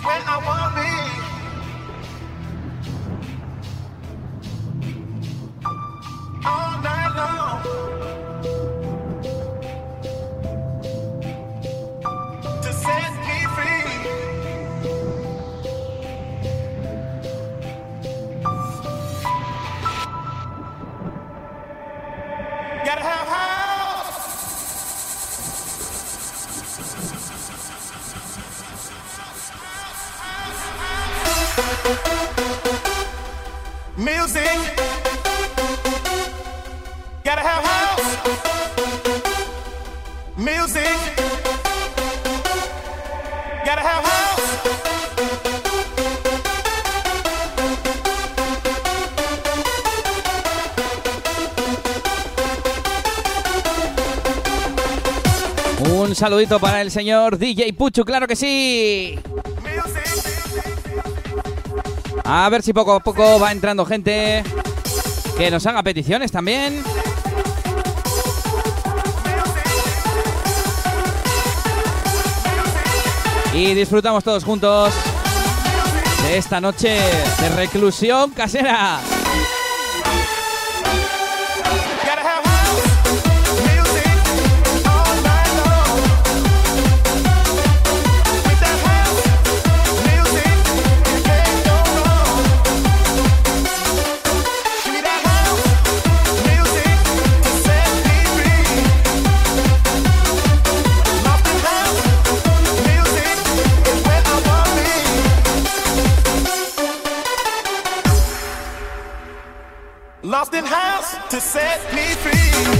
where I wanna be. All night long. To set me free. Gotta have house. Music. Gotta have house. Music. Gotta have house. Un saludito para el señor DJ Puchu, claro que sí. A ver si poco a poco va entrando gente que nos haga peticiones también. Y disfrutamos todos juntos de esta noche de reclusión casera. Lost in house to set me free.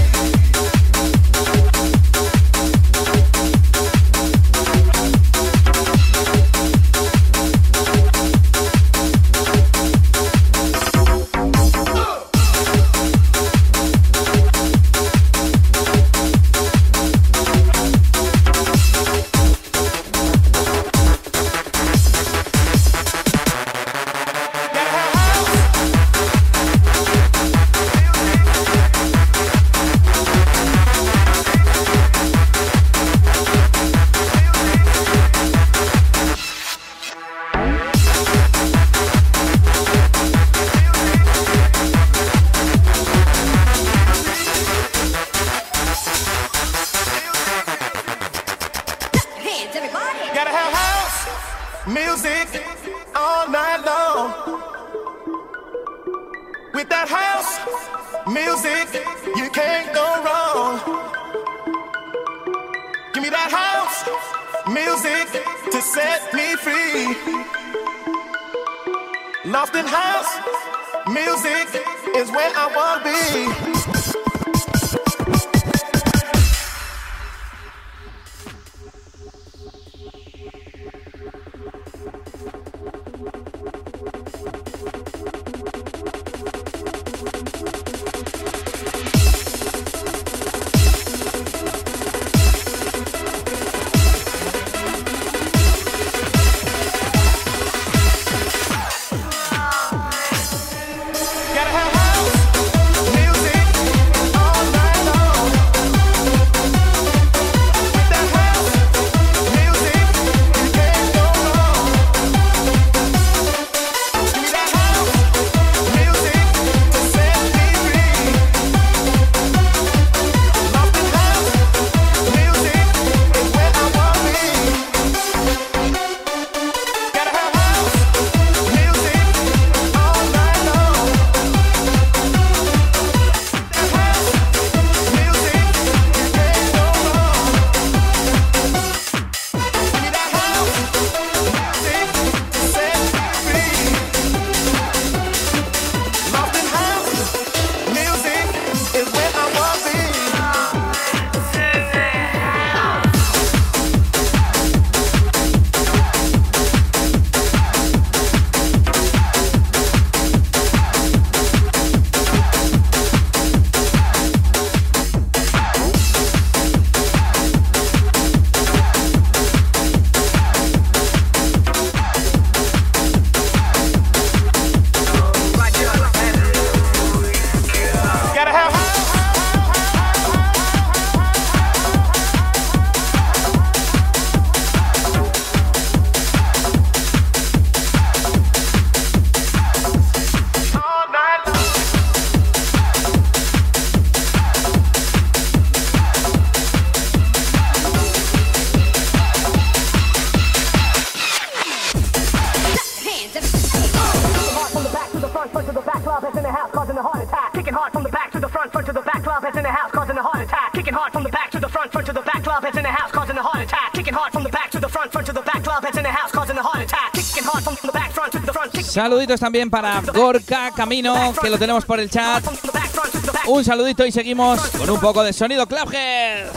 Saluditos también para Gorka Camino, que lo tenemos por el chat. Un saludito y seguimos con un poco de sonido Clubhead.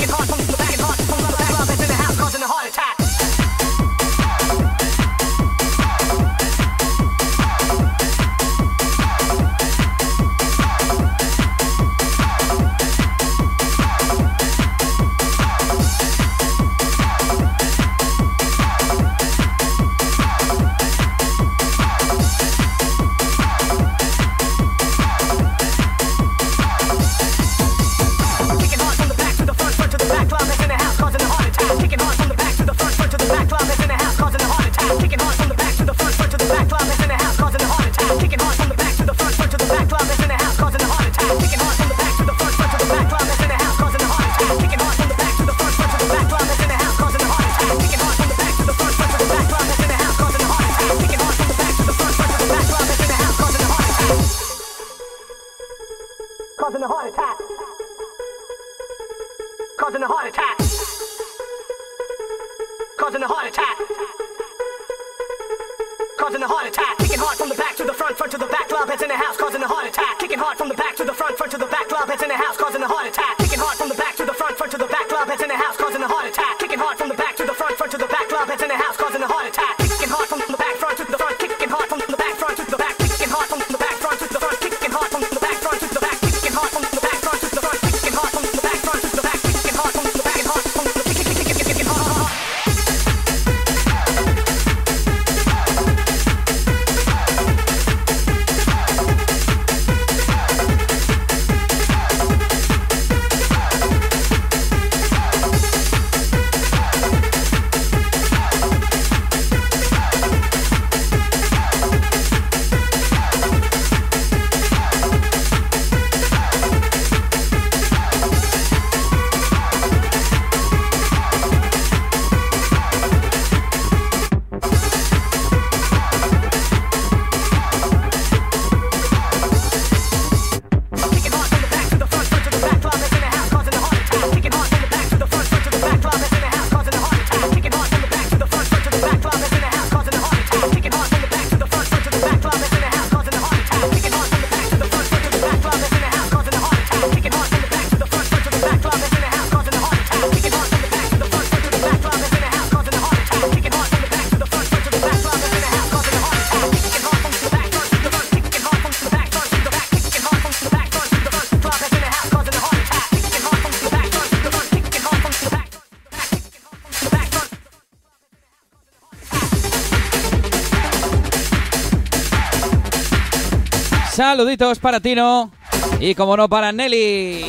Saluditos para Tino y como no para Nelly.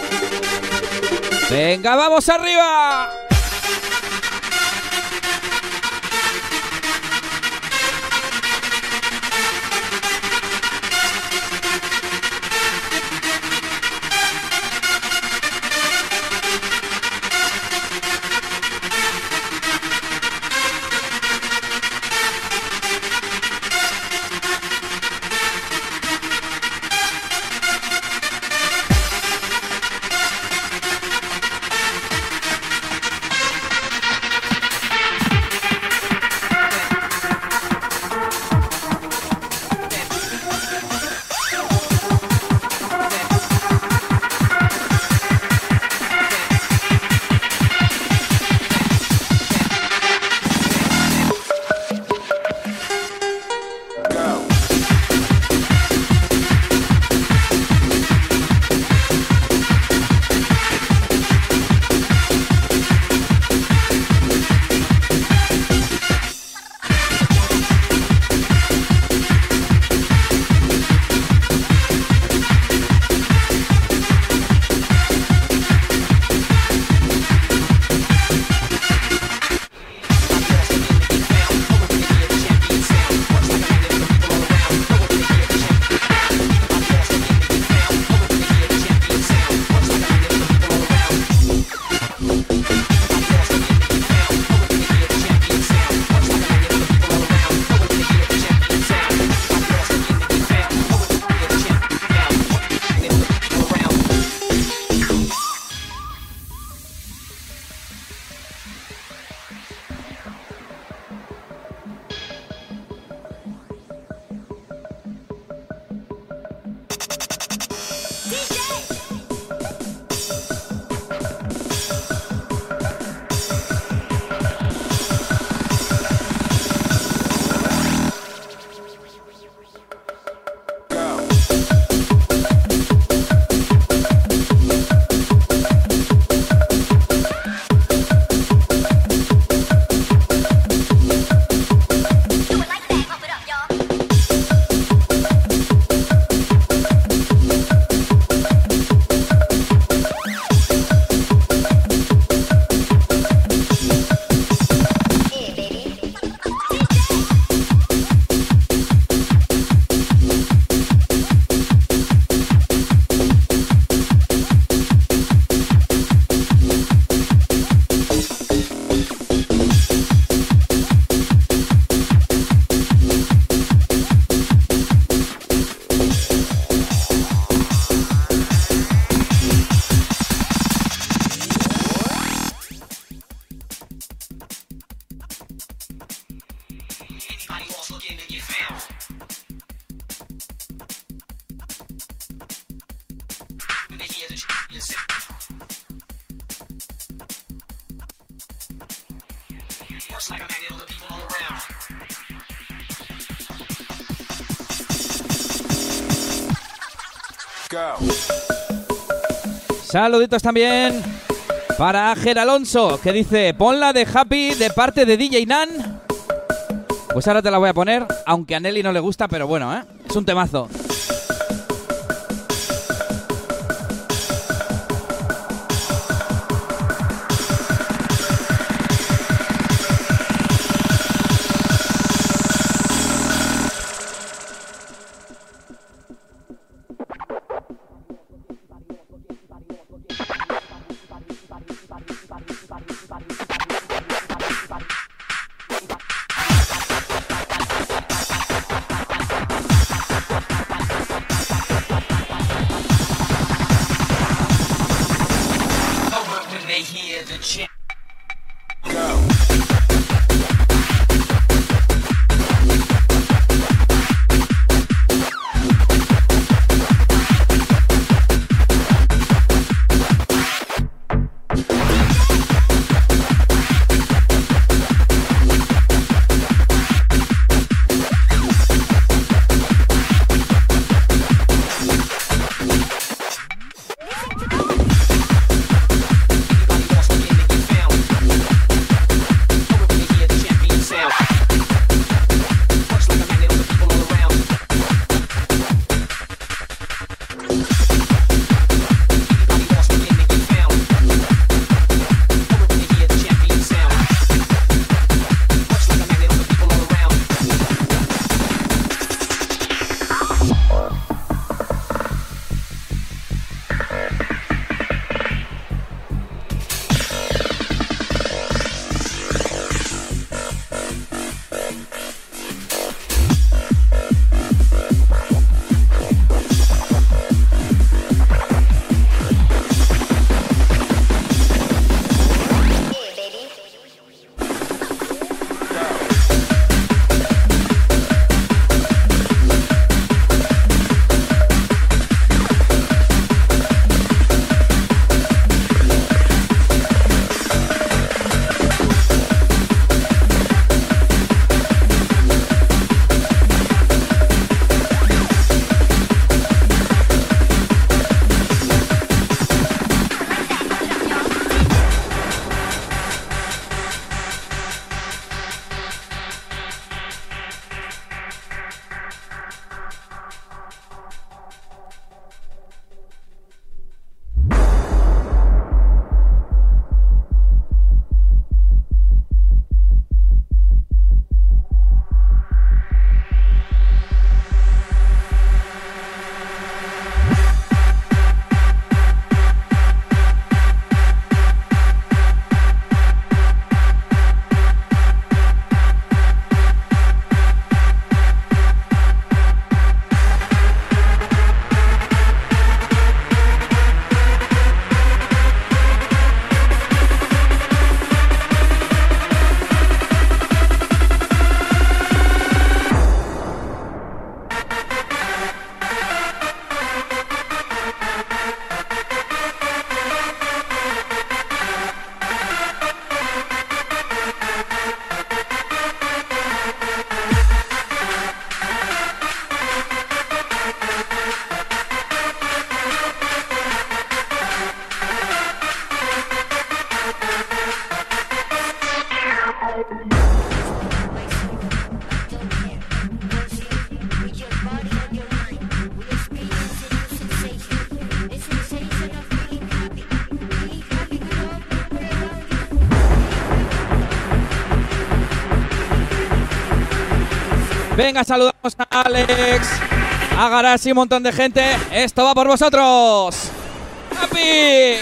¡Venga, vamos arriba! Saluditos también para Ángel Alonso, que dice: ponla de Happy de parte de DJ Nan. Pues ahora te la voy a poner, aunque a Nelly no le gusta, pero bueno, es un temazo. Venga, saludamos a Alex, a Garasi, un montón de gente. Esto va por vosotros. ¡Happy!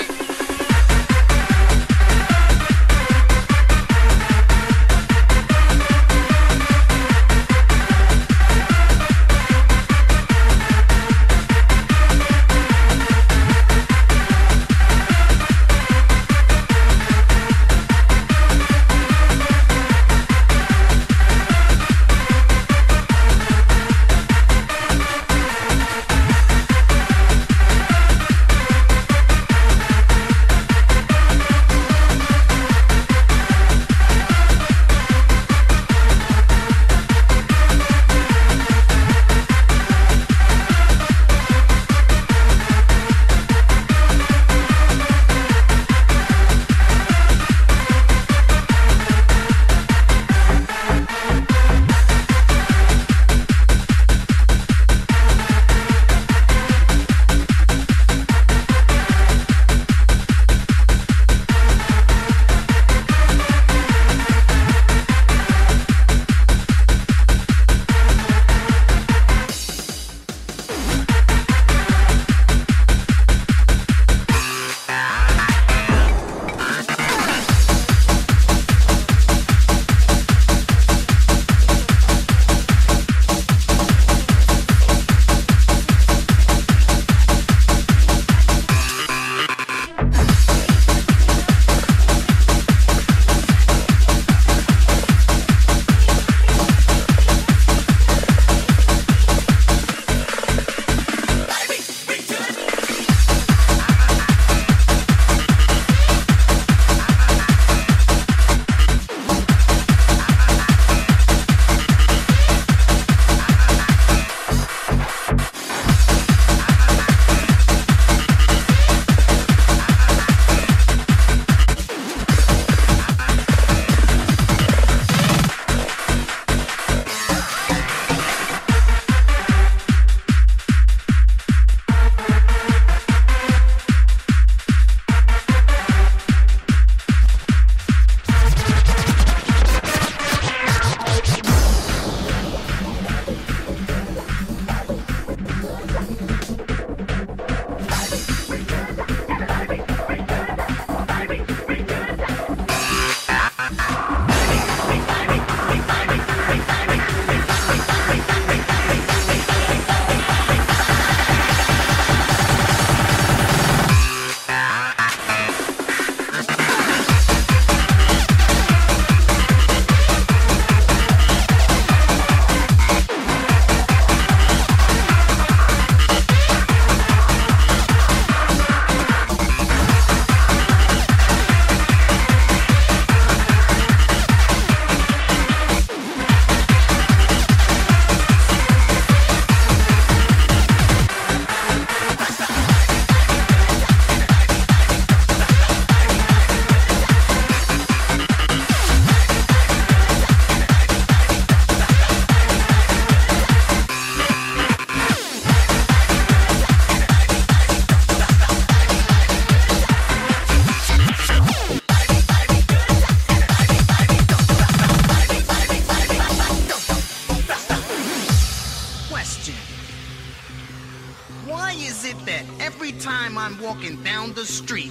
I'm walking down the street.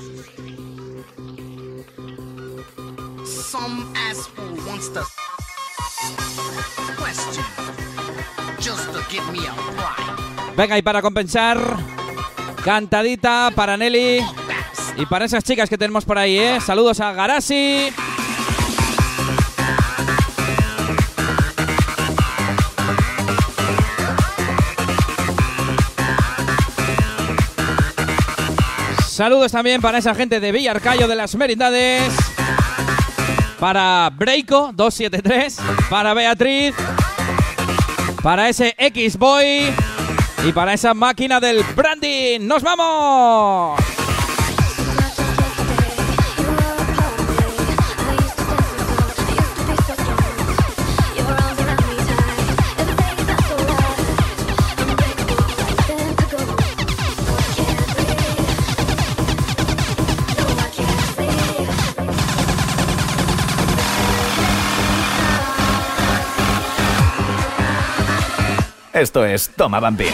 Some asshole wants to question just to give me a ride. Venga, y para compensar, cantadita para Nelly y para esas chicas que tenemos por ahí, ¿eh? Saludos a Garasi. Saludos también para esa gente de Villarcayo de las Merindades. Para Breiko 273. Para Beatriz. Para ese X-Boy. Y para esa máquina del branding. ¡Nos vamos! Esto es Toma Bambín.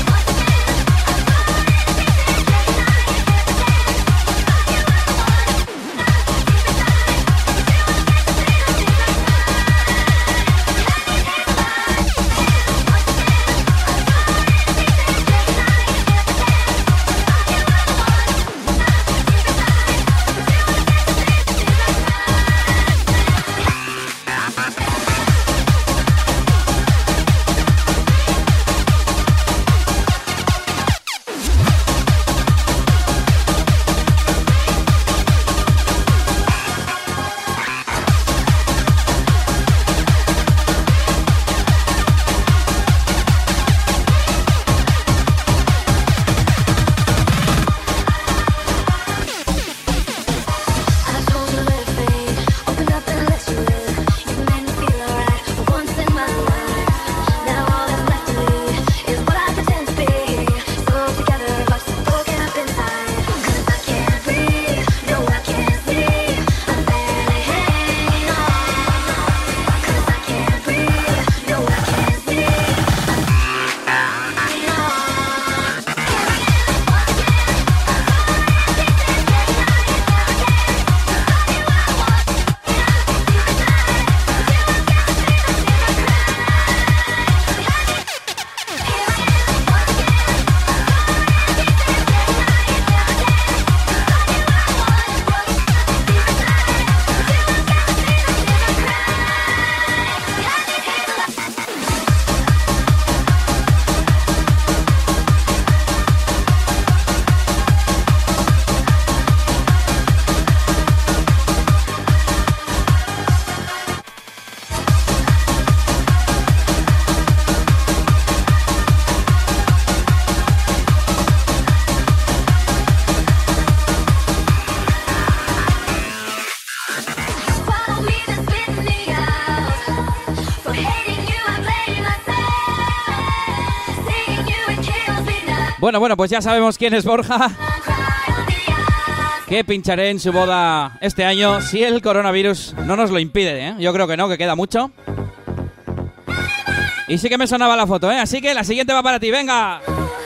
Bueno, pues ya sabemos quién es Borja, que pincharé en su boda este año, si el coronavirus no nos lo impide, ¿eh? Yo creo que no, que queda mucho. Y sí que me sonaba la foto, ¿eh? Así que la siguiente va para ti, venga.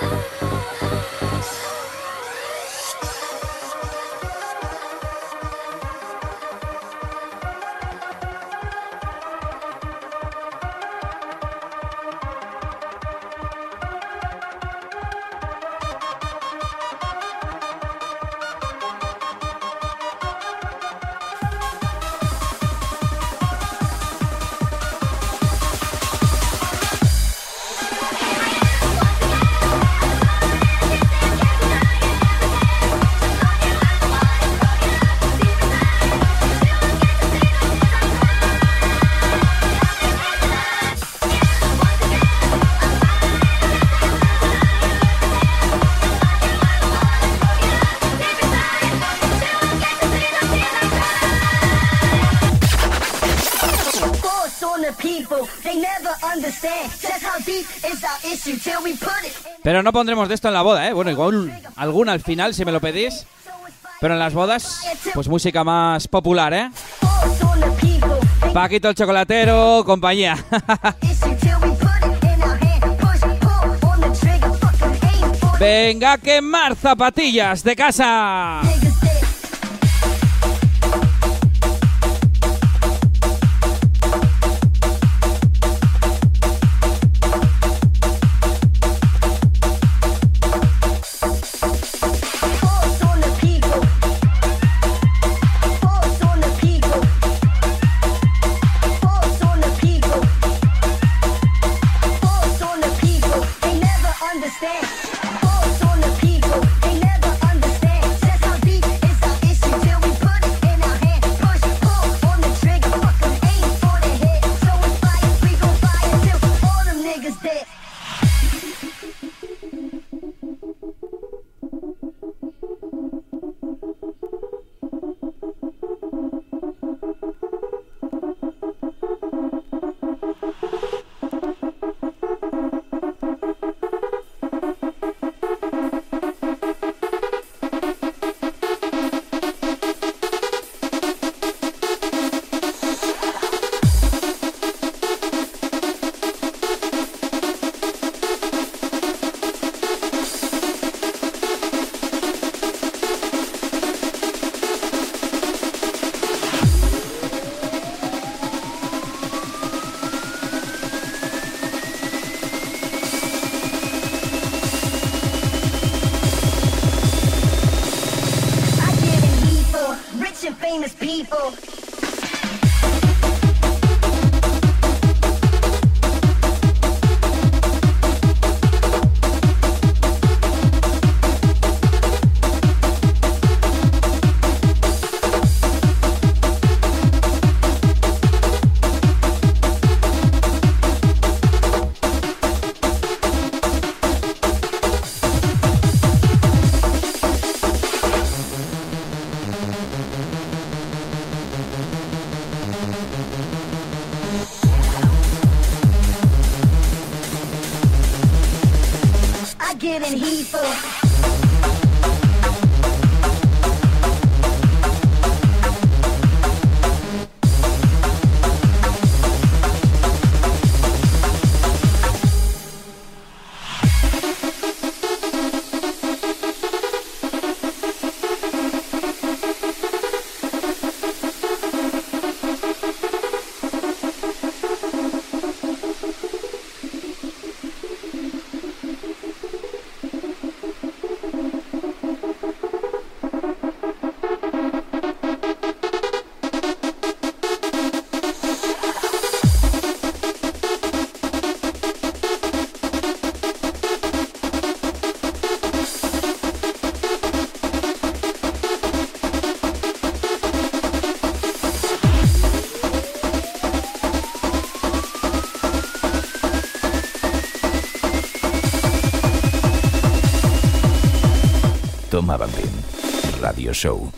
Pero no pondremos de esto en la boda, ¿eh? Bueno, igual alguna al final, si me lo pedís. Pero en las bodas, pues música más popular, ¿eh? Paquito el Chocolatero, compañía. Venga, a quemar zapatillas de casa. Toma Bambín Radio Show.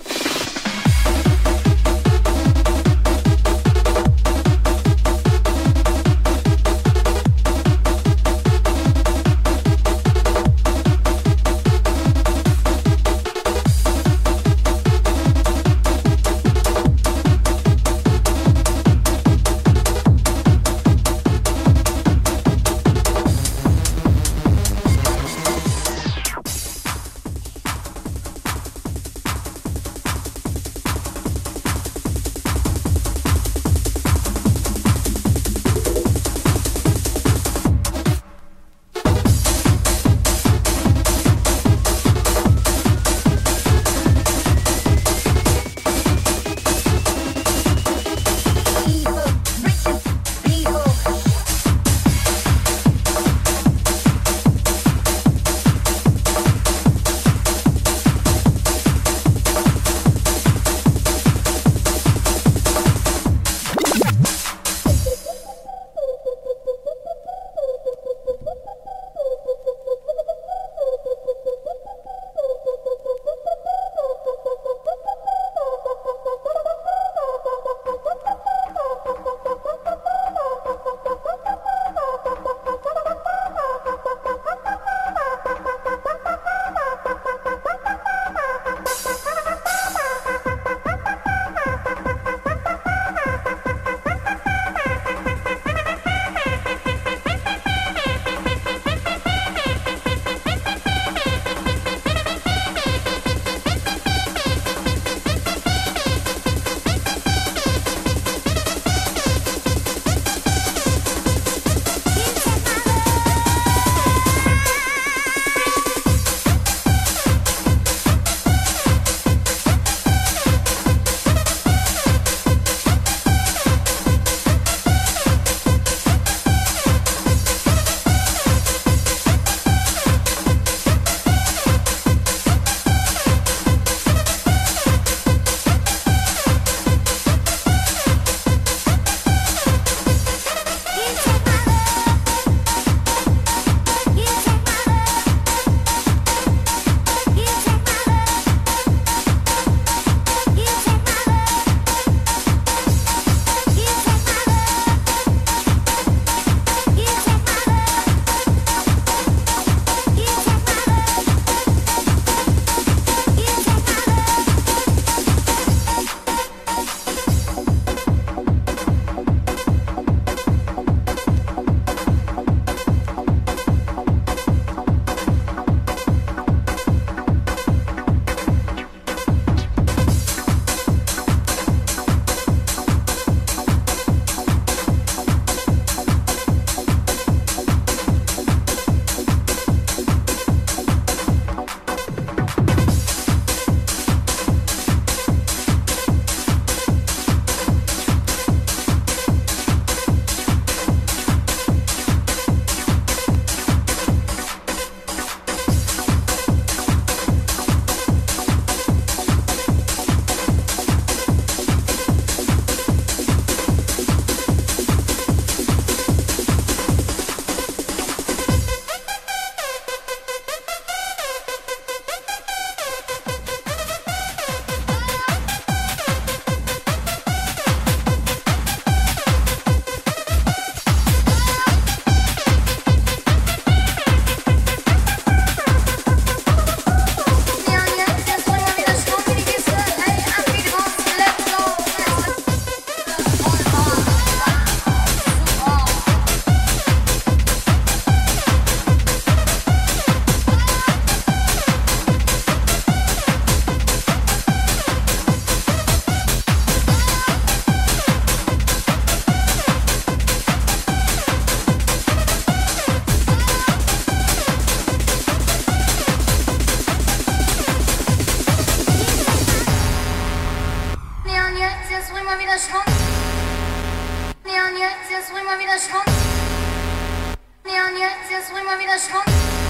mal wieder Schrott. Ja, und jetzt bring mal wieder Schrott.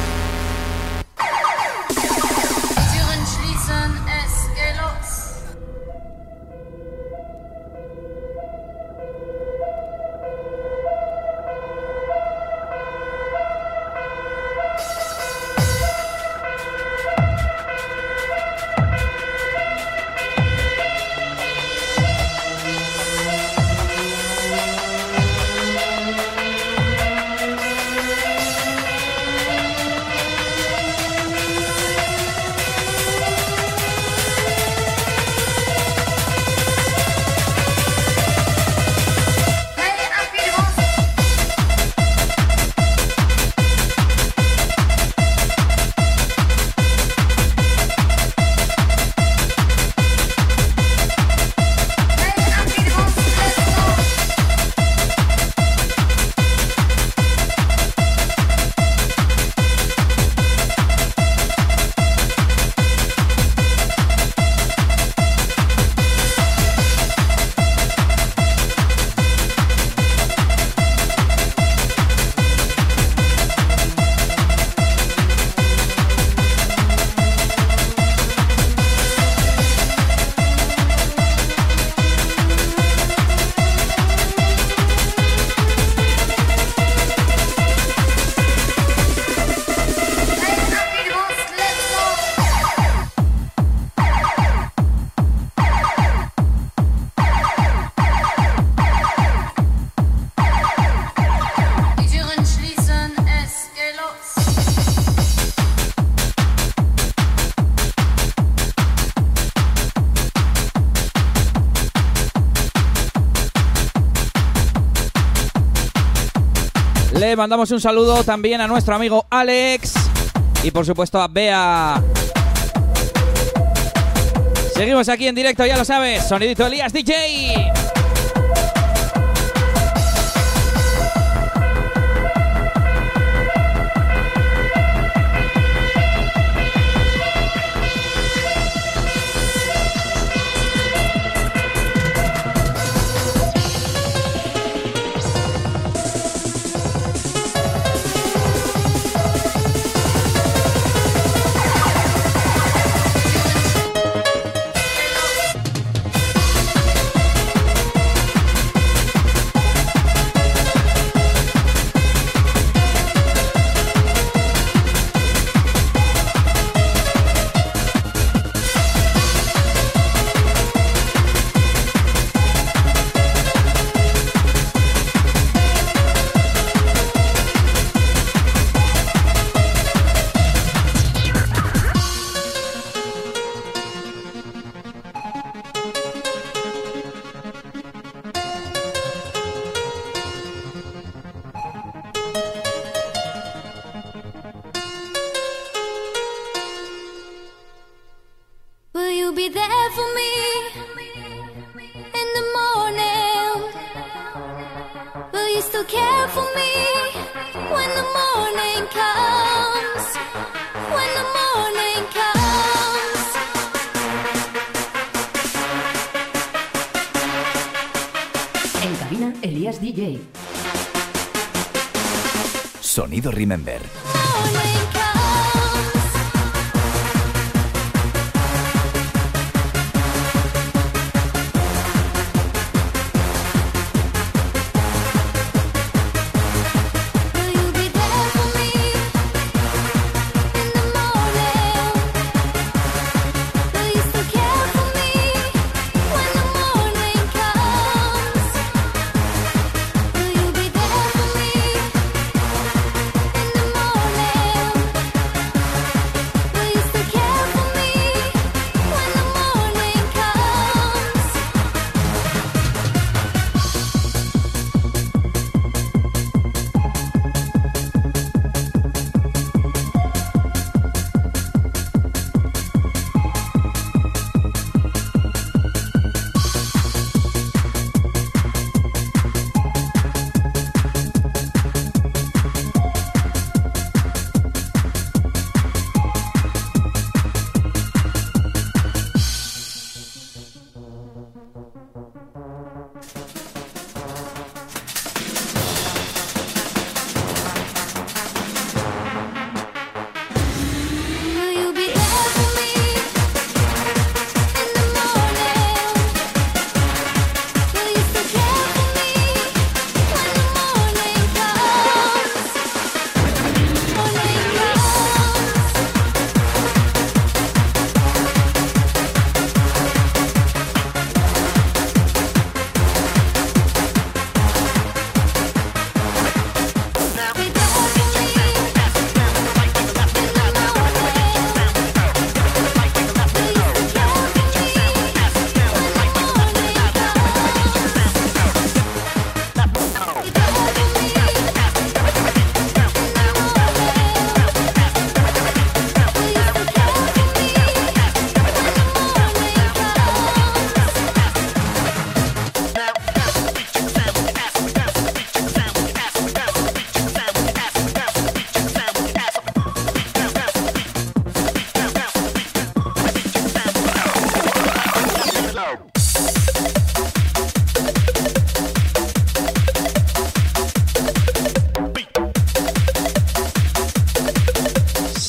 Türen schließen, es geht los. Le mandamos un saludo también a nuestro amigo Alex y por supuesto a Bea. Seguimos aquí en directo, ya lo sabes, sonidito Elías DJ. Elías DJ. Sonido Remember. Morning.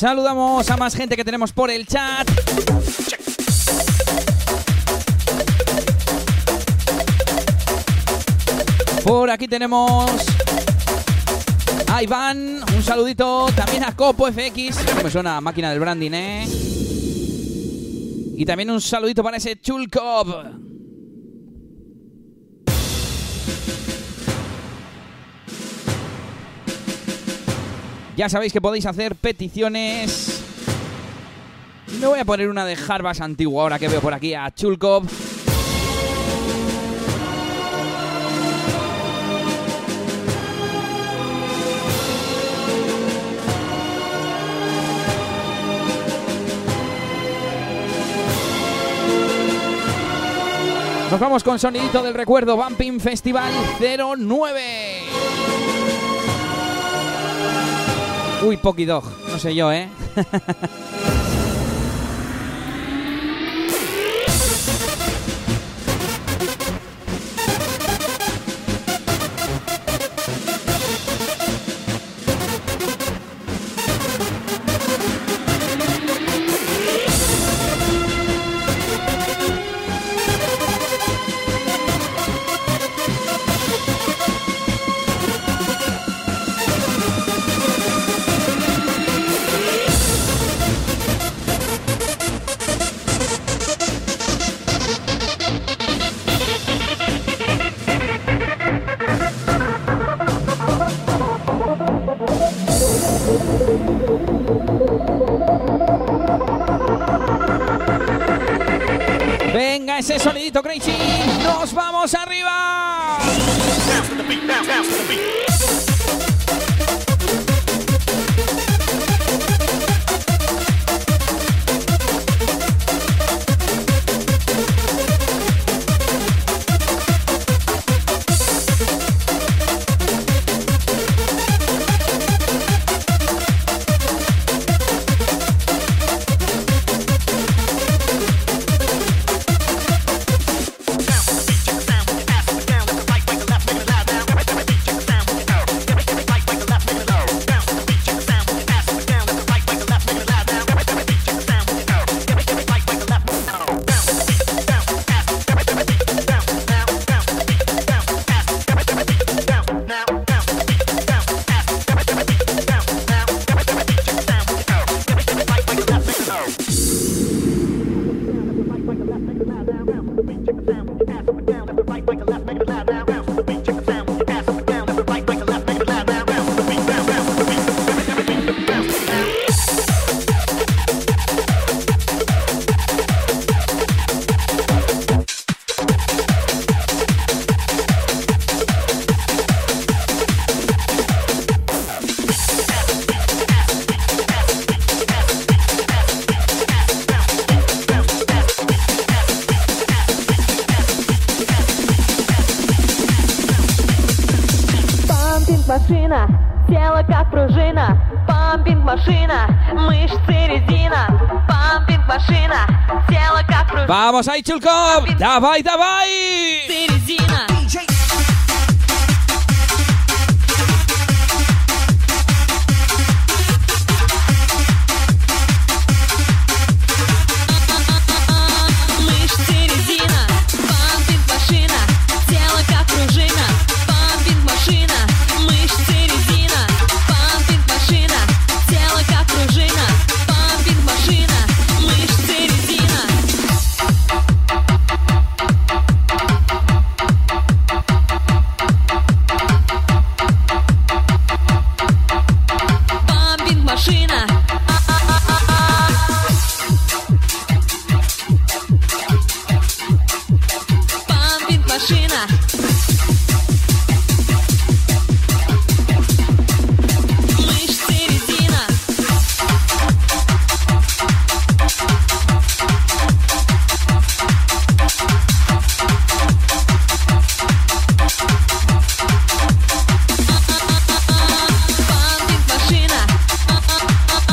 Saludamos a más gente que tenemos por el chat. Por aquí tenemos a Iván, un saludito. También a Copo FX, me suena máquina del branding, ¿eh? Y también un saludito para ese Chulkov. Ya sabéis que podéis hacer peticiones. Me voy a poner una de Jarbas antigua ahora que veo por aquí a Chulkov. Nos vamos con sonidito del recuerdo, Bumping Festival 09. Uy, Pocky Dog, no sé yo, ¿eh? Venga, ese sonidito crazy. ¡Nos vamos arriba! Машина, тело как пружина, пампинг машина, мышцы резина, пампинг машина, тело как пружина. Vamos ahí, Chulkov, давай, давай. Резина. Мышцы резина, пампинг машина, тело как пружина, пампинг машина. Мышцы резина, пампинг машина, тело как пружина, пампинг машина, мышцы резина. Пампинг машина. Пампинг машина. Мышцы резина. Пампинг машина.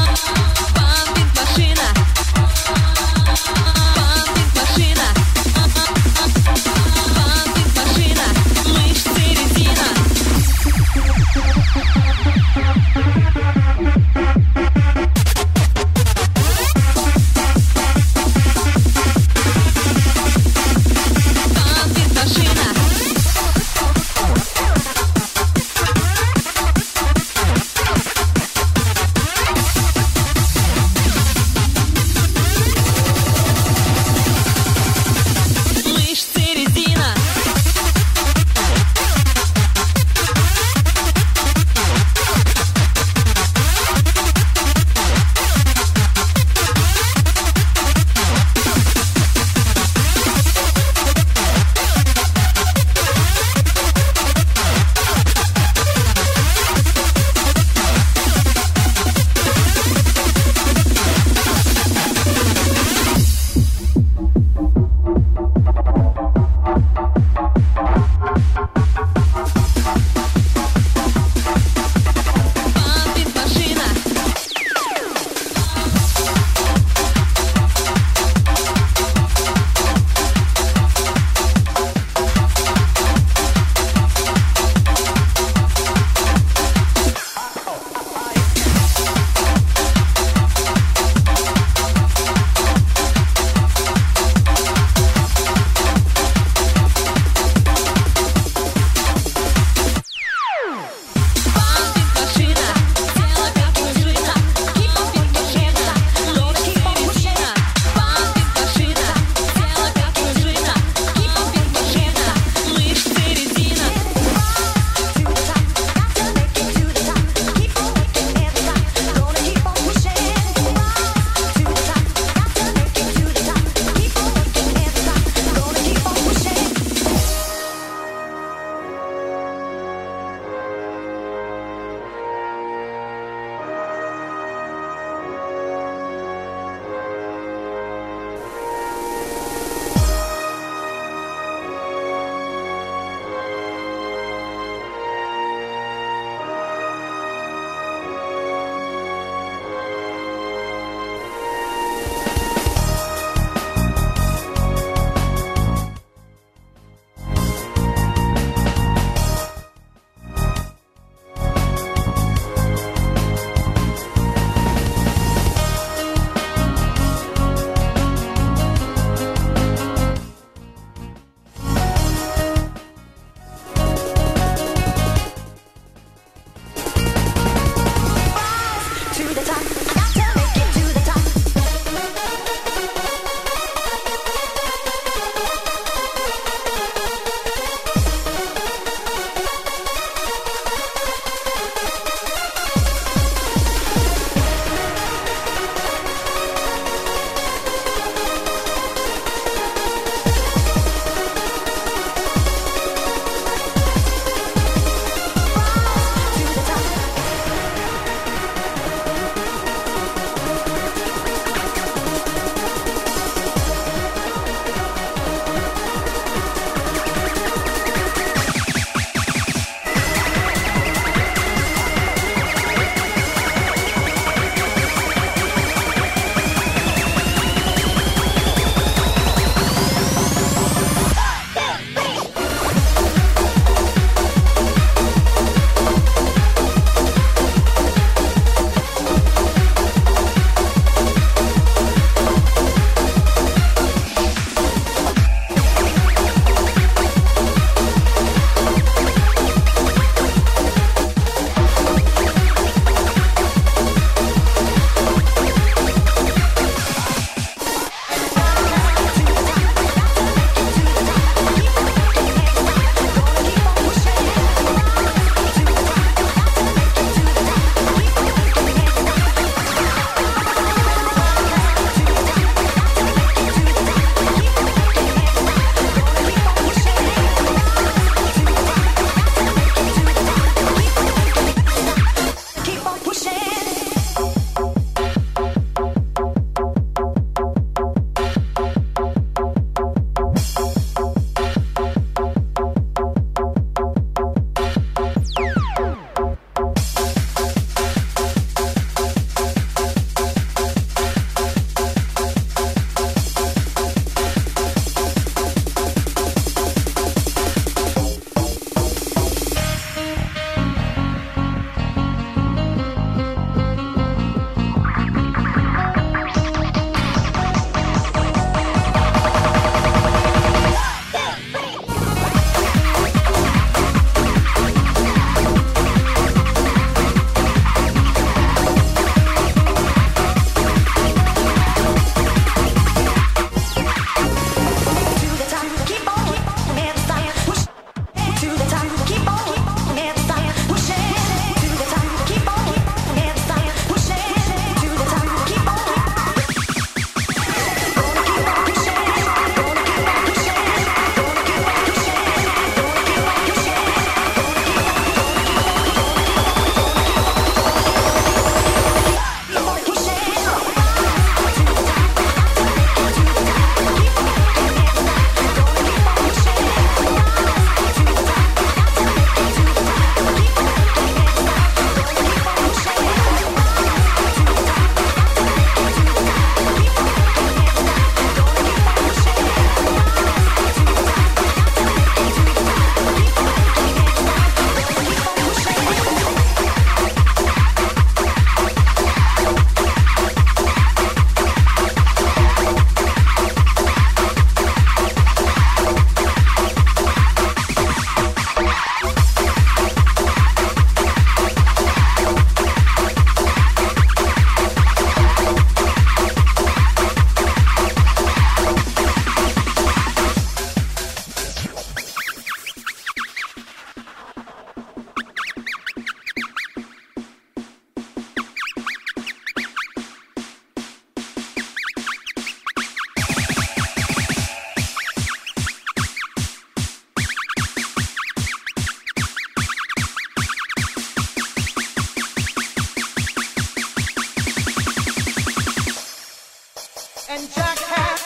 and Jack Hat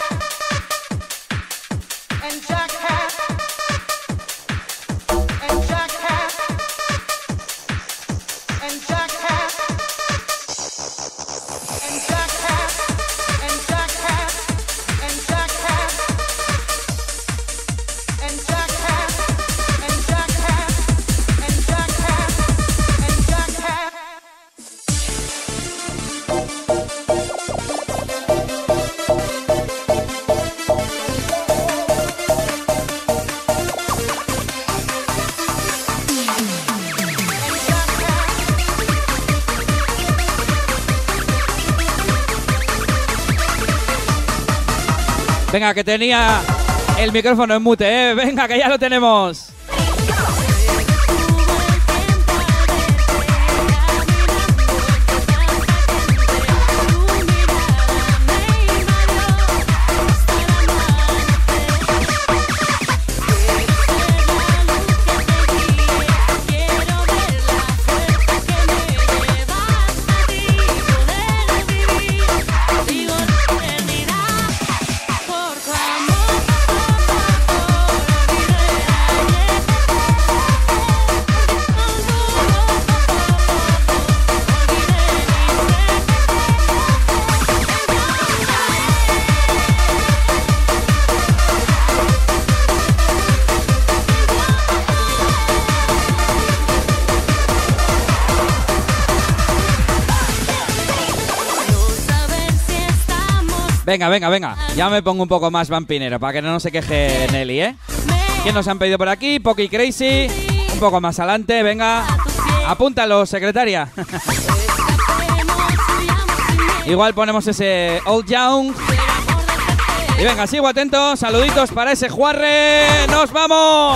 and Jack Hat and Jack Hat and Jack Hat and Jack Hat and Jack Hat and Jack Hat and Jack Hat and Jack Hat and Jack Hat and Jack Hat. Venga, que tenía el micrófono en mute, ¿eh? Venga, que ya lo tenemos. Venga, venga, venga. Ya me pongo un poco más vampinero para que no se queje Nelly, ¿eh? ¿Quién nos han pedido por aquí? Poki Crazy. Un poco más adelante, venga. Apúntalo, secretaria. Igual ponemos ese Old Young. Y venga, sigo atento. Saluditos para ese Juarre. ¡Nos vamos!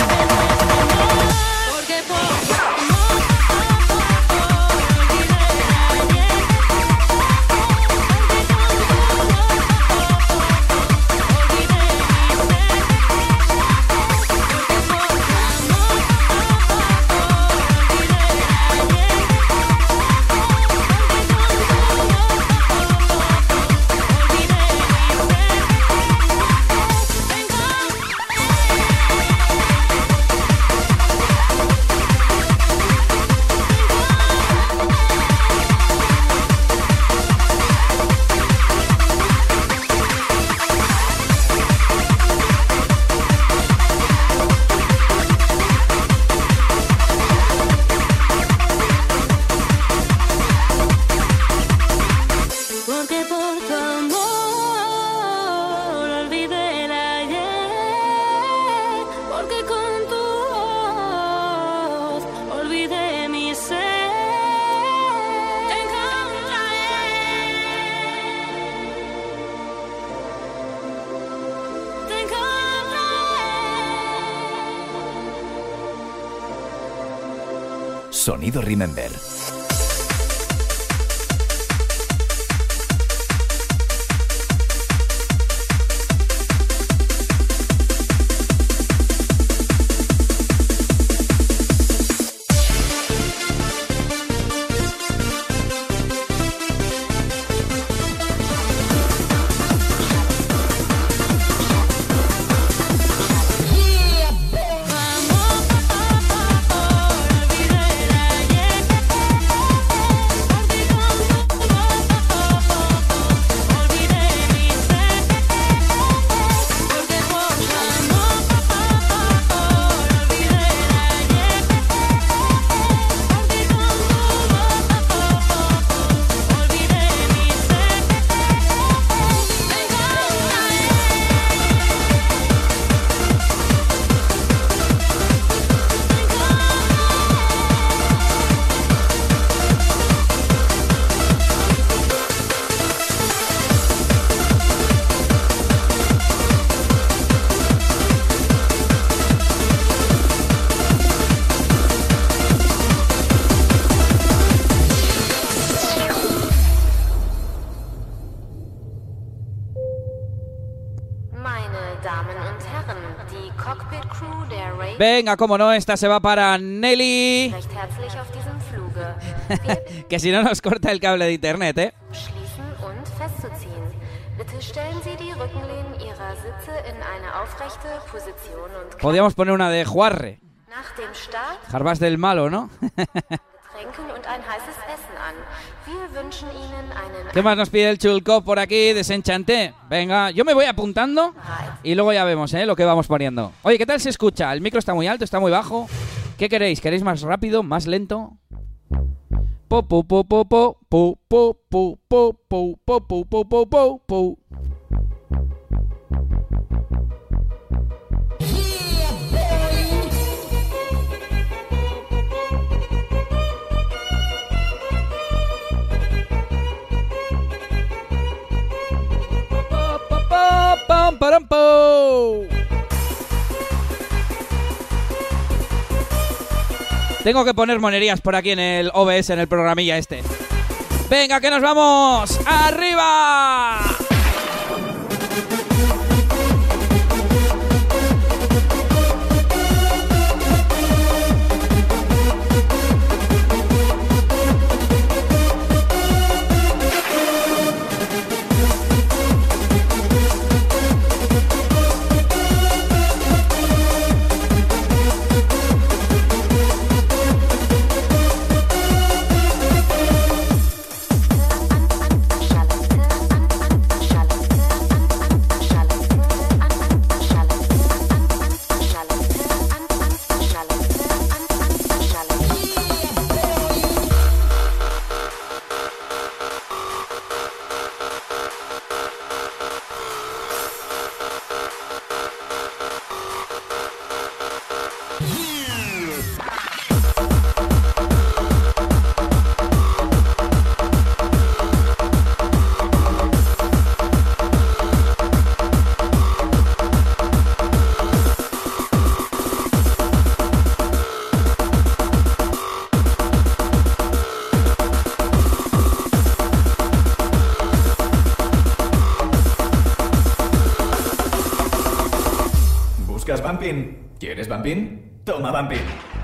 Sonido Remember. Venga, cómo no, esta se va para Nelly. Que si no nos corta el cable de internet, ¿eh? Bitte stellen Sie die Rückenlehnen Ihrer Sitze in eine aufrechte Position und Podríamos poner una de Juarre. nach dem Start Jarbas del malo, ¿no? Getränken und ein heißes Essen an. Wir wünschen Ihnen einen ¿Qué más nos pide el Chulcop por aquí? Desenchanté. Venga, yo me voy apuntando y luego ya vemos, lo que vamos poniendo. Oye, ¿qué tal se escucha? ¿El micro está muy alto? ¿Está muy bajo? ¿Qué queréis? ¿Queréis más rápido? ¿Más lento? Po po po po po po po po po po po po po po po po. Pam, param, po. Tengo que poner monerías por aquí en el OBS, en el programilla este. ¡Venga, que nos vamos! ¡Arriba! ¿Buscas Bumpin? ¿Quieres Bumpin? Toma Bumpin.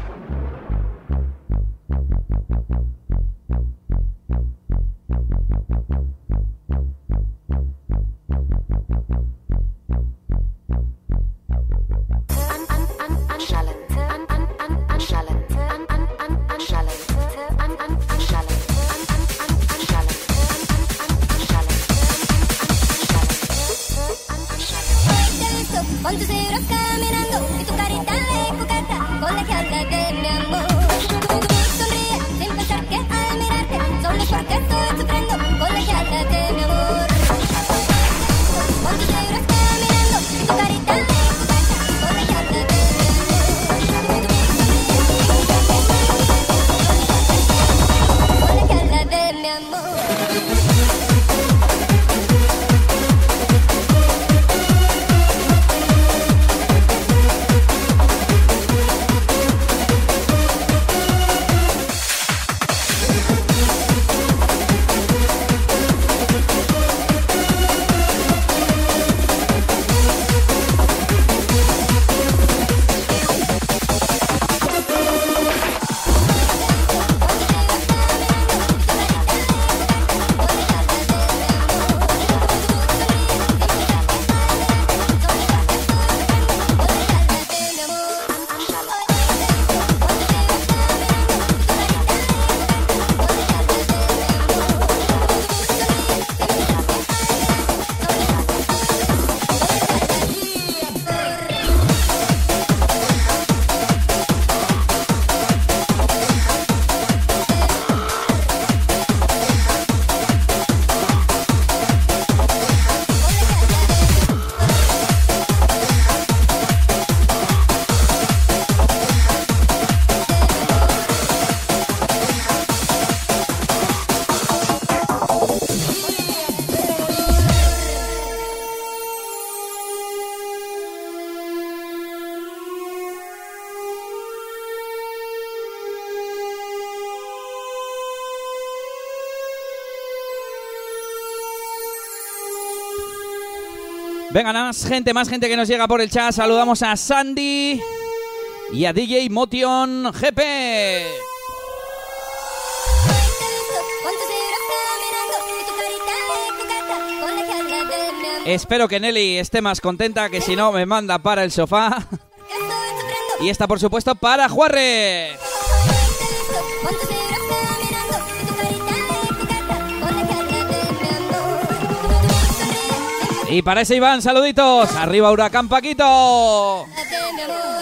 Con tus euros caminando y tu carita de coqueta, colegiala de mi amor. Tu sonríe sin pensar que al mirarte solo es porque estoy sufriendo, colegiala de mi amor. Con tus euros caminando y tu carita de coqueta, colegiala de mi amor. Colegiala de mi amor. Venga, más gente que nos llega por el chat. Saludamos a Sandy y a DJ Motion GP. Con tus euros caminando y tu carita de coqueta, collegiala del mio amore. Espero que Nelly esté más contenta, que si no me manda para el sofá. Che sto soffrendo. Y esta, por supuesto, para Juarre. Quanto sei ora camminando e tu carità è picata, collegiala del mio amore. Tu sorridi, Y para ese Iván, saluditos. Arriba Huracán Paquito. del mio amore.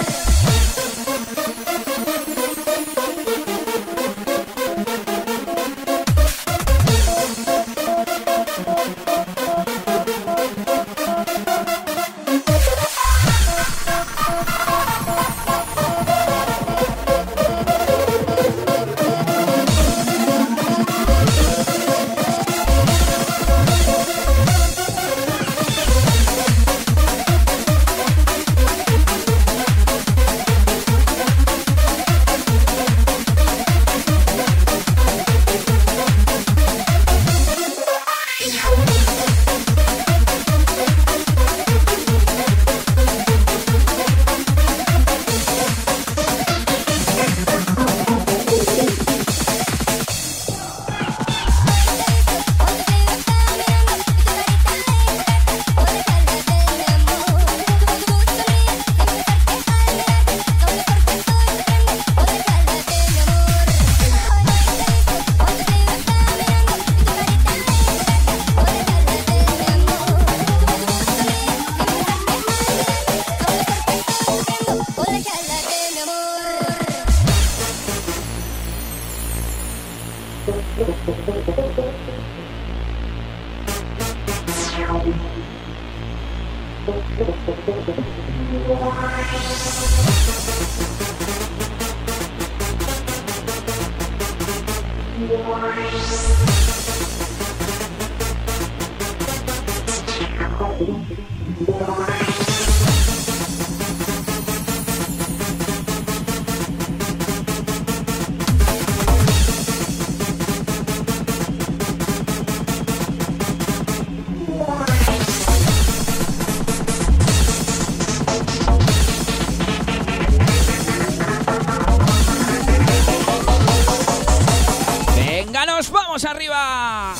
Venga, nos vamos arriba.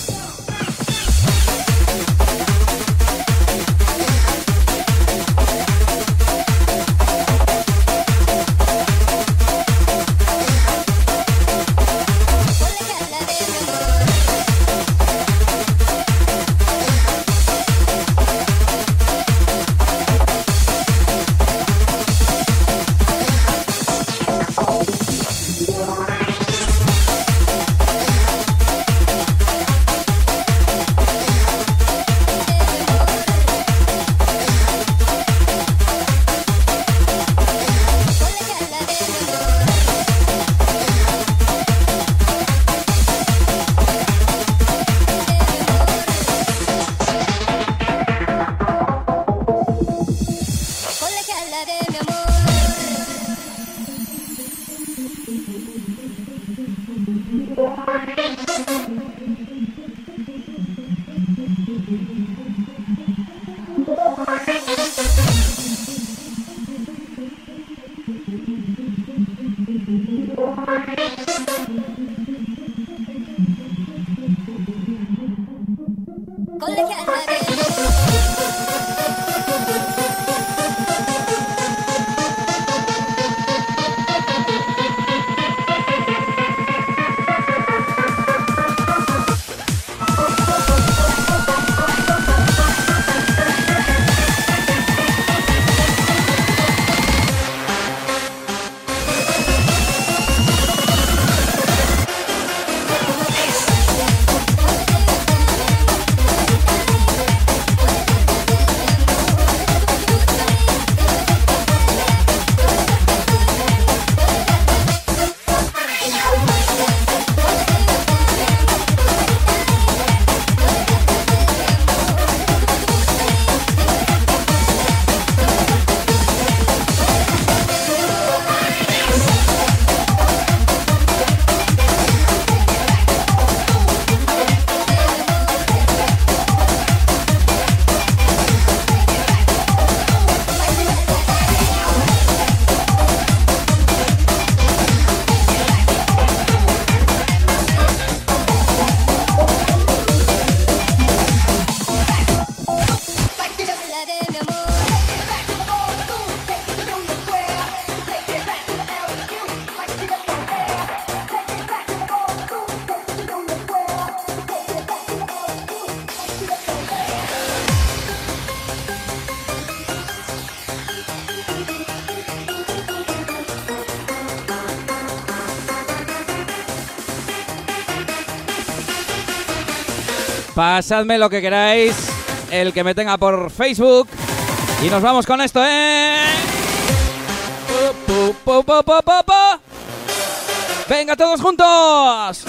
Pasadme lo que queráis, el que me tenga por Facebook. Y nos vamos con esto, ¡Venga, todos juntos!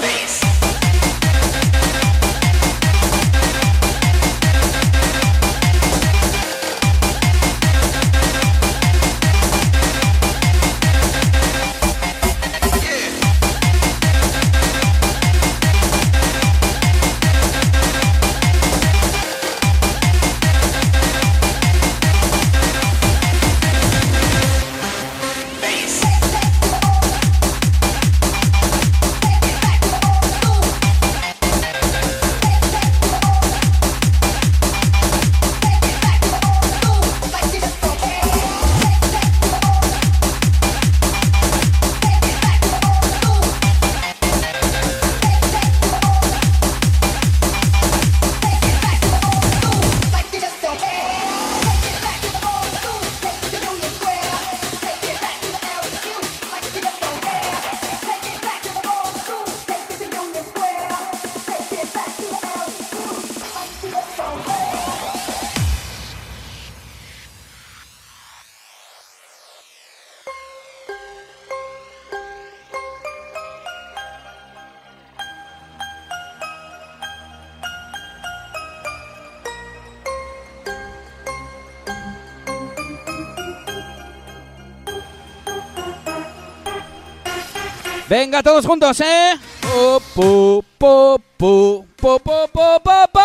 Venga, todos juntos, Po, po, po, po, po, po, po, po.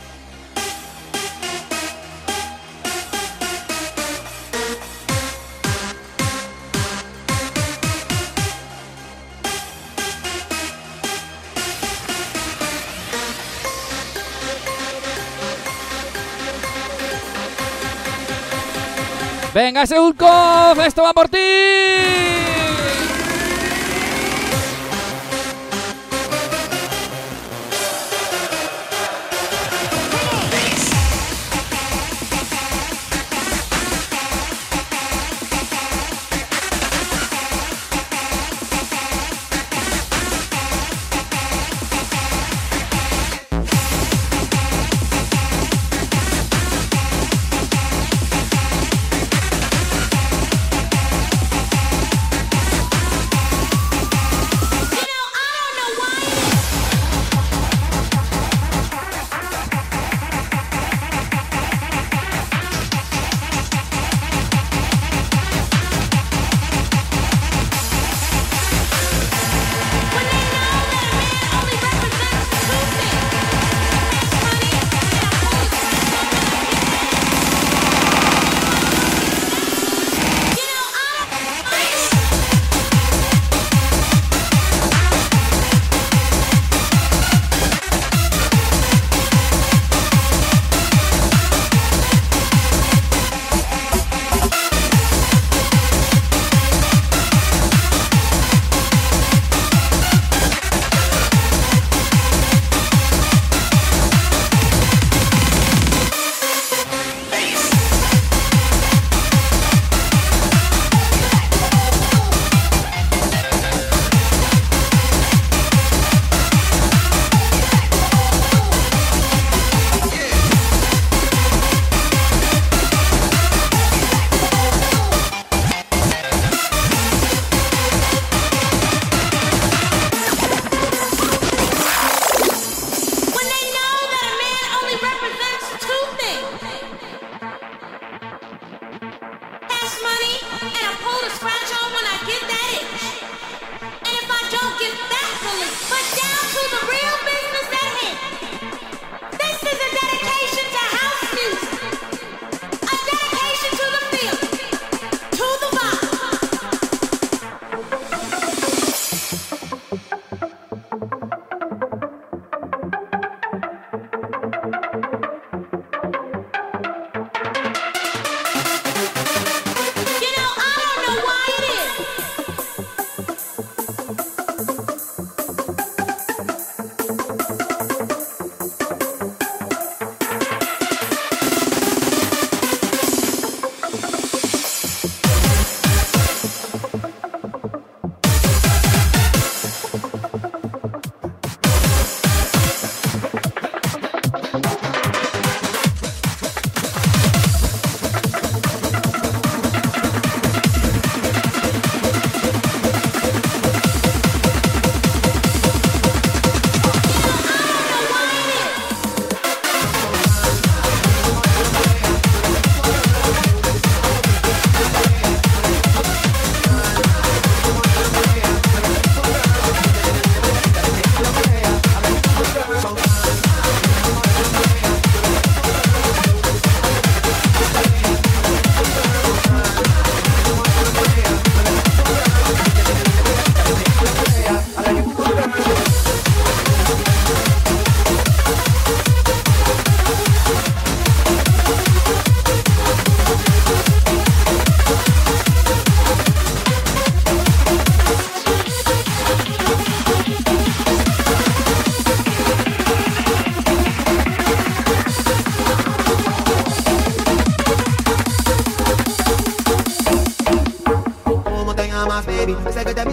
Venga, Seulkov, esto va por ti.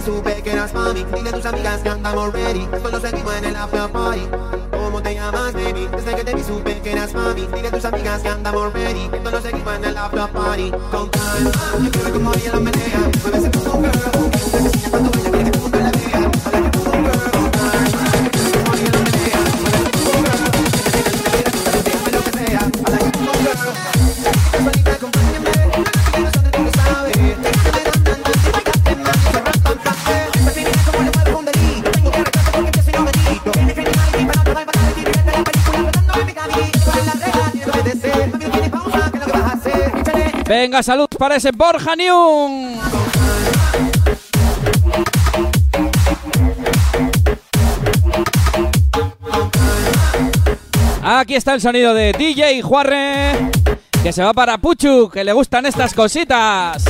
supe que eras mami. Dile a tus amigas que andamos ready. Esto lo seguimos en el after party. ¿Cómo te llamas, baby? Desde que te vi supe que eras mami. Dile a tus amigas que andamos ready. Esto lo seguimos en el after party. Con calma, yo quiero ver cómo ella lo menea. Muévese como un girl. Una que cuando ella quiere que tú no la veas. Habla como un girl. Con calma, yo quiero ver cómo ella lo menea. Muévese como un girl. Déjame lo que sea. Habla como un girl. Solita, acompáñame. Yo sé que tú lo sabes. Venga, salud para ese Borja Niun. Aquí está el sonido de DJ Juarre, que se va para Puchu, que le gustan estas cositas.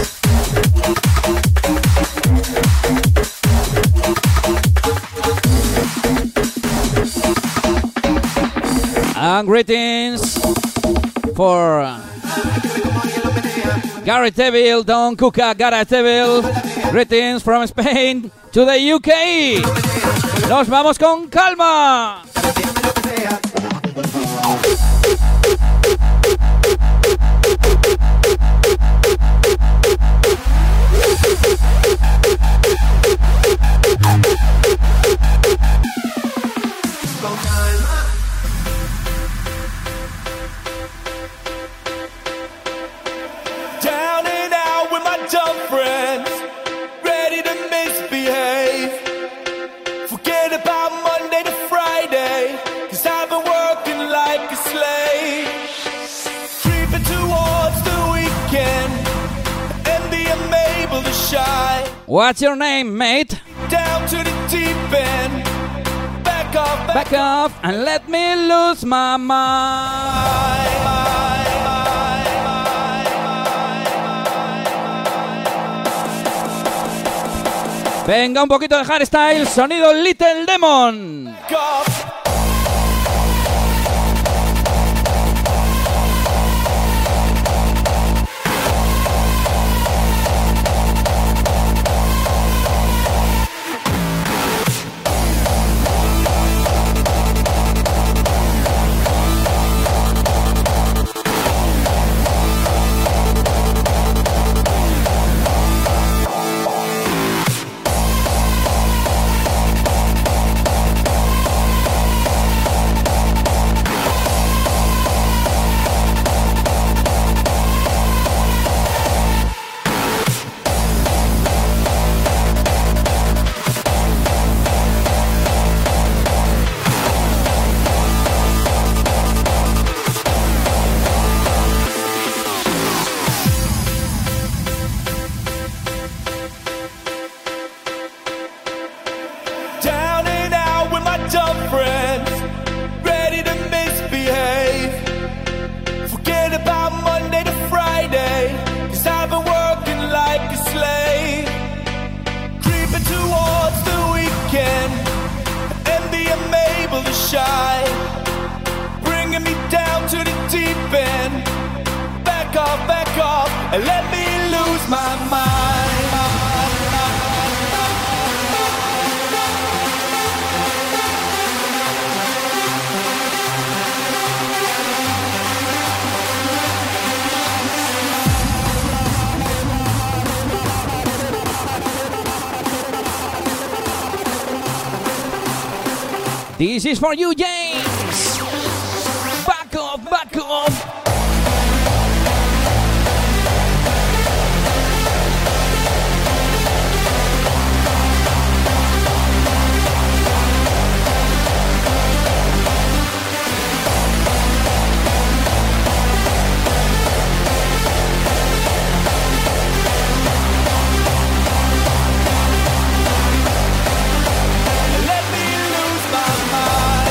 And greetings for Gareth Evil, Don Cuca, Gareth Evil. Greetings from Spain to the UK. Nos vamos con calma. Down and out with my dumb friends, ready to misbehave. Forget about Monday to Friday, 'cause I've been working like a slave. Creeping towards the weekend, and I'm able to shine. What's your name, mate? Down to the deep end, back off, Back off and let me lose my mind. Venga, un poquito de hardstyle, sonido Little Demon. back off. Down and out with my dumb friends, ready to misbehave. Forget about Monday to Friday, 'cause I've been working like a slave. Creeping towards the weekend, and I'm able to shine. Bringing me down to the deep end. Back off, and let me lose my mind. This is for you, James. Back off, back off. Let me lose my mind.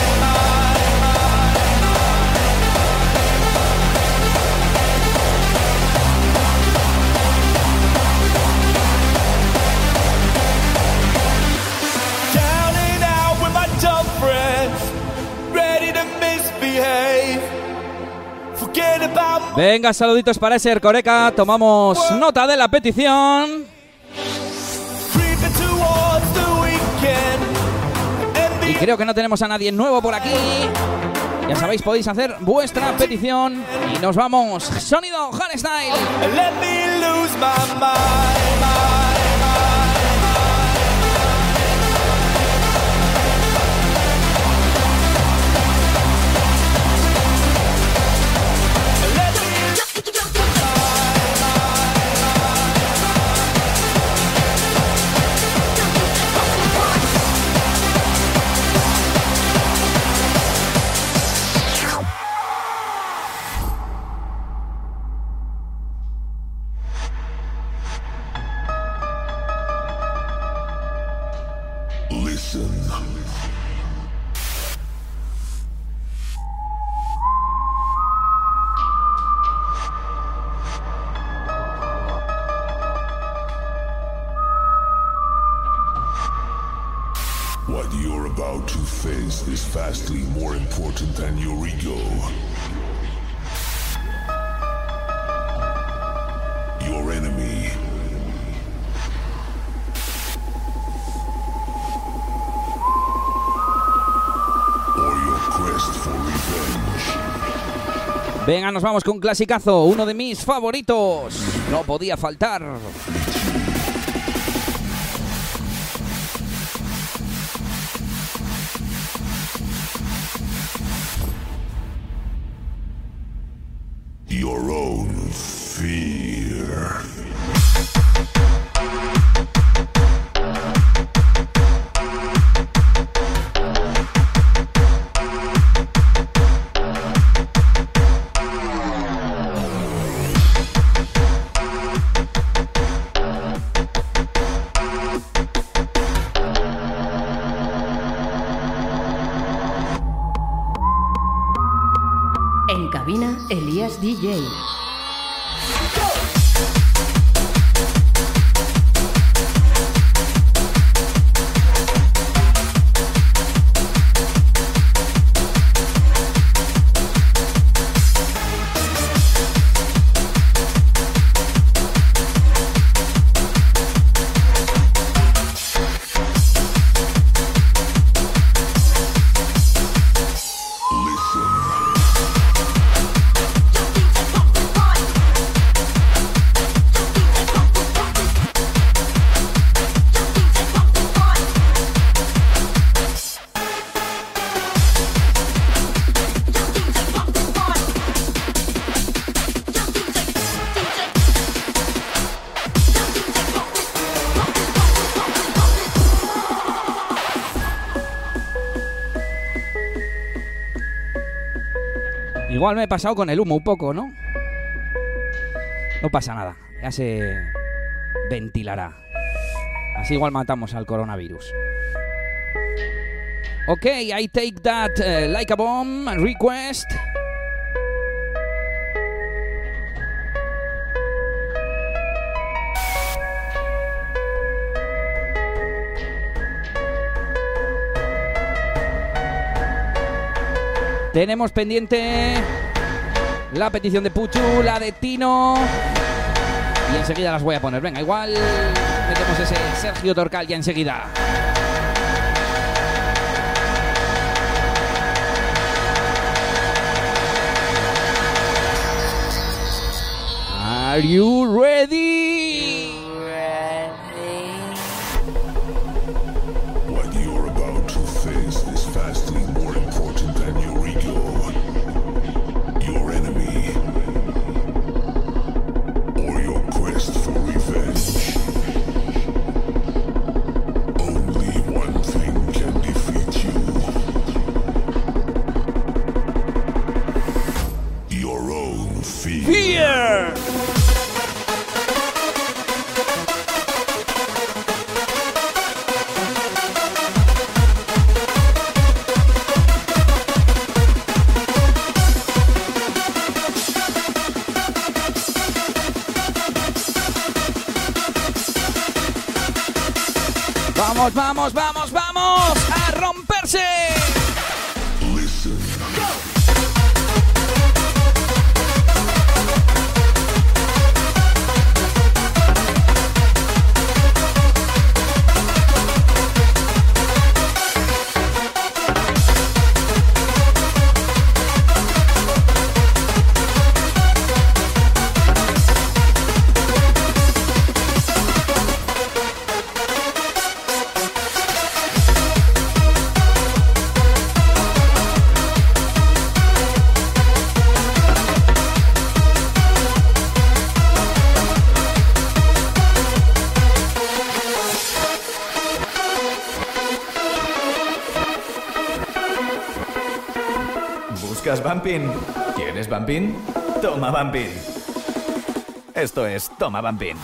Down and out with my dumb friends, ready to misbehave. Forget about Venga, saluditos para ese Ercoreca. Tomamos nota de la petición. creeping towards Y creo que no tenemos a nadie nuevo por aquí. Ya sabéis, podéis hacer vuestra petición. Y nos vamos. Sonido Hardstyle. Let me lose my mind. What you're about to face is vastly more important than your ego. Your enemy. Or your quest for revenge. Venga, nos vamos con un clasicazo, uno de mis favoritos. No podía faltar. Your own fear. En cabina, Elías DJ. Igual me he pasado con el humo un poco, ¿no? No pasa nada, ya se ventilará. Así igual matamos al coronavirus. Ok, I take that like a bomb request. Tenemos pendiente la petición de Puchu, la de Tino. Y enseguida las voy a poner. Venga, igual metemos ese Sergio Torcal ya enseguida. Are you ready? What you're about to face is vastly more important than your ego. Your enemy. Or your quest for revenge. Only one thing can defeat you. Your own fear. Fear! Vamos, vamos, vamos, vamos a romperse. Listen. ¿Buscas Bumpin? ¿Quieres Bumpin? Toma Bumpin. Esto es Toma Bumpin.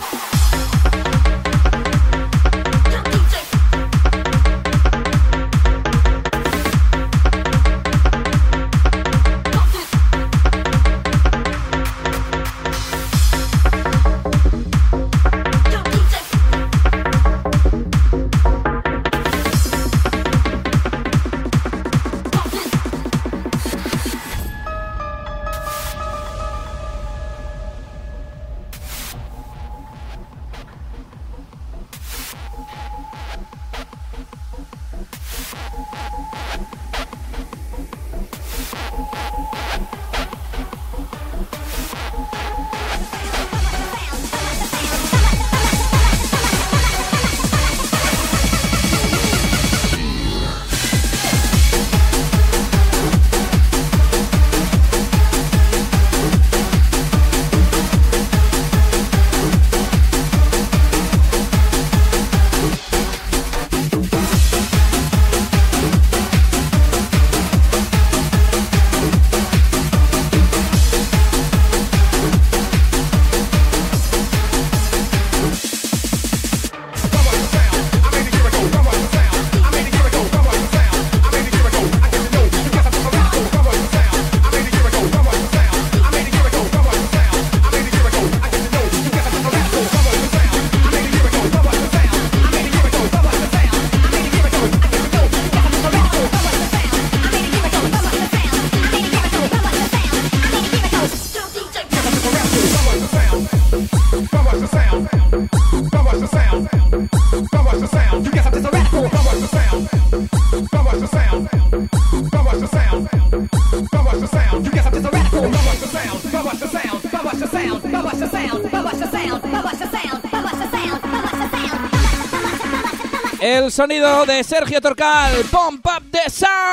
El sonido de Sergio Torcal, Pump Up the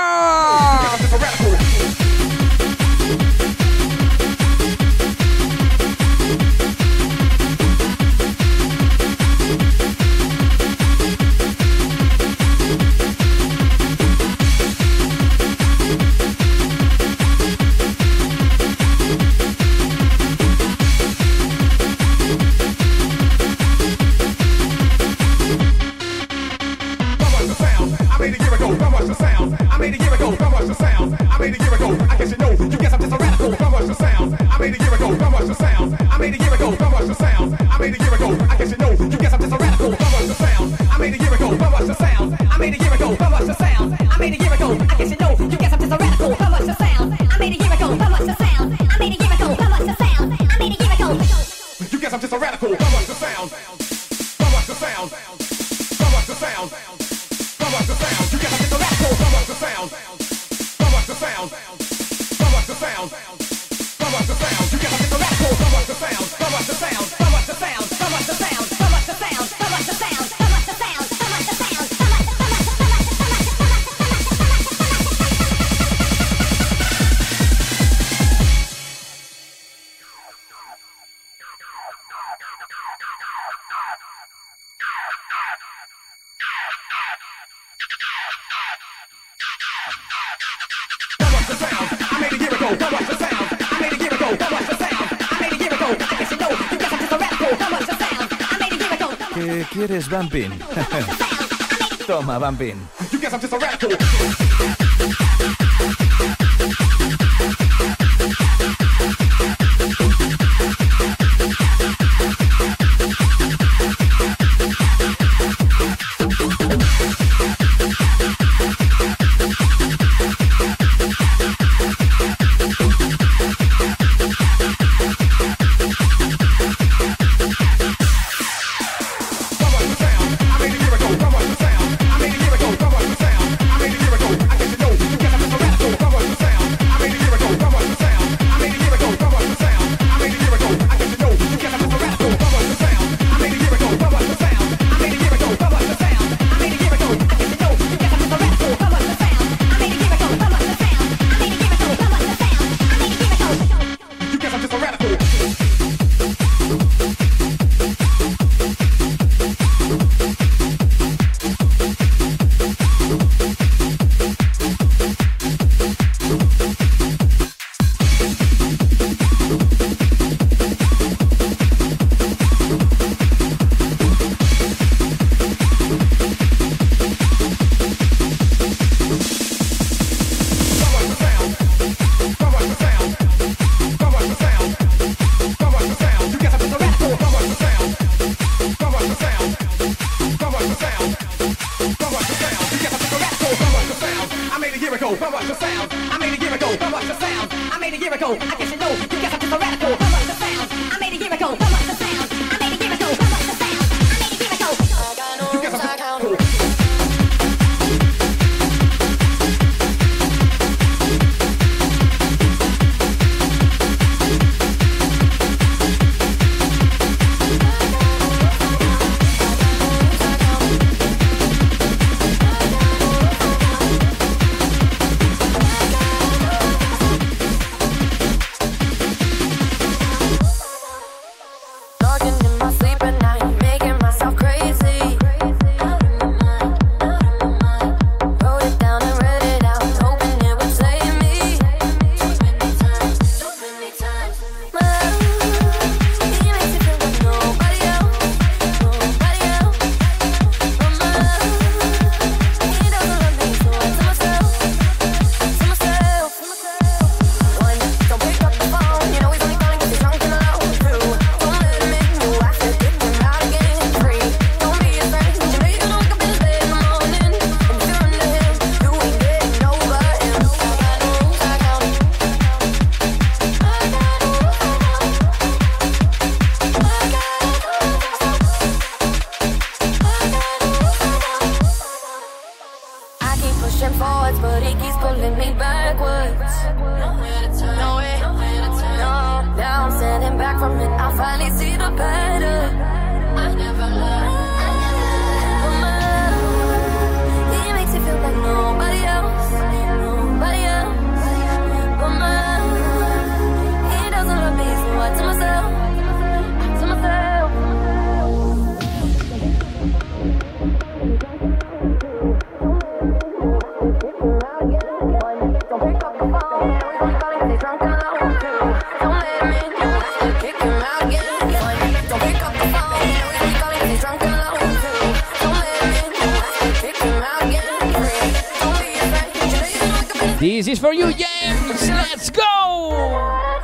Sound. ¿Qué quieres, Bumpin? Toma, Bumpin. I made a miracle. ago. But what's the sound? I made a year ago. But what's the sound? I made a year ago. I guess you know. You guess I'm just a radical. But what's the sound? I made a year ago. But what's the sound? I made a year ago. But what's the sound? I made a year ago. You guess I'm just a This is for you, James. Let's go.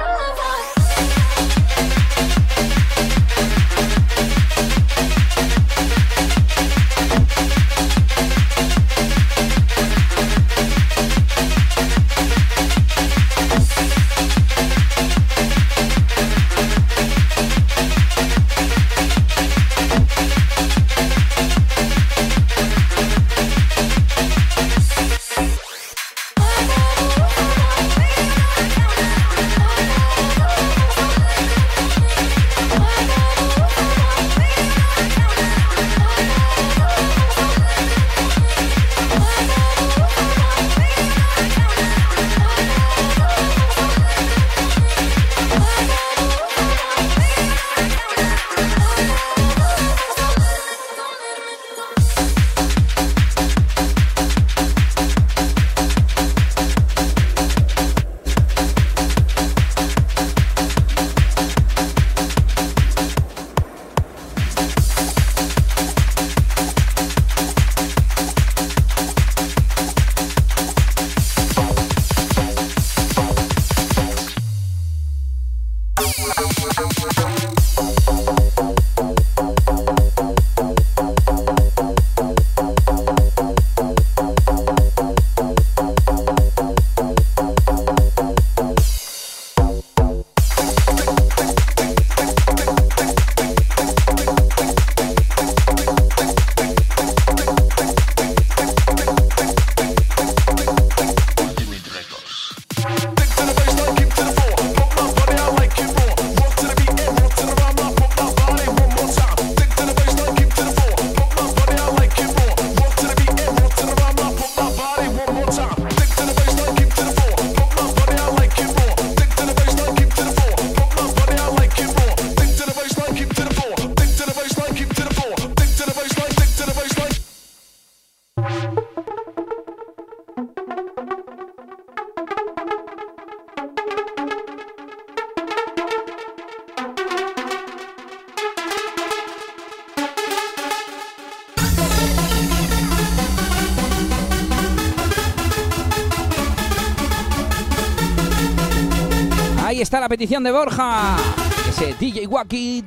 Ahí está la petición de Borja. Ese DJ Wacky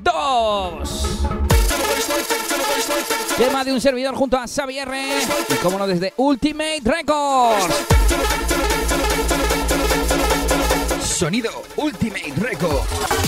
2. Tema de un servidor junto a Xavi R. Y como no, desde Ultimate Records. Sonido Ultimate Record.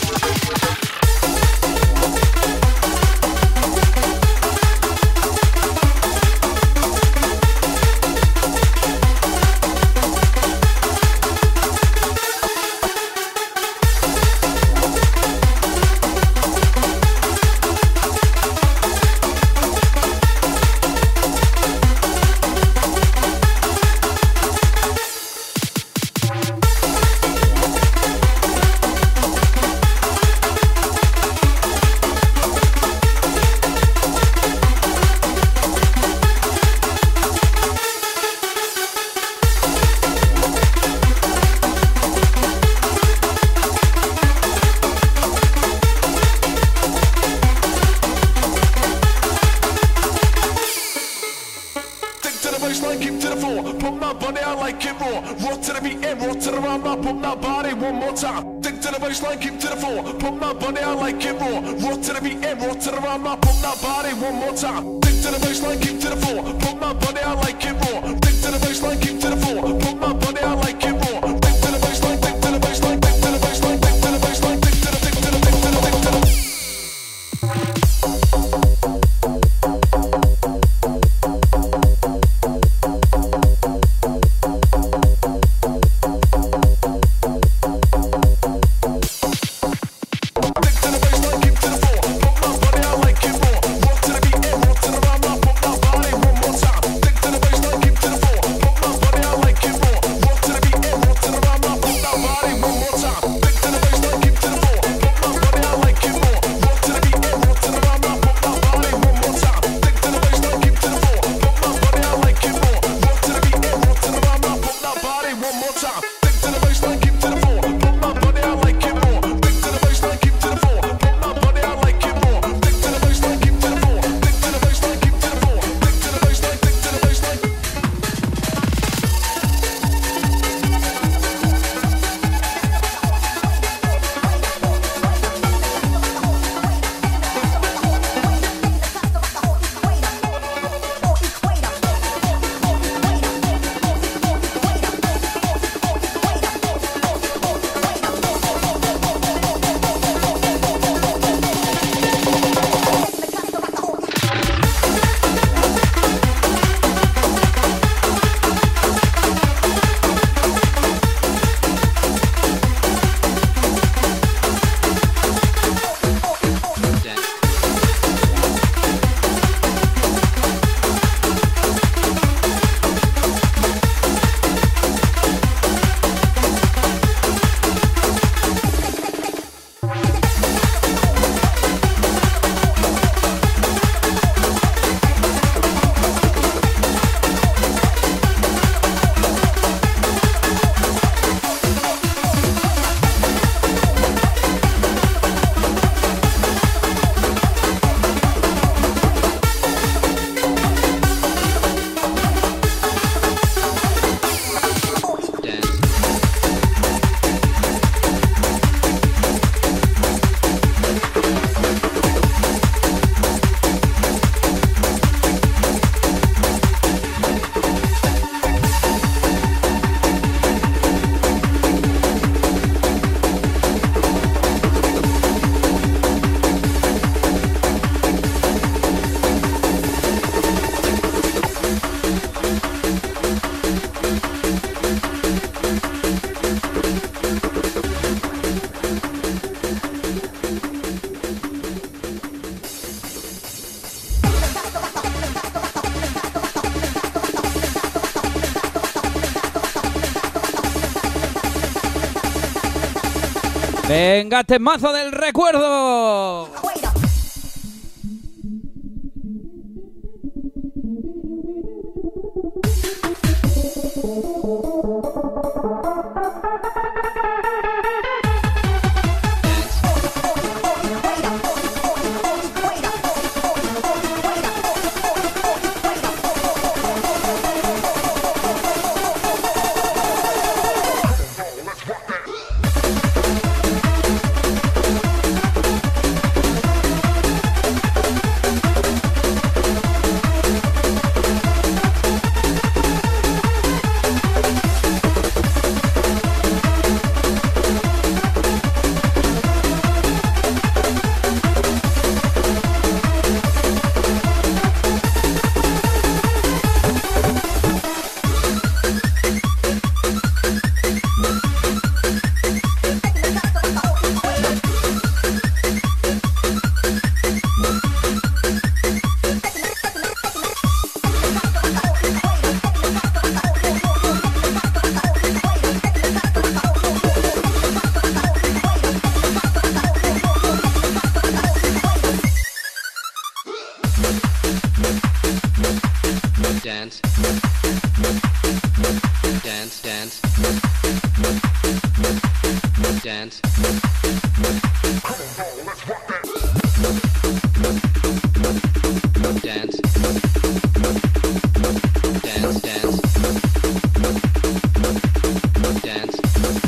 Venga, temazo del recuerdo. Dance. Dance. Dance. Dance, dance. Dance.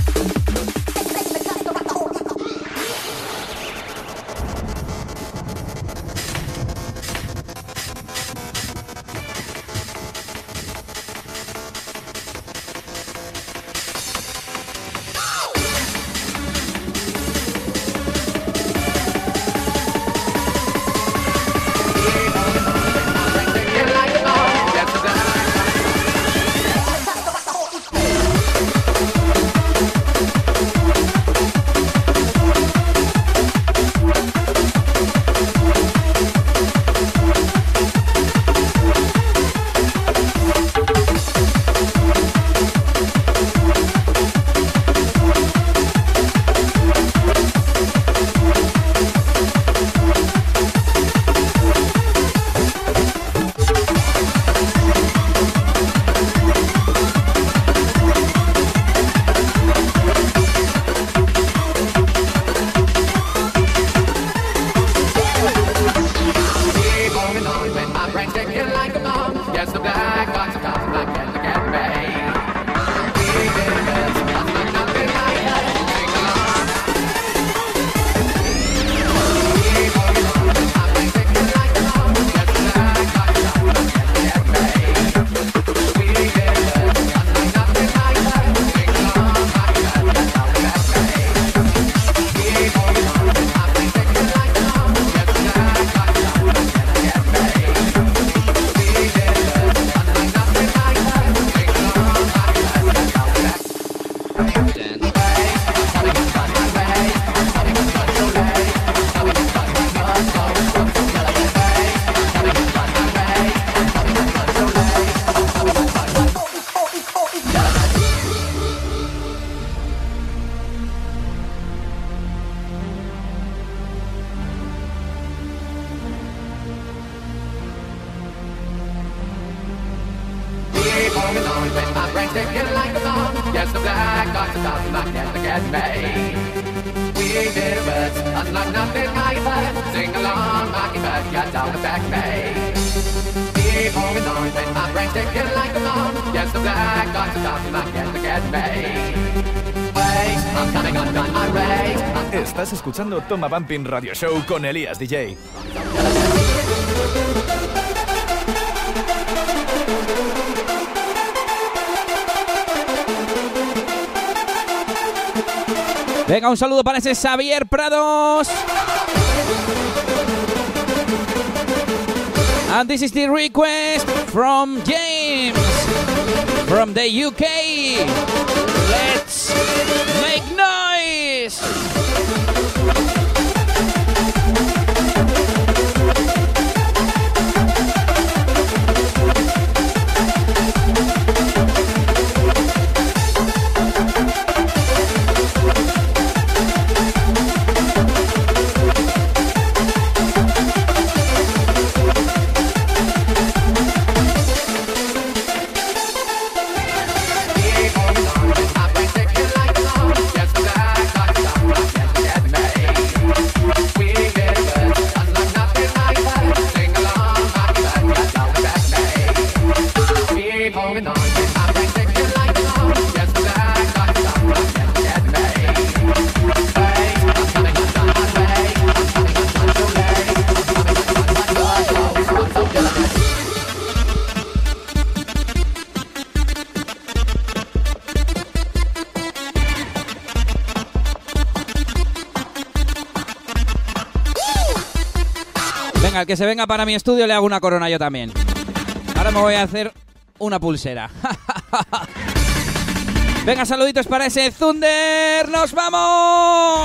Estás escuchando Toma Bumping Radio Show con Elías DJ. Venga, un saludo para ese Xavier Prados. And this is the request from James from the UK. Let's make noise. Venga, el que se venga para mi estudio le hago una corona yo también. Ahora me voy a hacer una pulsera. Venga, saluditos para ese Thunder. ¡Nos vamos!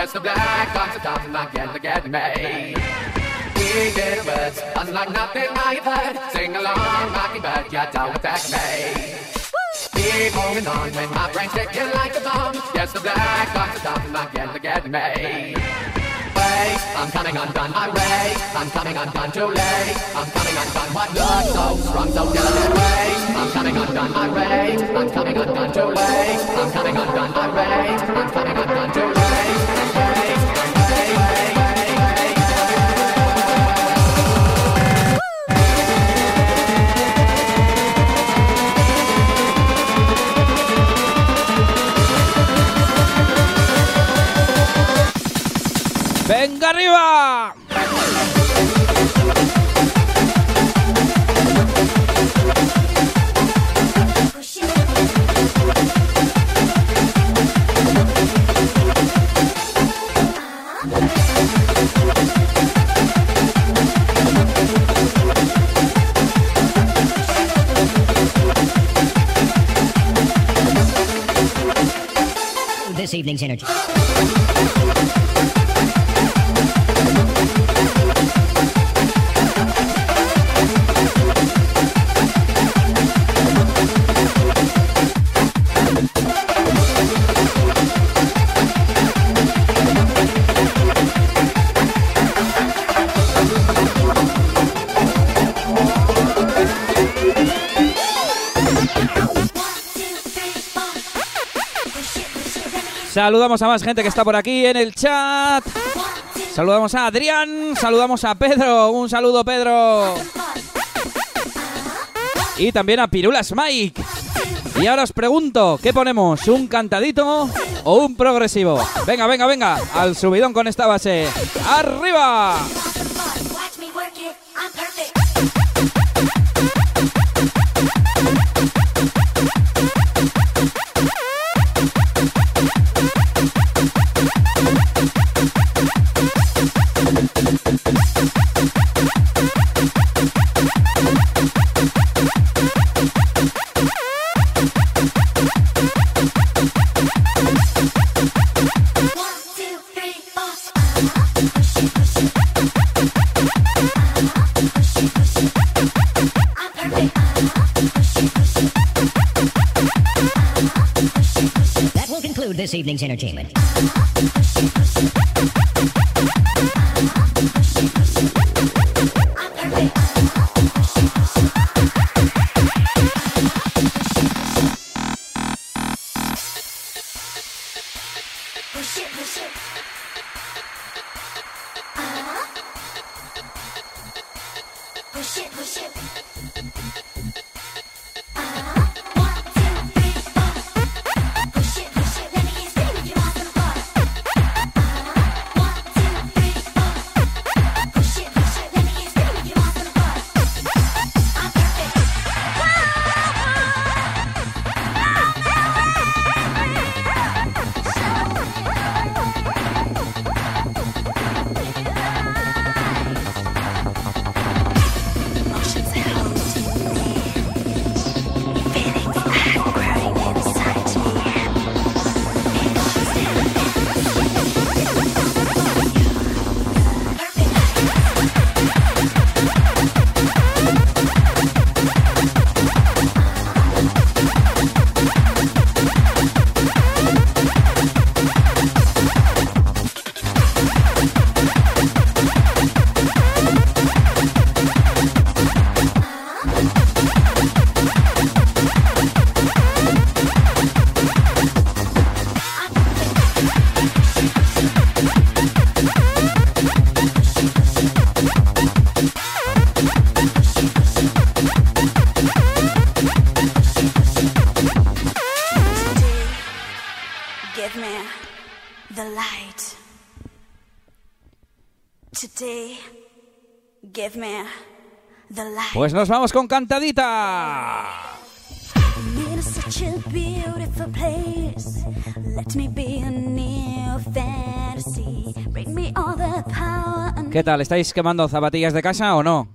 Yes, the black dogs are coming again to get me. We get words, unlike nothing I've heard. Sing along, Mockingbird, yeah, don't attack me. Keep moving on when my brain's ticking like a bomb. Yes, the black dogs are coming again to get me. Wait, I'm coming undone, irate. I'm coming undone too late. I'm coming undone, what looks so strong, so delicate. Wait, I'm coming undone, irate. I'm coming undone too late. I'm coming undone, irate. I'm coming undone too late. ¡Venga arriba! This evening's energy. Saludamos a más gente que está por aquí en el chat. Saludamos a Adrián, saludamos a Pedro. Un saludo, Pedro. Y también a Pirulas Mike. Y ahora os pregunto, ¿qué ponemos? ¿Un cantadito o un progresivo? Venga, venga, venga, al subidón con esta base. ¡Arriba! This evening's entertainment. Pues nos vamos con cantadita. ¿Qué tal? ¿Estáis quemando zapatillas de casa o no?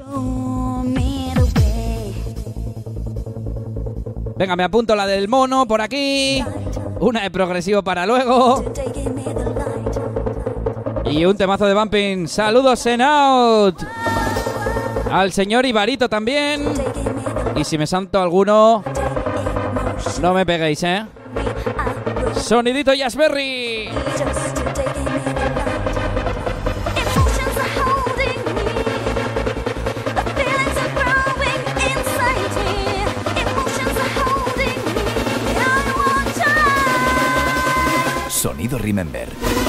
Venga, me apunto la del mono por aquí. Una de progresivo para luego. Y un temazo de Bumping. Saludos, Send Out. Al señor Ibarito también. Y si me salto alguno, no me peguéis, ¿eh? Sonidito Jazzberry. Sonido Remember.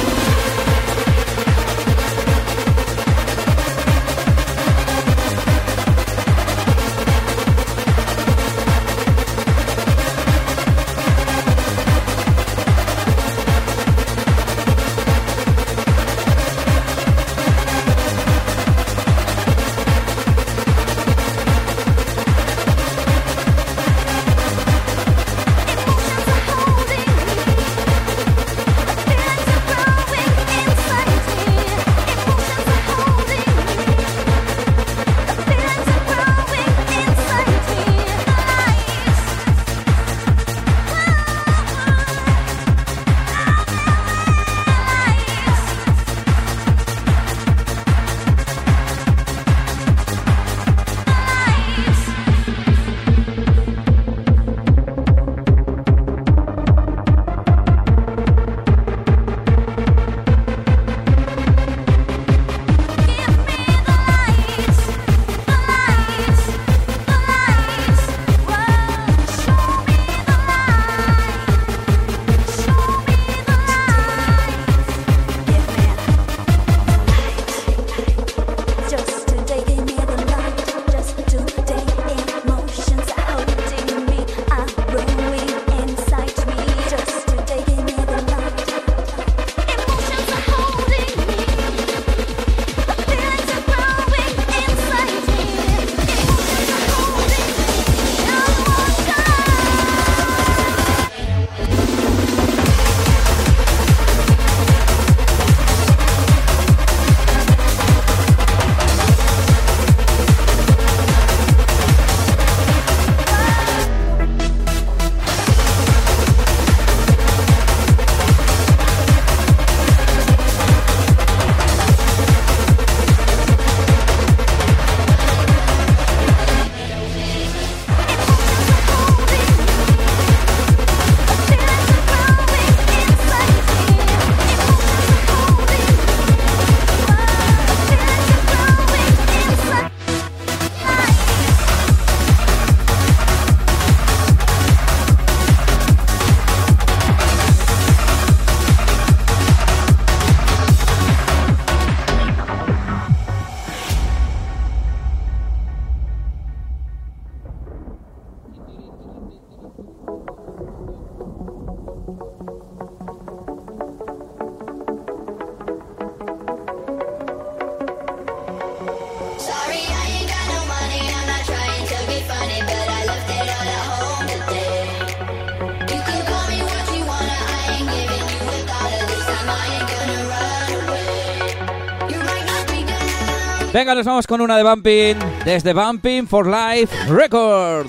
Venga, nos vamos con una de Bumping, desde Bumping for Life Records.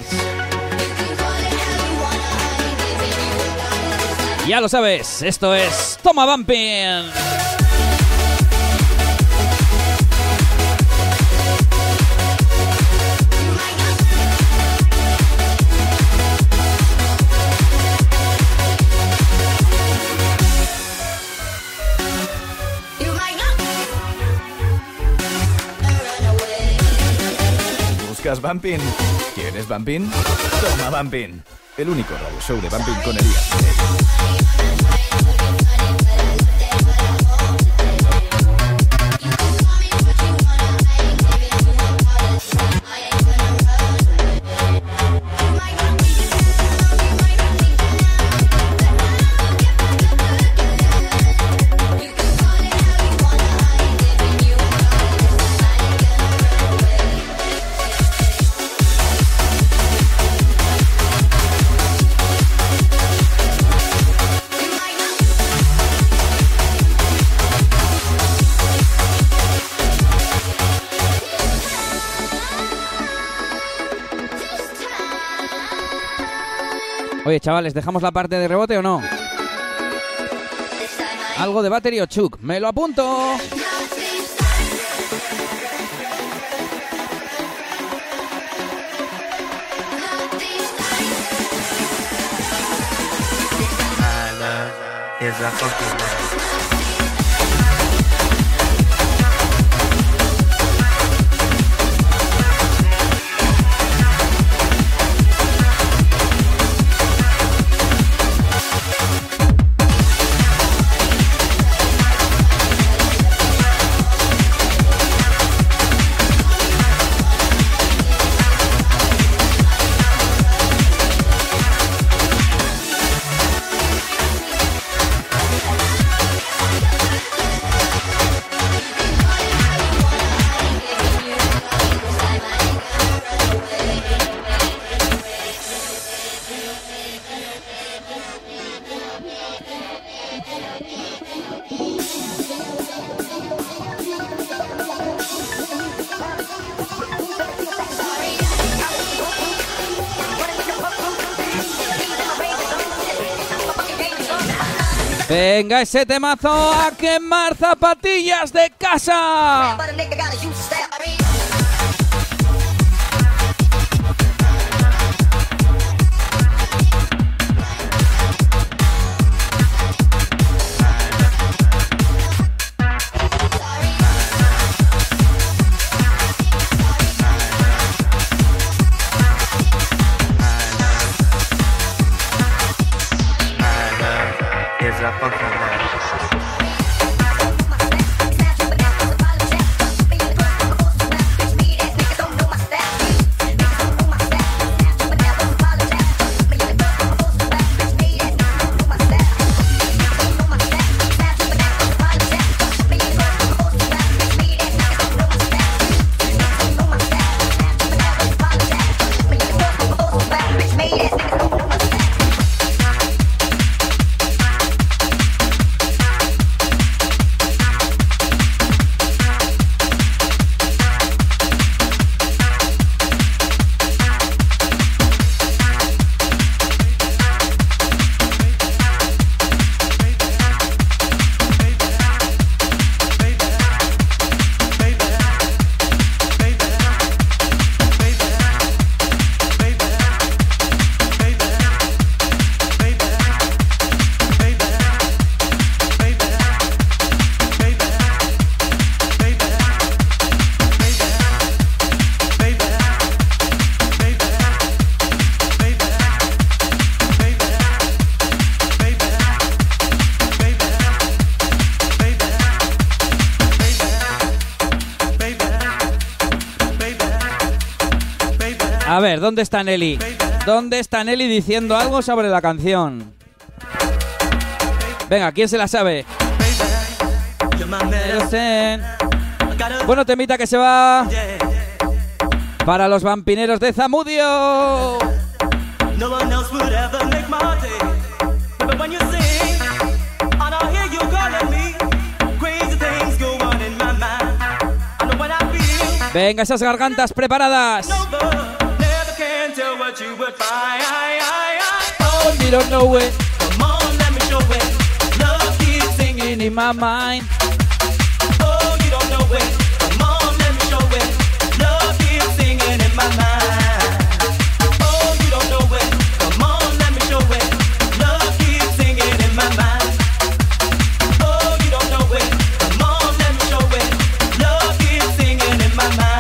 Ya lo sabes, esto es Toma Bumping. ¿Buscas Bumping? ¿Quieres Bumping? Toma Bumping. El único radio show de Bumping con Elías. Oye, chavales, ¿dejamos la parte de rebote o no? Algo de Battery o Chuck. ¡Me lo apunto! Is a fucking man. Venga, ese temazo a quemar zapatillas de casa. A ver, ¿dónde está Nelly? ¿Dónde está Nelly diciendo algo sobre la canción? Venga, ¿quién se la sabe? Bueno, temita que se va para los vampineros de Zamudio. Venga, esas gargantas preparadas. Oh, you don't know it. Come on, let me show it. Love keeps singing in my mind. Oh, you don't know it. Come on, let me show it. Love keeps singing in my mind. Oh, you don't know it. Come on, let me show it. Love keeps singing in my mind. Oh, you don't know it. Come on, let me show it. Love keeps singing in my mind.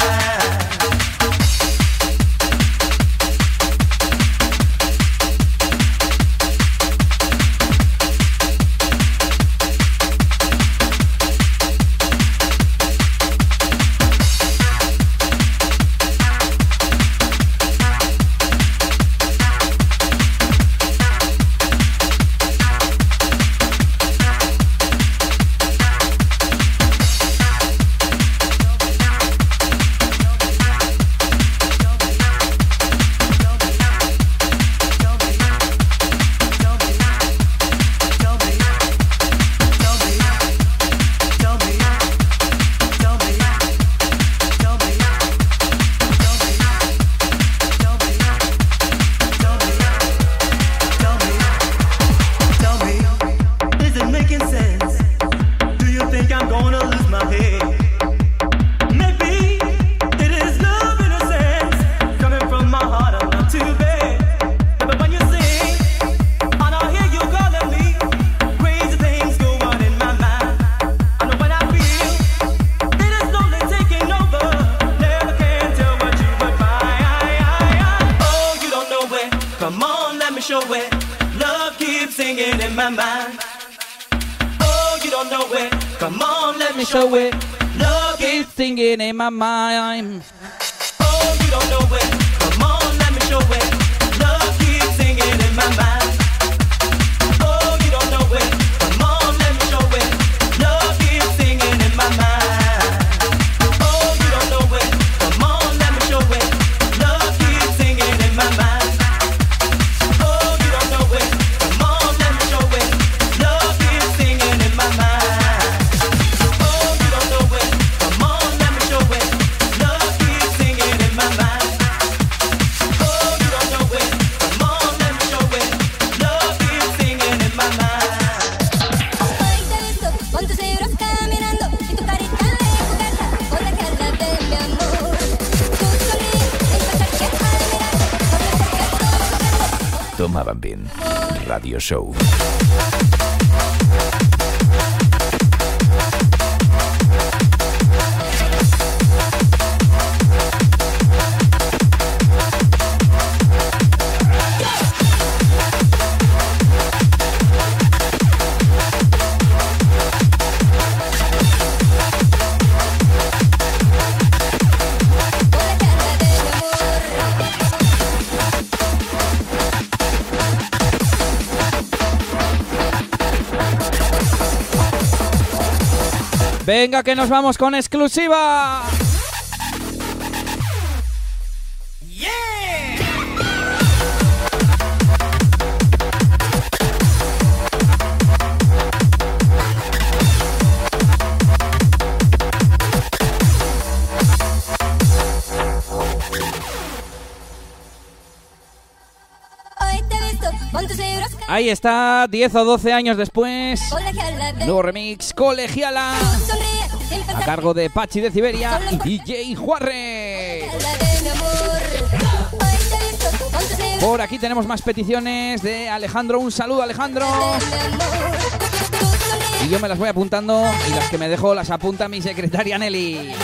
I'm gonna lose my head. Maybe it is love in a sense, coming from my heart, I'm not too bad. But when you sing, and I hear you calling me, crazy things go on in my mind. I know when I feel it is slowly taking over, never can tell what you would find. Oh, you don't know it, come on, let me show it. Love keeps singing in my mind. Oh, you don't know it, come on, let me show it. Love keeps singing in my mind. Oh, you don't know it, come on, let me show it. Love keeps singing in my mind. Oh, you don't know it, come on, let me show it. Love keeps singing in my mind. Oh, you don't know it, come on, let me show it. Love keeps singing in my mind. Oh, you don't know it, come on, let me show it. Love keeps singing in my mind. Oh, you don't know it, come on, let me show it. Love keeps singing in my mind. Oh, you don't know it, come on, let me show it. Love keeps singing in my mind. Hoy te he visto con tus euros caminando y tu carita de jugada con la que habla de mi amor. Tú sonríes sin pensar que al mirarte con la cerca estoy sufriendo. Toma Bambín. Radio Show. Venga, que nos vamos con exclusiva. Hoy te he visto con tus euros Ahí está, 10 o 12 años después. colegiala de Nuevo remix, Colegiala. sonríes sin A pensar cargo de Pachi de Siberia y DJ Juarre. habla de mi amor. Hoy te he visto con tus euros Por aquí tenemos más peticiones de Alejandro. Un saludo, Alejandro. Y yo me las voy apuntando y las que me dejo las apunta mi secretaria Nelly.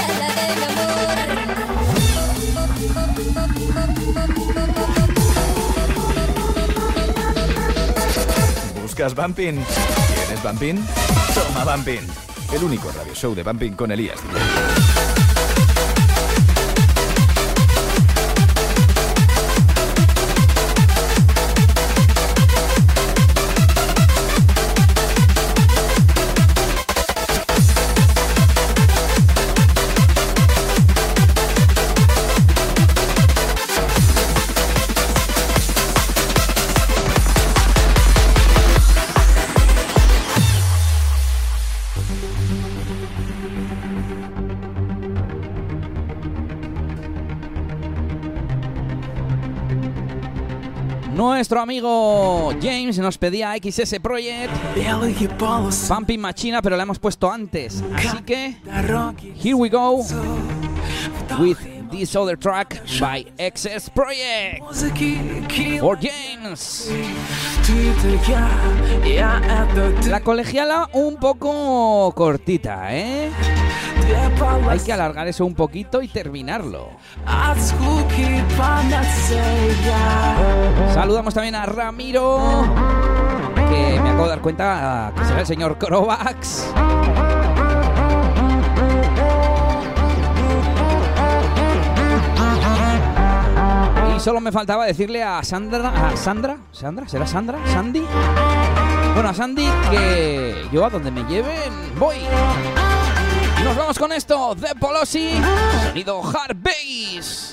¿Buscas Bumping? ¿Tienes Bumping? Toma Bumping. El único radio show de Bumping con Elías DJ. Nuestro amigo James nos pedía XS Project, Bumping Machina, pero la hemos puesto antes. Así que, here we go with this other track by XS Project for James. La colegiala un poco cortita, ¿eh? Hay que alargar eso un poquito y terminarlo. Saludamos también a Ramiro, que me acabo de dar cuenta que será el señor Crovax. Y solo me faltaba decirle a Sandra, ¿será Sandra? ¿Sandy? Bueno, a Sandy que yo a donde me lleven voy. Y nos vamos con esto, The Polosi, sonido hard bass.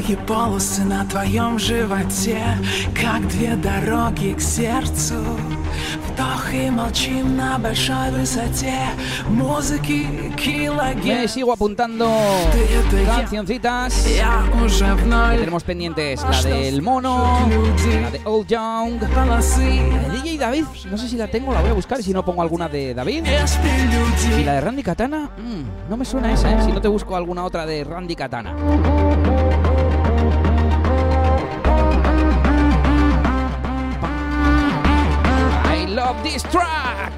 Белые полосы на твоем животе, как две дороги к сердцу. Вдох и молчим на большой высоте, музыки килогерц. Me sigo apuntando cancioncitas. Tenemos pendientes la del Mono, la de Old Young, la de DJ David. No sé si la tengo, la voy a buscar y si no pongo alguna de David. Y la de Randy Katana, no me suena esa, ¿eh? Si no te busco alguna otra de Randy Katana. I love this track.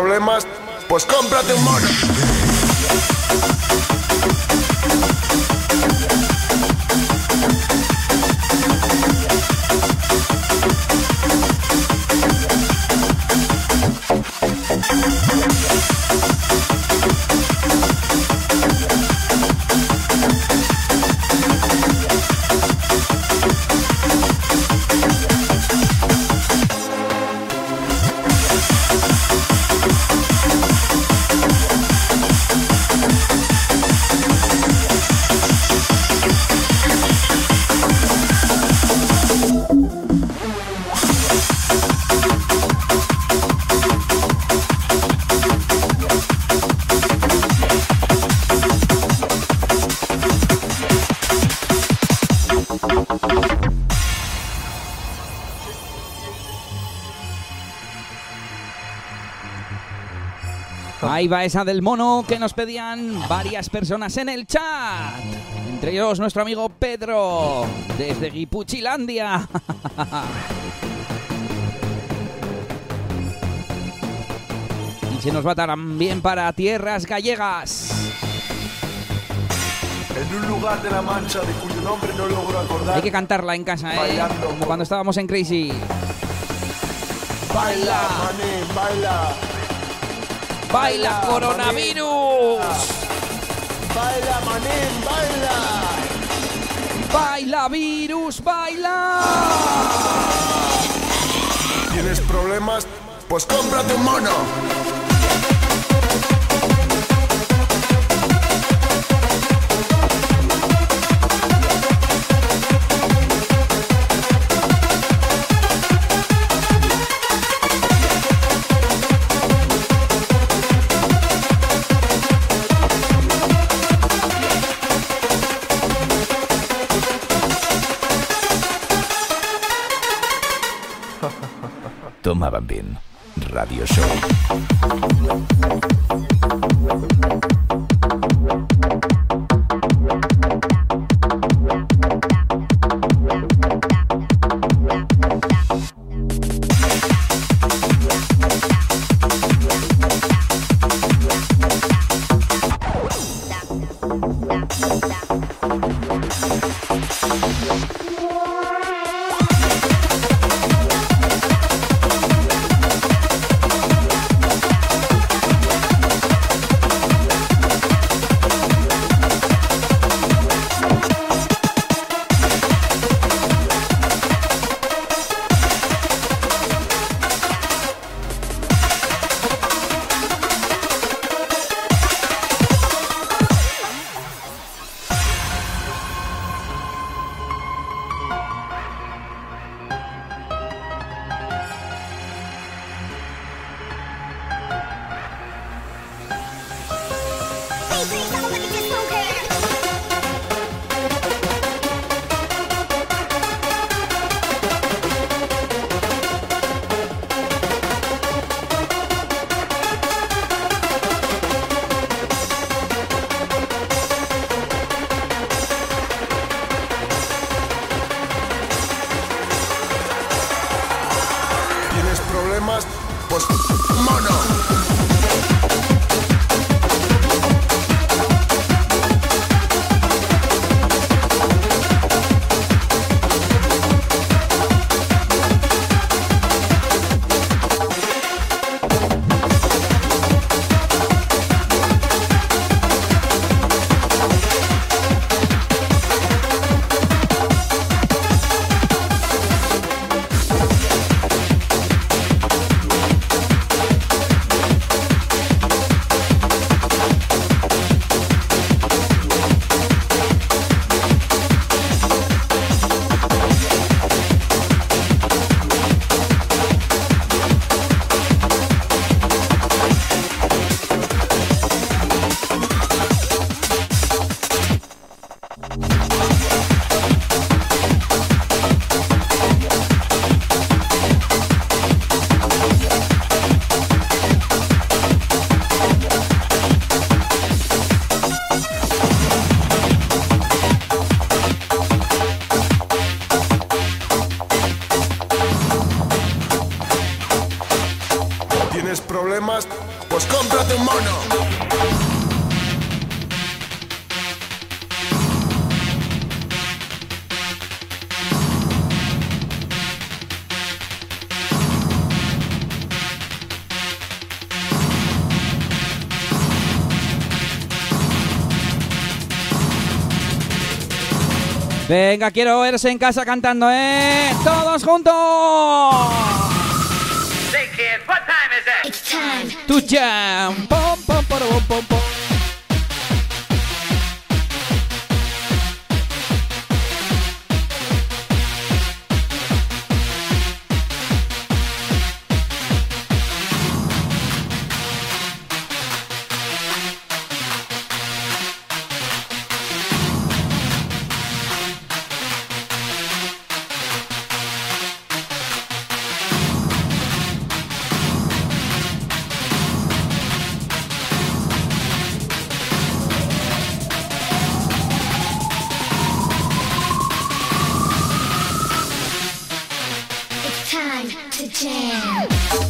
problemas? Pues cómprate un mono. Ahí va esa del mono que nos pedían varias personas en el chat. Entre ellos nuestro amigo Pedro, desde Guipuchilandia. Y se nos va también para tierras gallegas. En un lugar de la Mancha de cuyo nombre no logro acordar. Hay que cantarla en casa, Bailando. como cuando estábamos en Crazy. Baila, mané, baila. ¡Baila, coronavirus! Baila, manín, baila. ¡Baila, virus, baila! ¿Tienes problemas? Pues cómprate un mono. Toma Bambín, Radio Show. Venga, quiero verse en casa cantando, ¿eh? ¡Todos juntos! Say, kids, what time is it? It's time To jam. Pom, pom, pom, pom, pom. It's time to jam.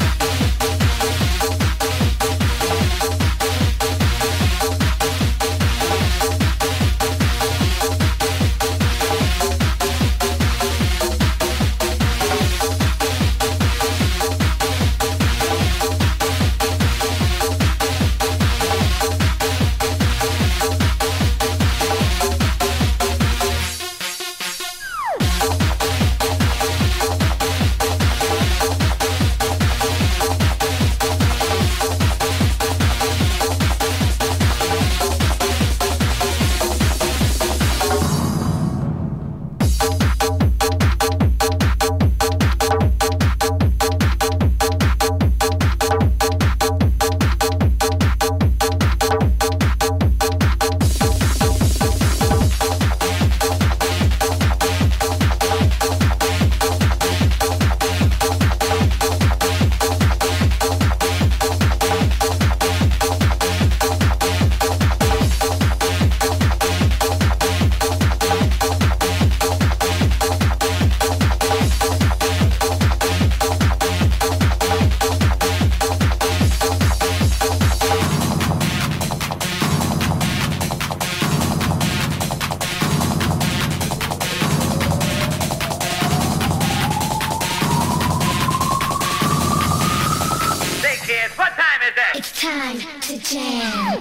Say, kids, what time is it? It's time to jam.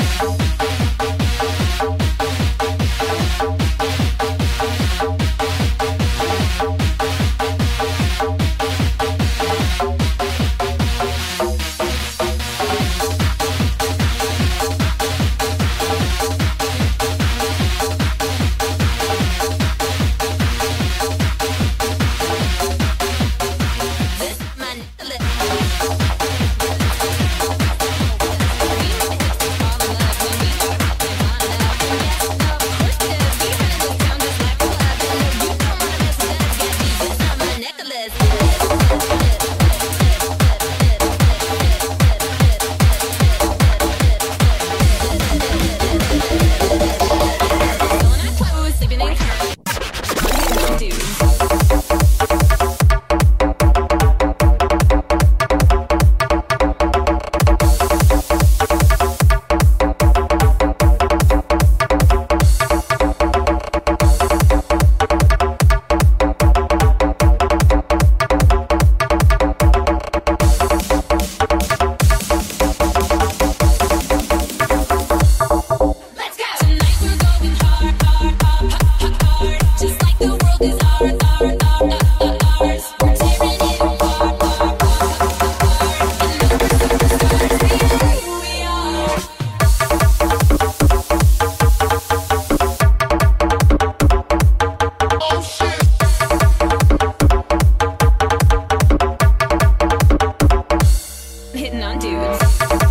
Hitting on dudes.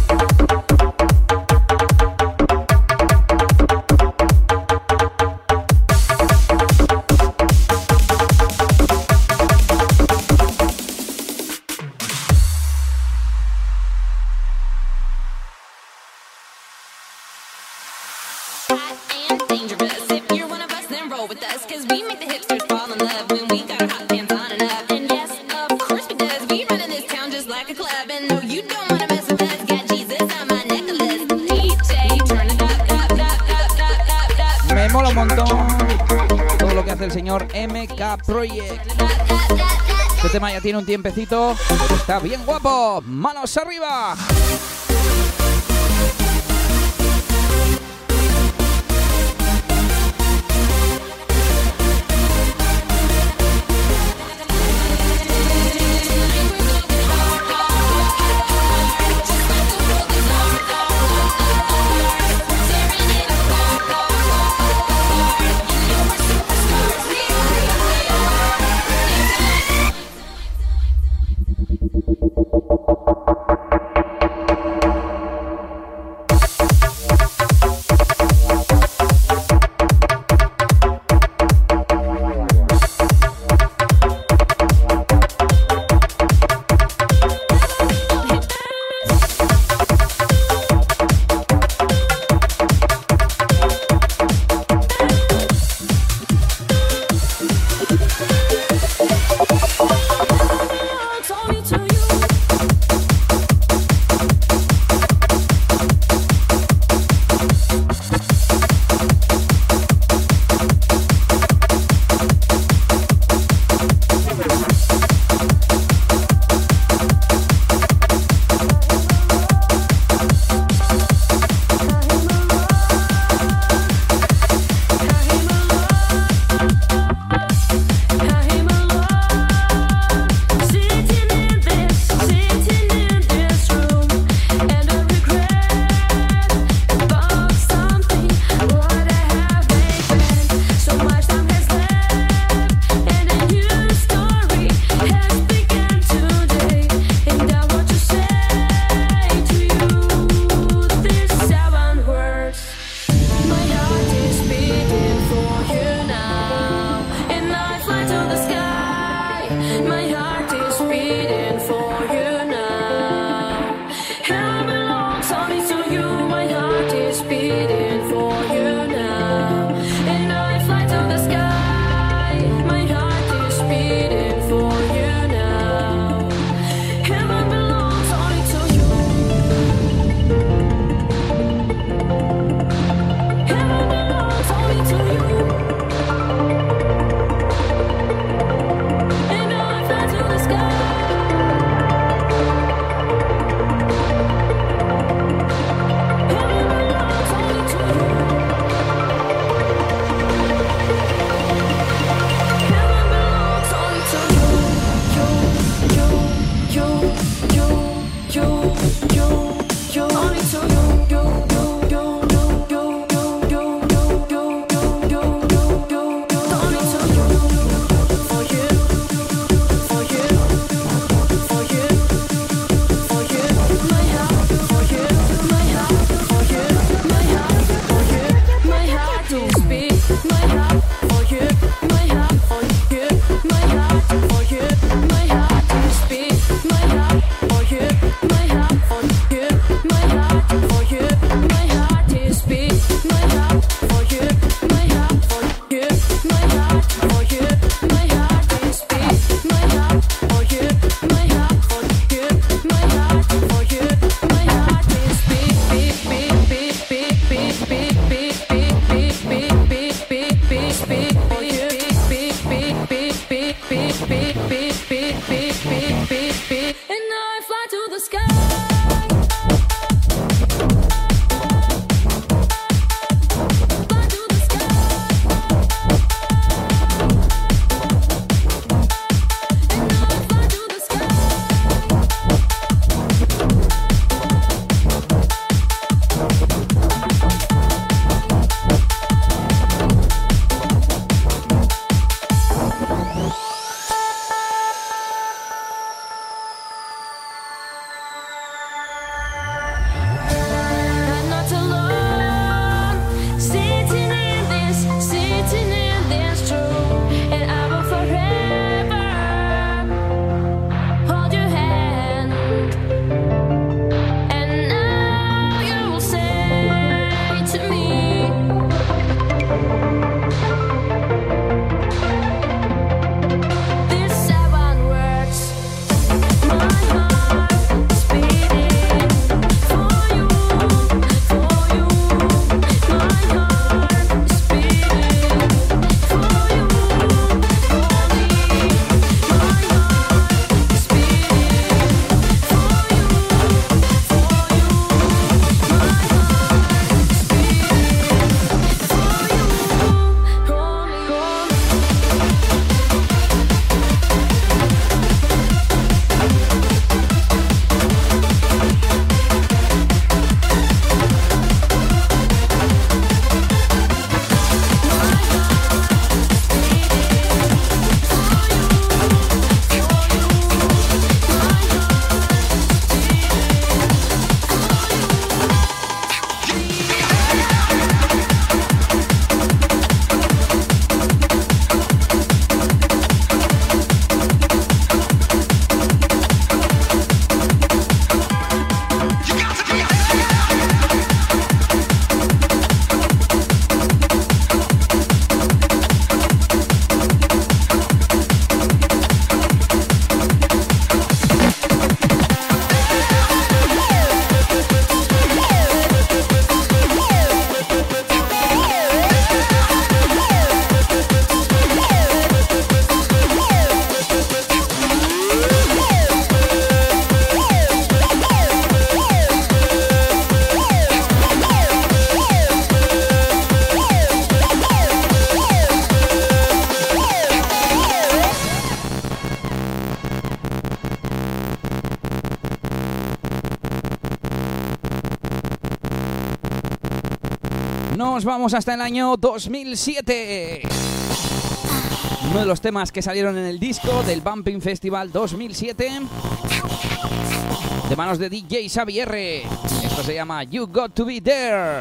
Dangerous. If you're one of us, then roll with us. Cause we make the hipsters fall in love when we got our hot pants on and up. And yes, of course we does. We run in this town just like a club. And no, you don't wanna mess with us. Got Jesus on my necklace. DJ, turn it up. Me mola un montón todo lo que hace el señor MK Project. Este tema ya tiene un tiempecito. Está bien guapo. ¡Manos arriba! nos vamos hasta el año 2007. Uno de los temas que salieron en el disco del Bumping Festival 2007, de manos de DJ Xavier. Esto se llama You Got to Be There.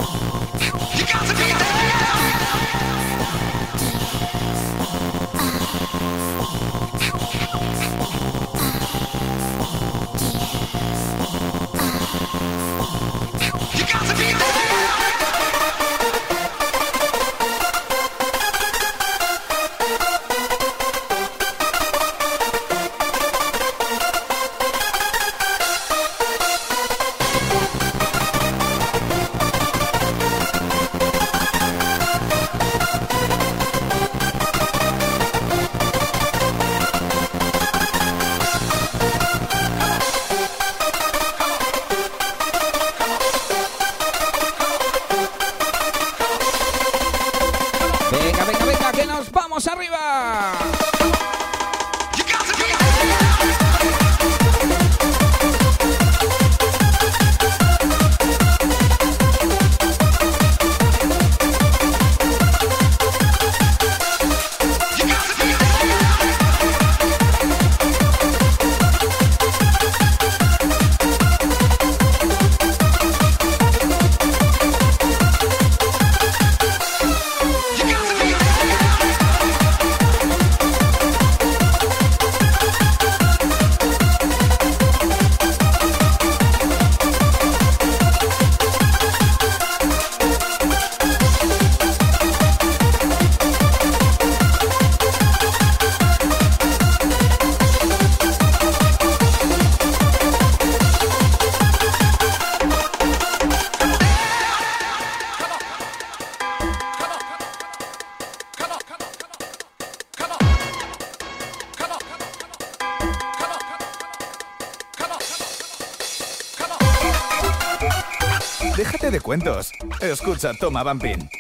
Déjate de cuentos. Escucha Toma Bumping.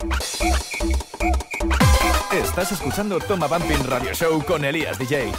Estás escuchando Toma Bumping Radio Show con Elías DJ.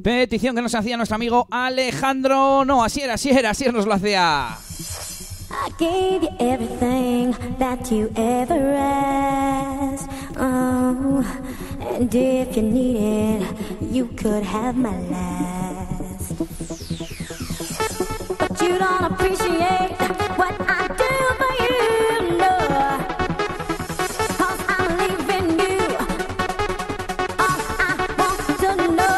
Petición que nos hacía nuestro amigo Alejandro. No, así era, nos lo hacía. I gave you everything that you ever asked. Oh, and if you need it, you could have my last. But you don't appreciate what I do for you, no. 'Cause I'm leaving you. All I want to know.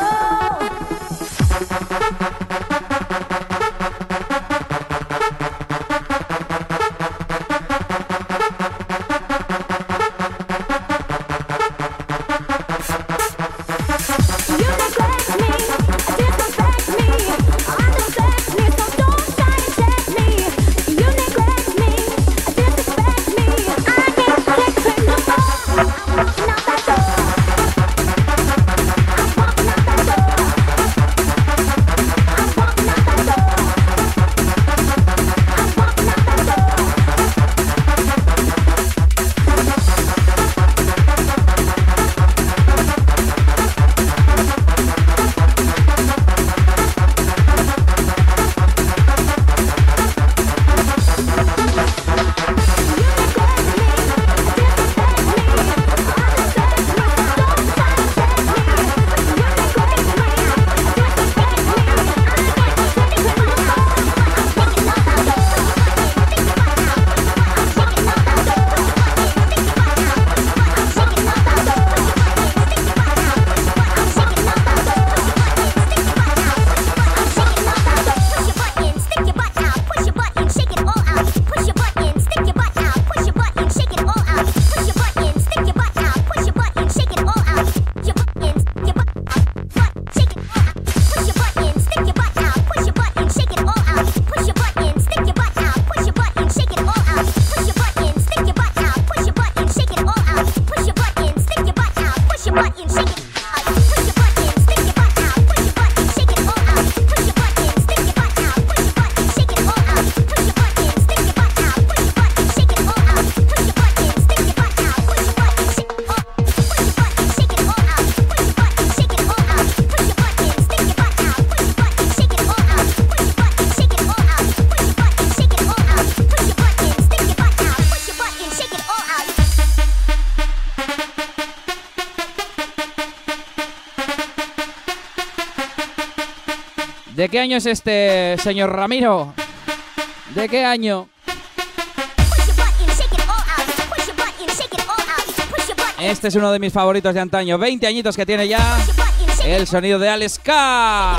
¿De qué año es este, señor Ramiro? ¿De qué año? Este es uno de mis favoritos de antaño. 20 añitos que tiene ya. El sonido de Alex K.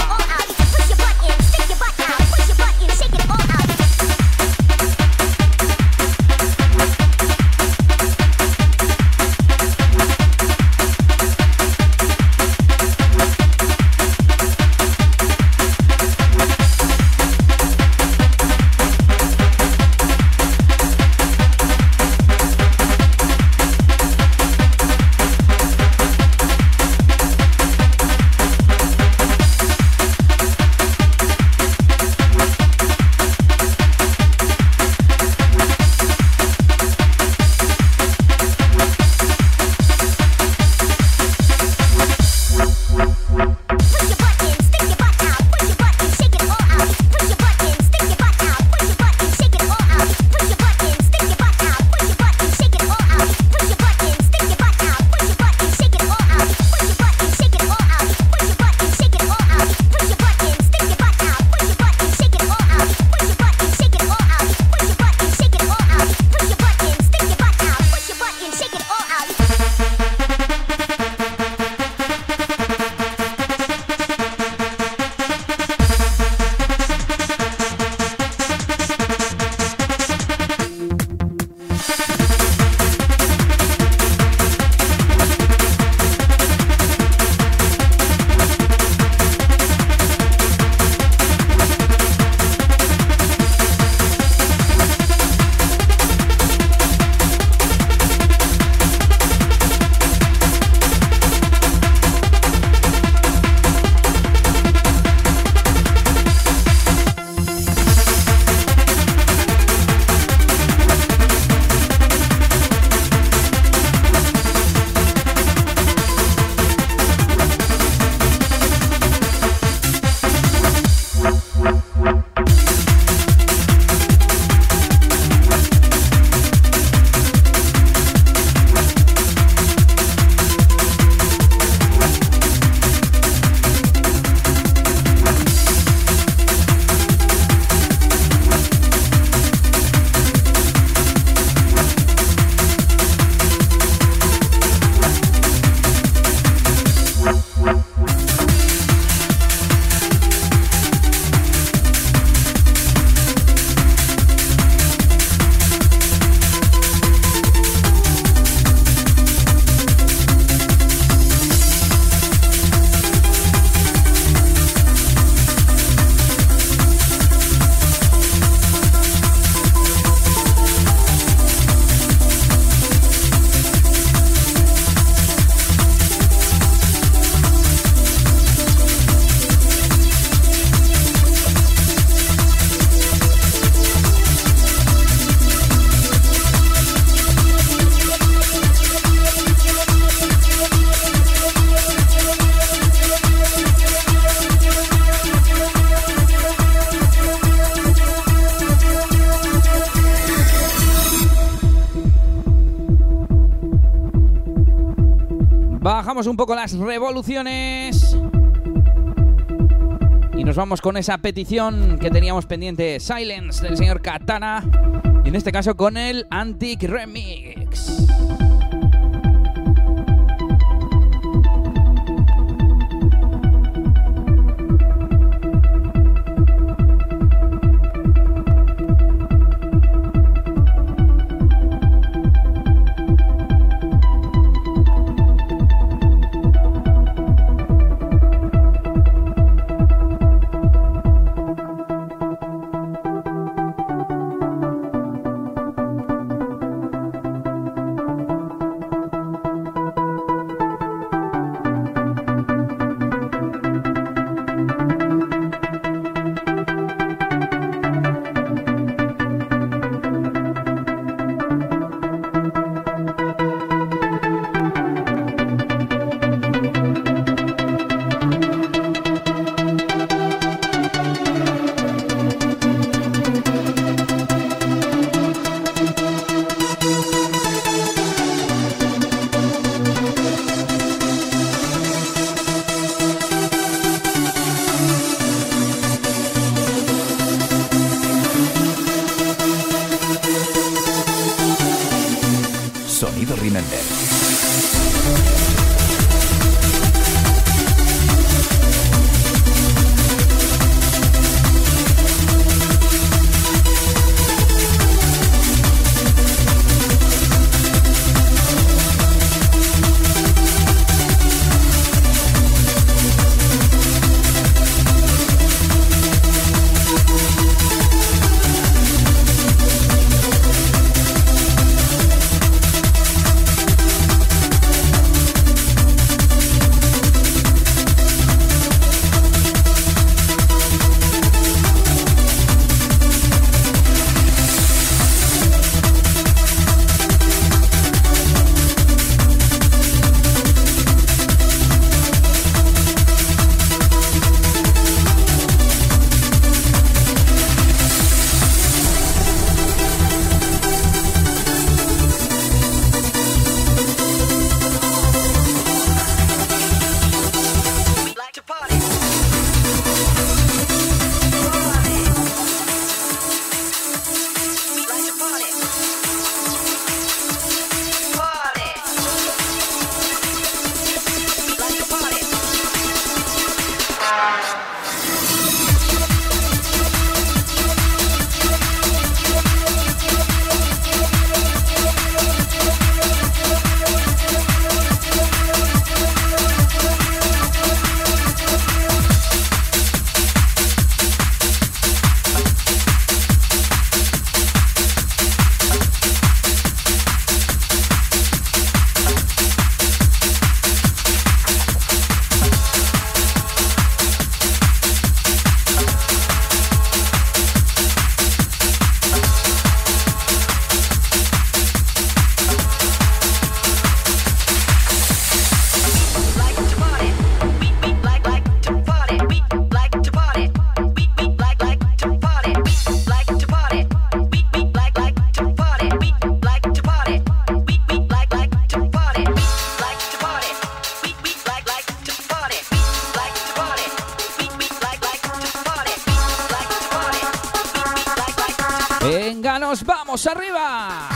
bajamos un poco las revoluciones y nos vamos con esa petición que teníamos pendiente, Silence, del señor Katana, y en este caso con el Antic Remix. Sonido Remember. Venga, nos vamos arriba.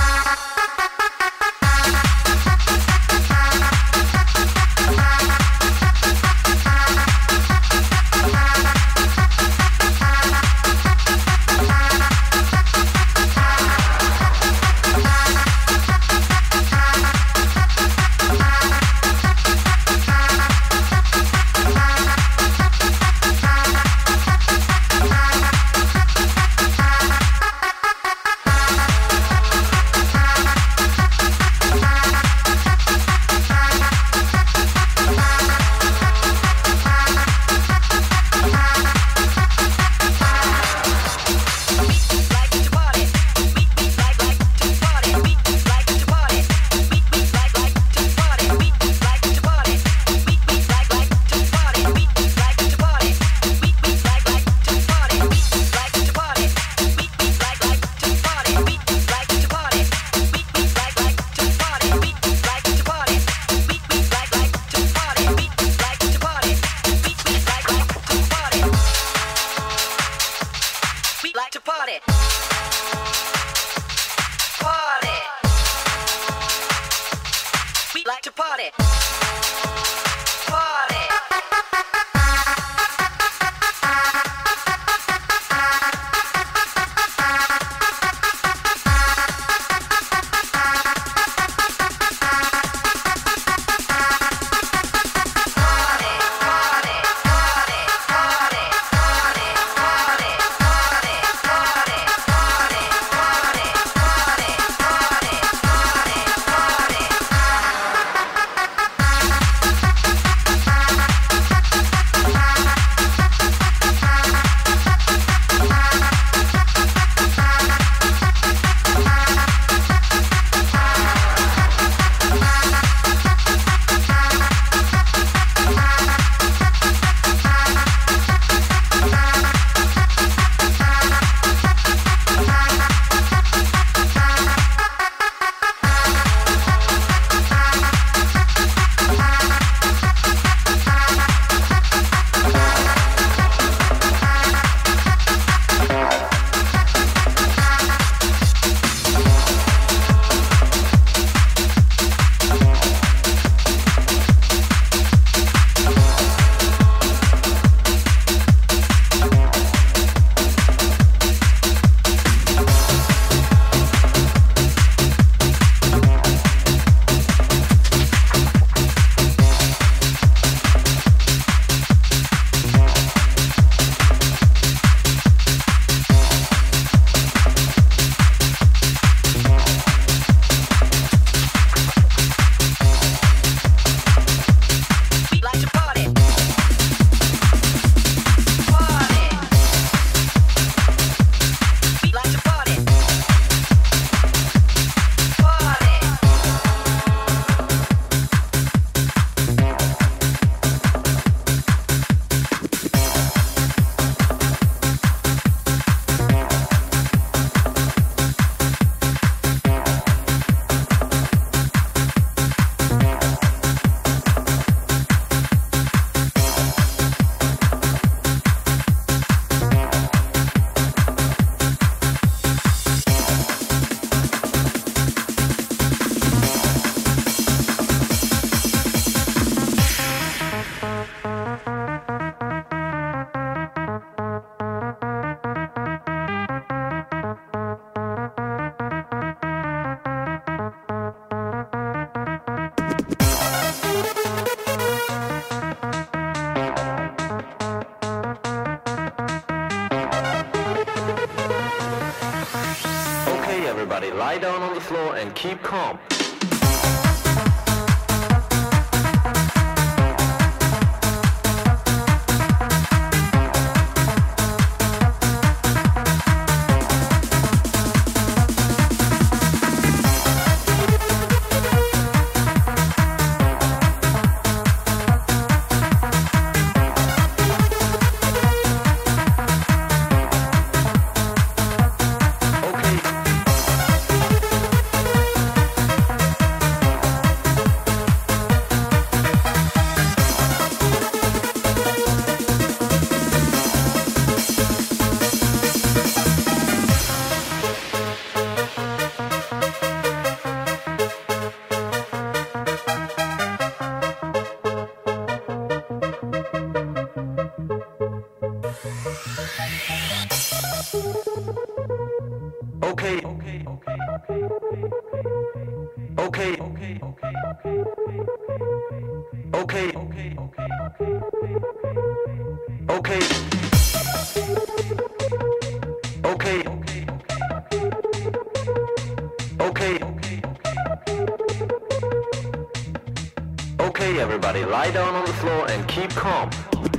lie down on the floor and keep calm. Okay, everybody, lie down on the floor and keep calm.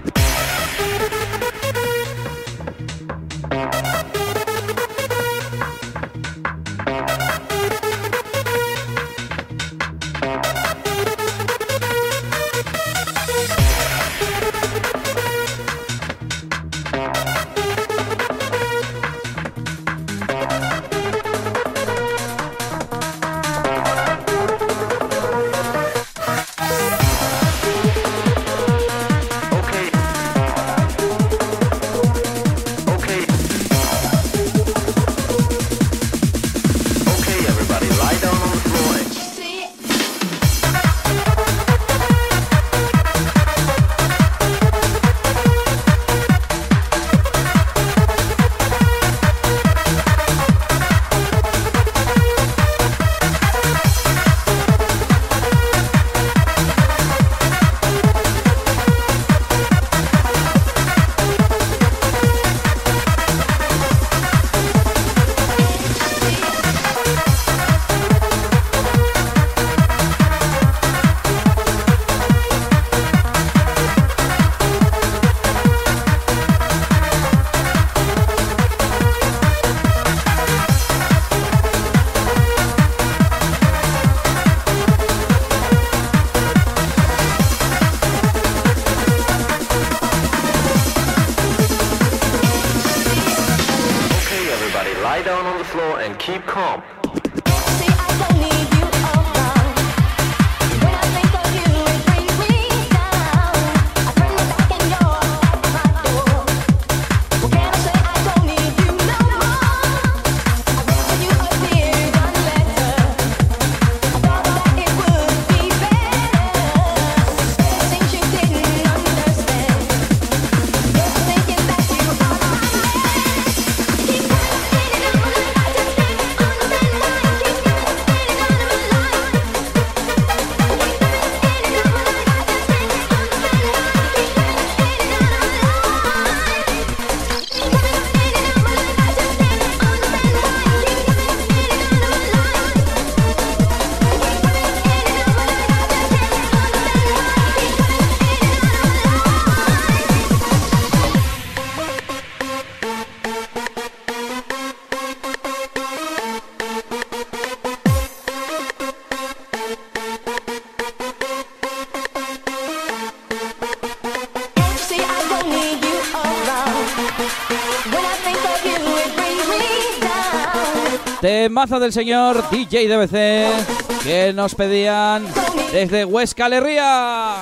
Lie down on the floor and keep calm. Temazo del señor DJ DBC que nos pedían desde Huesca Herria.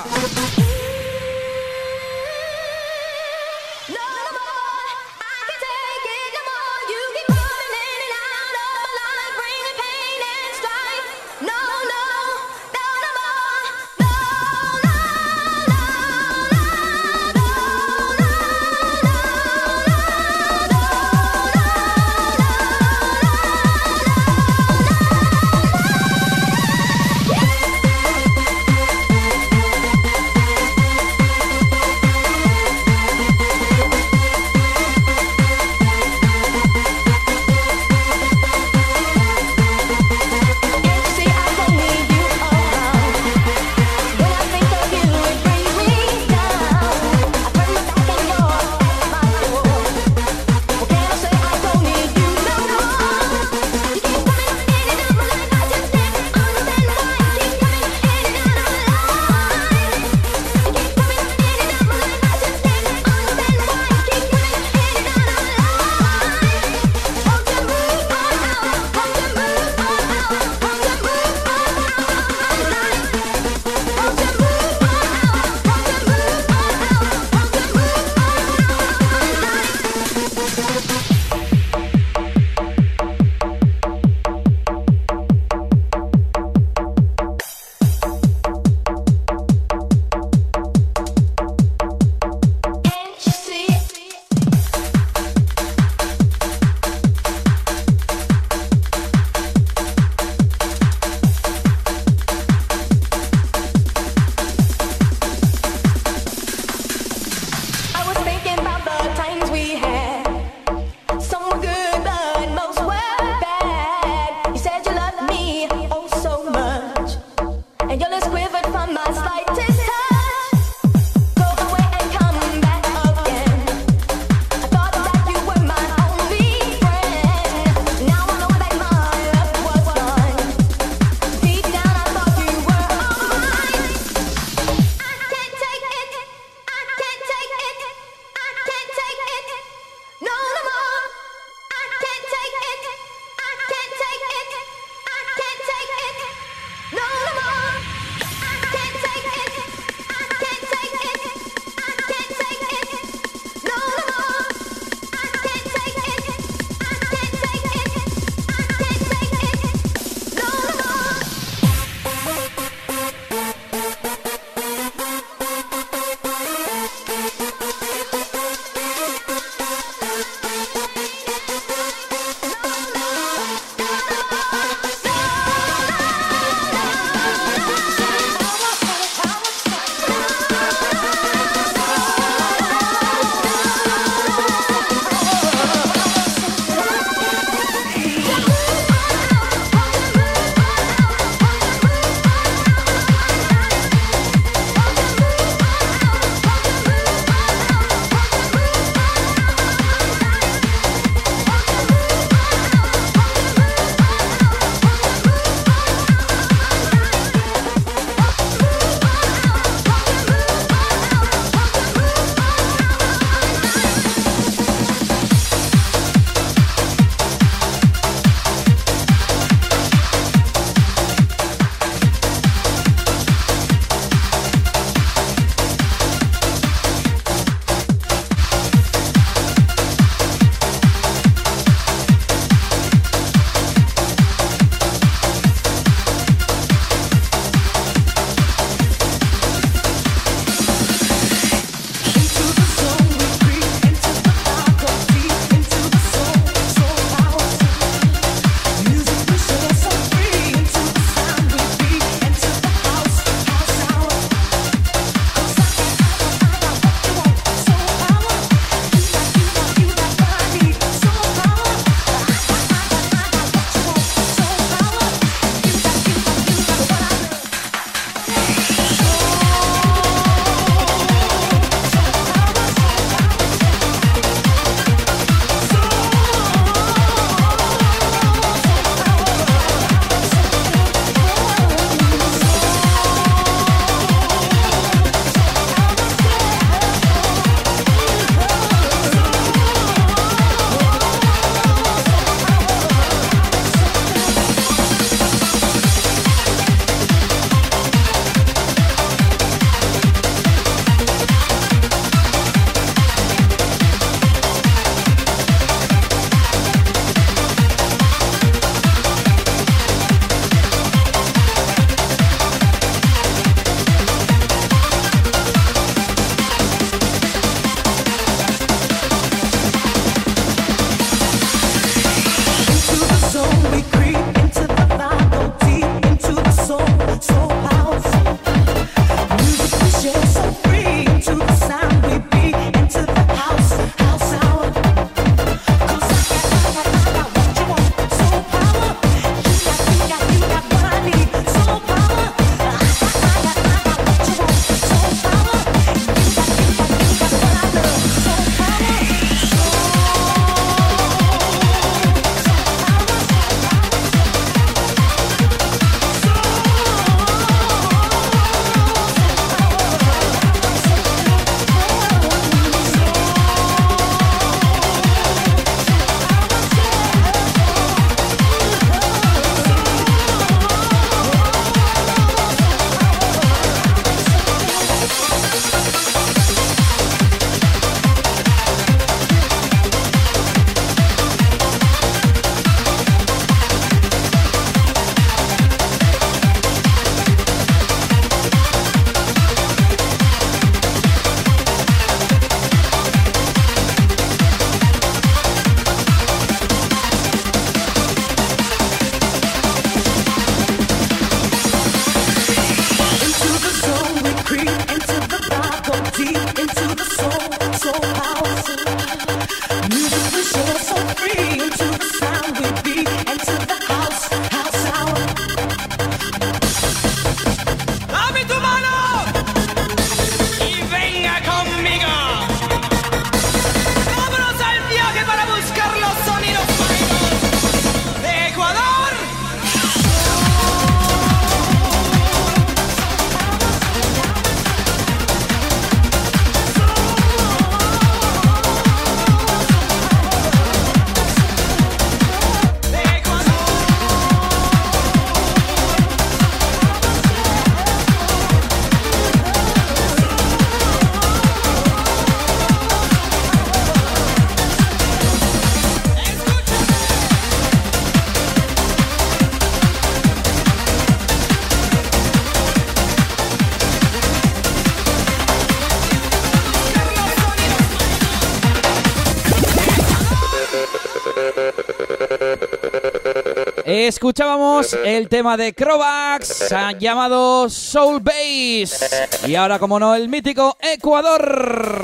Escuchábamos el tema de Crovax llamado Soul Bass. Y ahora, como no, el mítico Ecuador.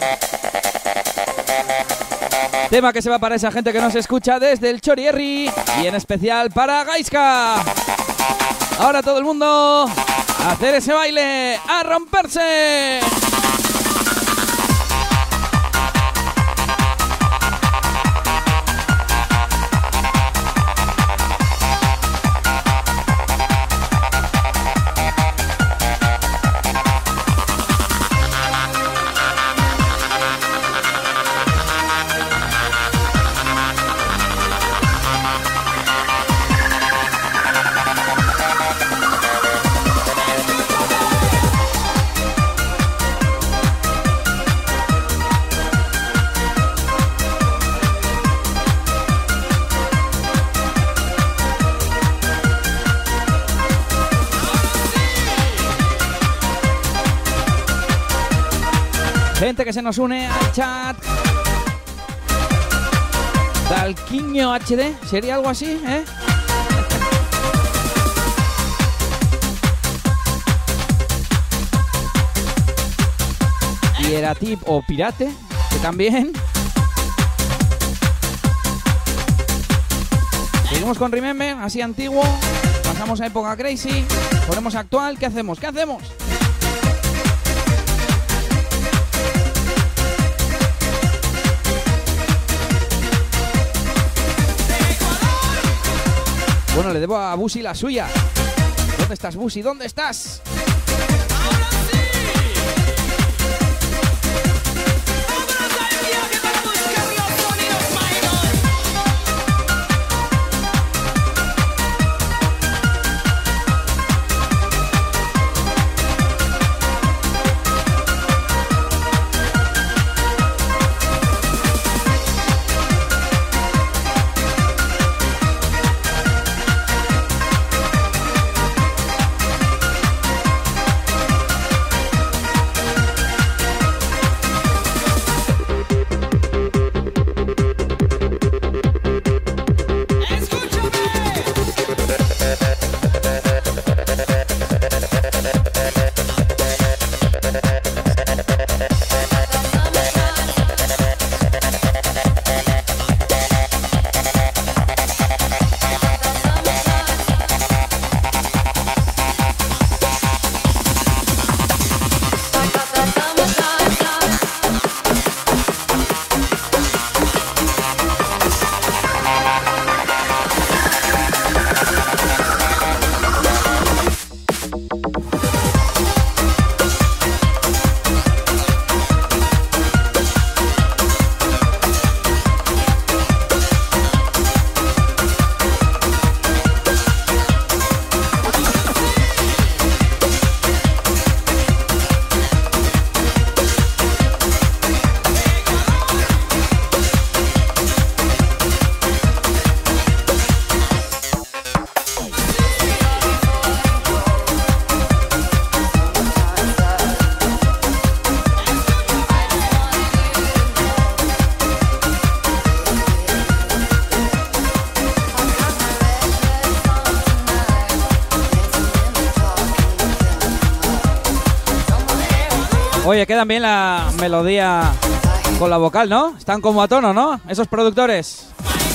Tema que se va para esa gente que nos escucha desde el Chorierri y en especial para Gaizka. Ahora todo el mundo a hacer ese baile, a romperse. Gente que se nos une al chat. Dalquiño HD, ¿sería algo así, eh? Y era tip o pirate, que también. Seguimos con Remember, así antiguo. Pasamos a época crazy. Ponemos actual, ¿qué hacemos? ¿Qué hacemos? Bueno, le debo a Busi la suya. ¿Dónde estás, Busi? ¿Dónde estás? Oye, quedan bien la melodía con la vocal, ¿no? Están como a tono, ¿no? Esos productores.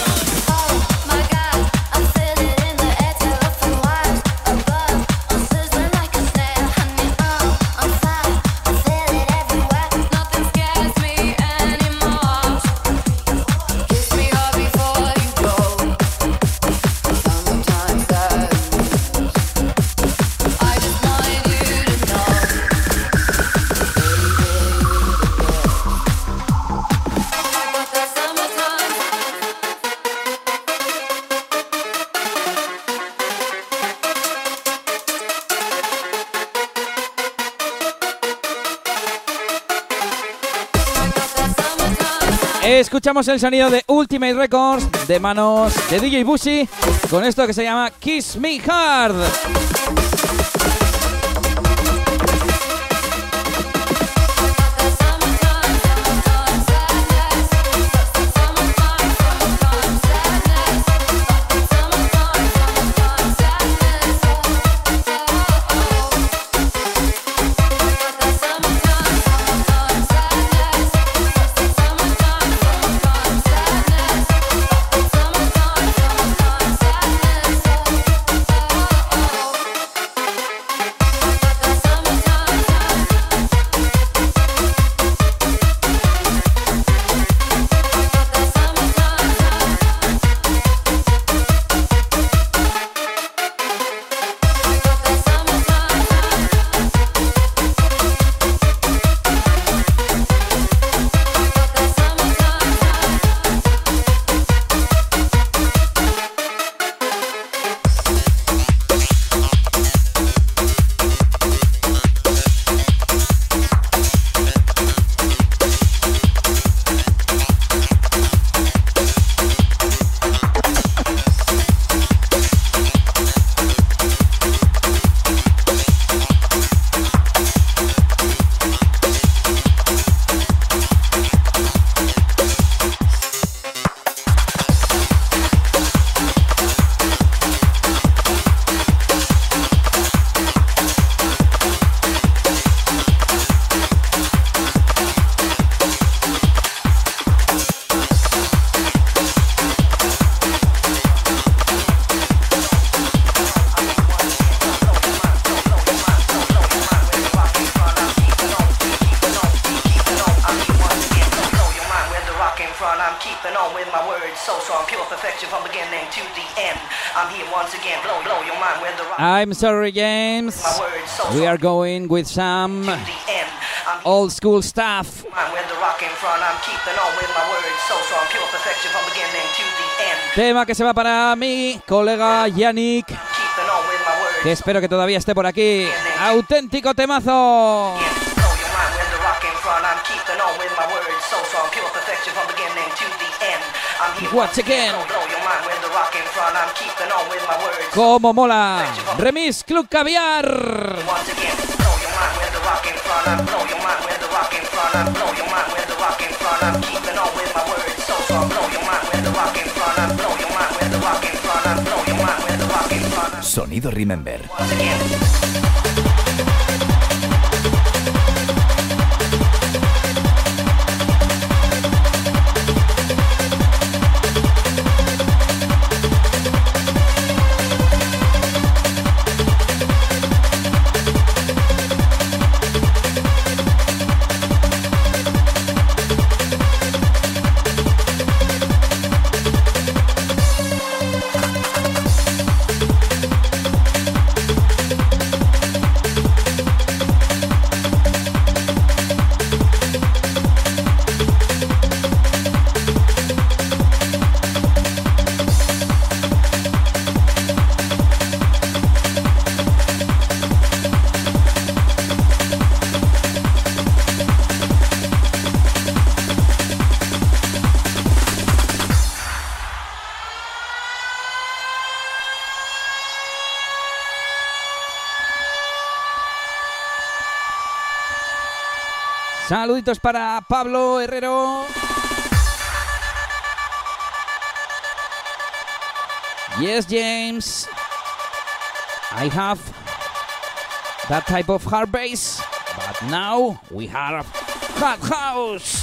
Escuchamos el sonido de Ultimate Records de manos de DJ Busi con esto que se llama Kiss Me Hard. front, I'm keeping on with my words so strong, pure perfection from beginning to the end. I'm here once again, blow your mind with the rock. I'm sorry, James. We are going with some old school stuff. With the rock in front, I'm keeping on with my words so strong, pure perfection from beginning to the end. Tema que se va para mi colega Yannick, Keeping on with my words. que espero que todavía esté por aquí. Auténtico temazo. I'm keeping on with my words so strong, pure perfection from beginning to the end. I'm here Once again. blow your mind with the rock in front. I'm keeping on with my words. Como mola. Remix Club Caviar. Once again, blow your mind with the rock in front. I'm blow your mind with the rock in front. I'm blow your mind with the rock in front. I'm keeping on with my words so strong, blow your mind with the rock in front. I'm blow your mind with the rock in front. I'm blow your mind with the rock in front. Sonido Remember. Once again. Saluditos para Pablo Herrero. Yes, James. I have that type of hard bass, but now we have hard house.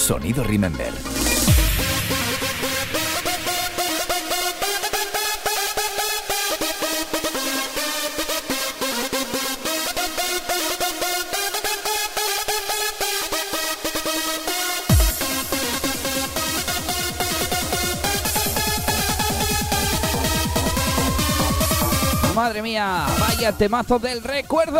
Sonido Remember. Madre mía, vaya temazo del recuerdo.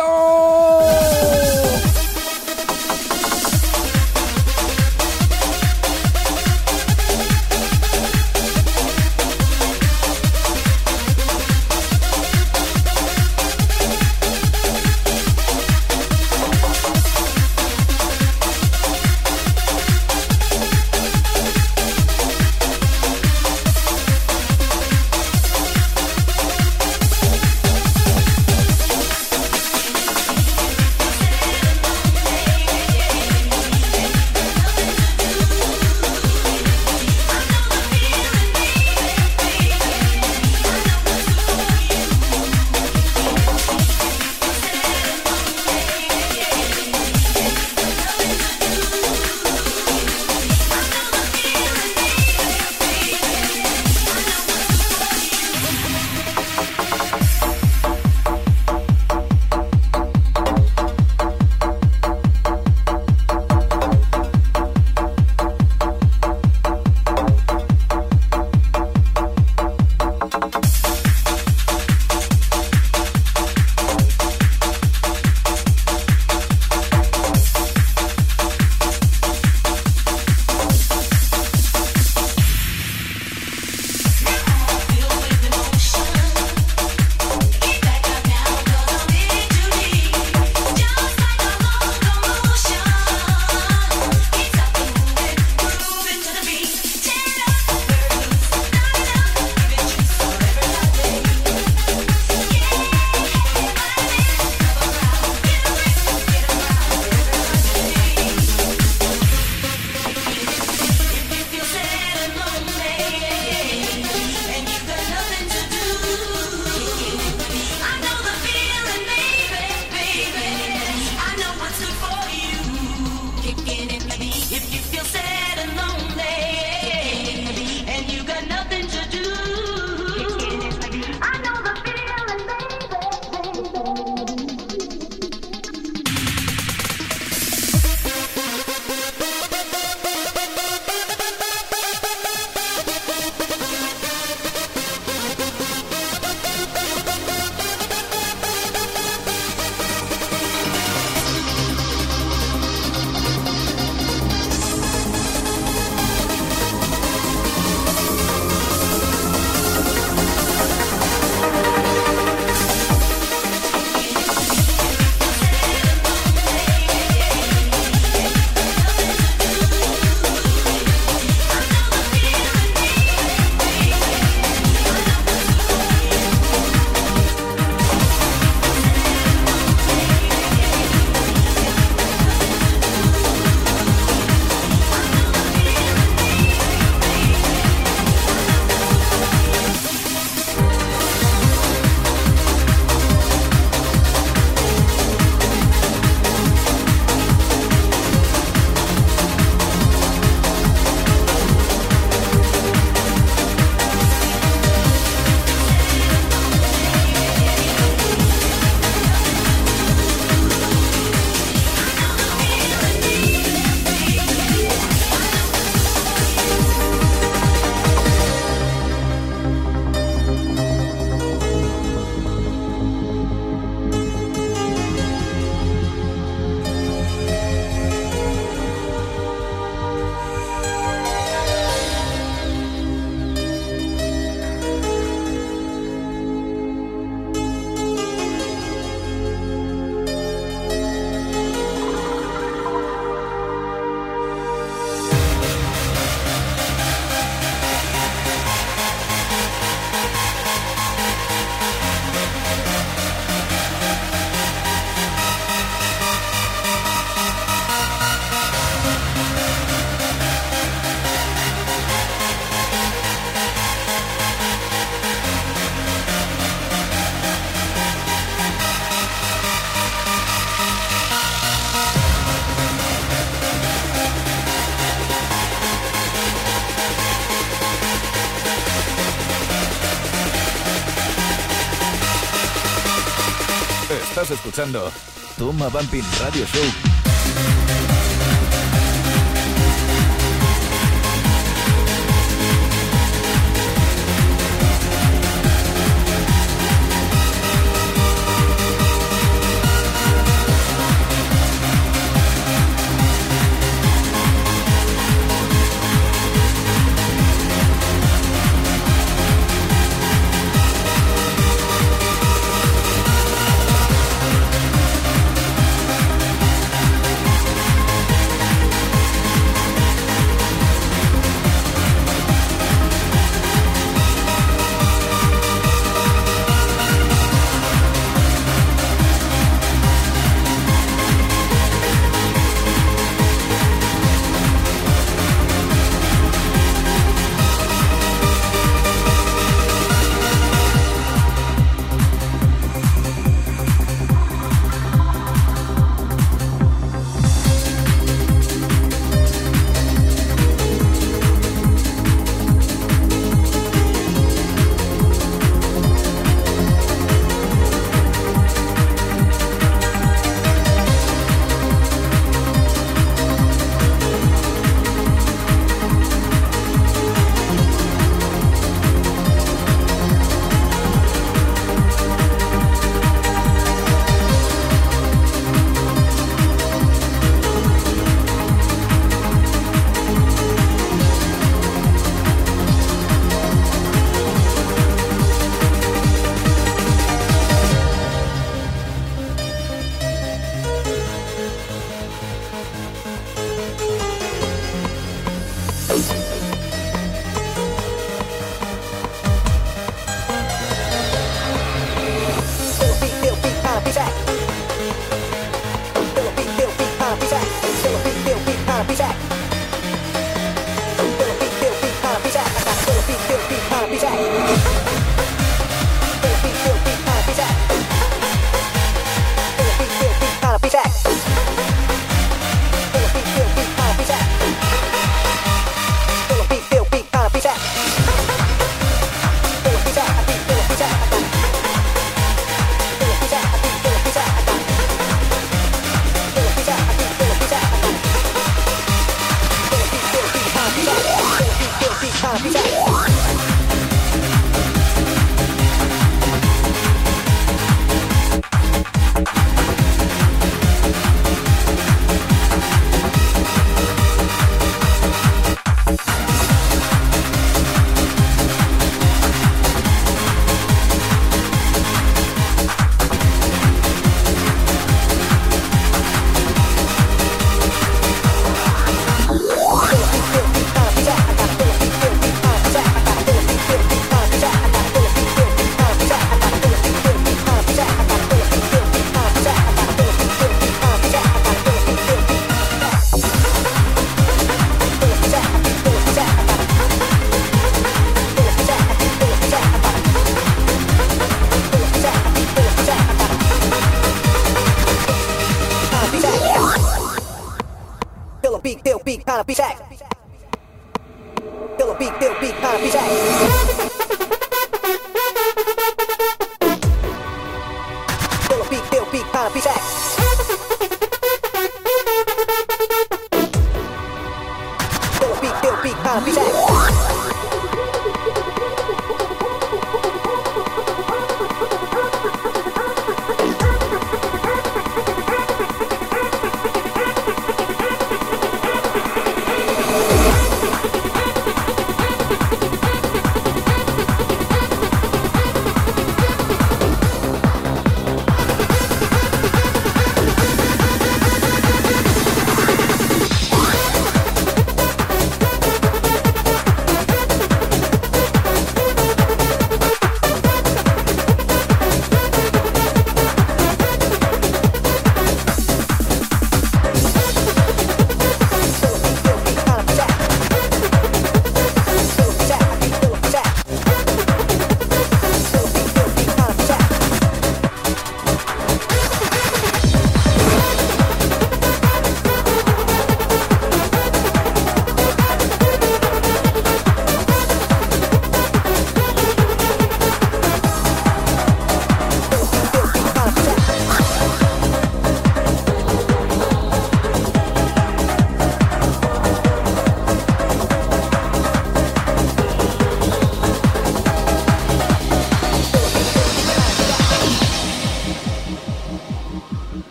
Estás escuchando Toma Bumping Radio Show.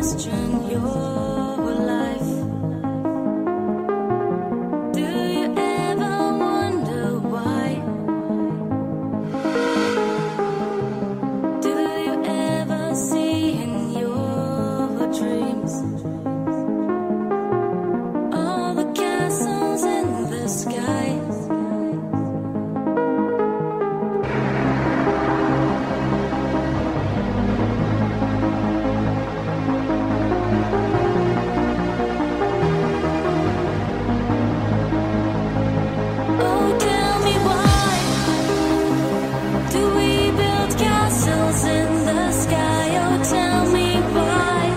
question your life? Do you ever wonder why? Do you ever see in your dreams all the castles in the sky? Oh, tell me why do we build castles in the sky? Oh, tell me why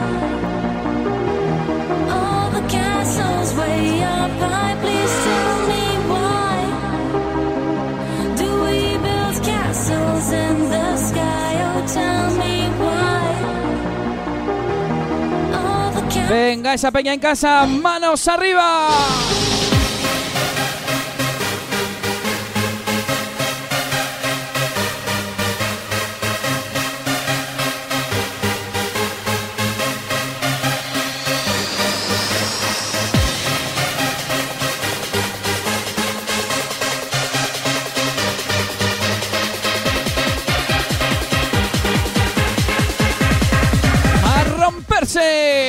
all the castles way up high. Please tell me why do we build castles in the sky? Oh, tell me why all the castles. Venga, esa peña en casa, manos arriba. A romperse.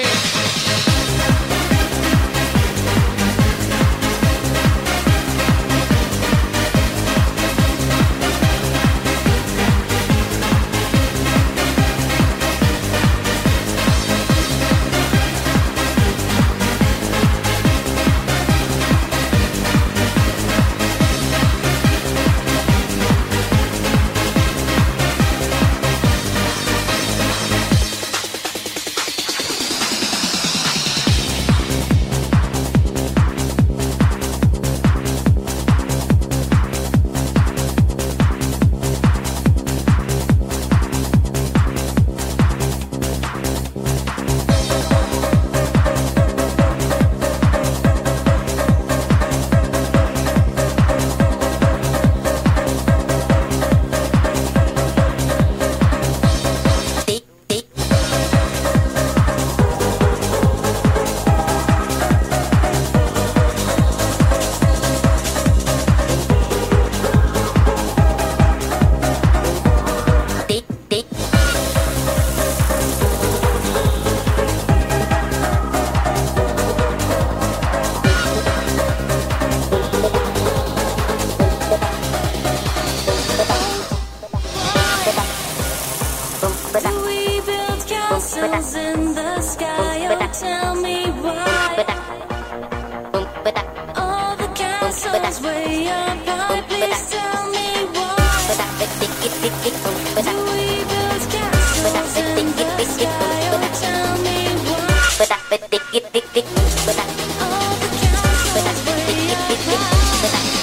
Do we build castles in the sky? Oh, tell me why all the castles way up high. Please tell me why do we build castles in the sky? Oh, tell me why all the castles way up high.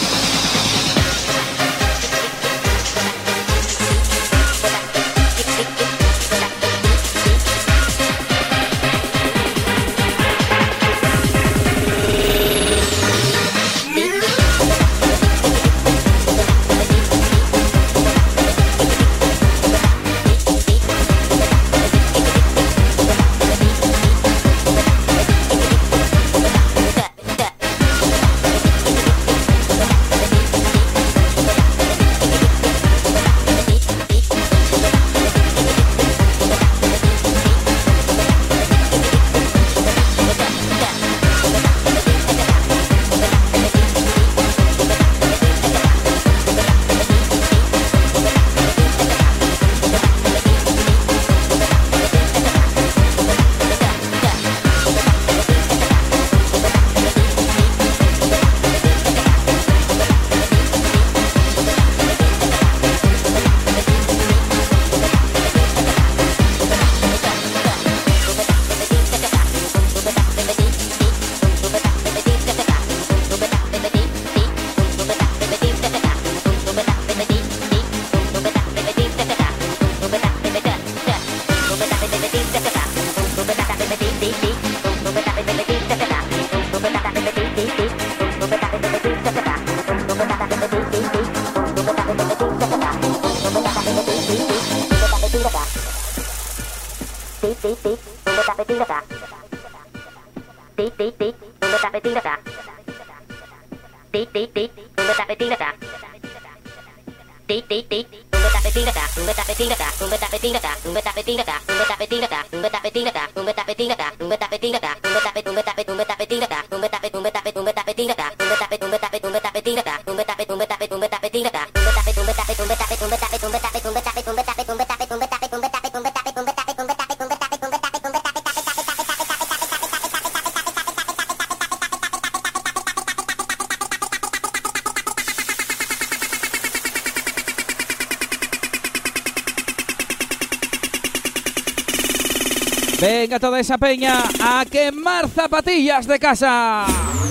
beep, beep, beep. Venga toda esa peña a quemar zapatillas de casa.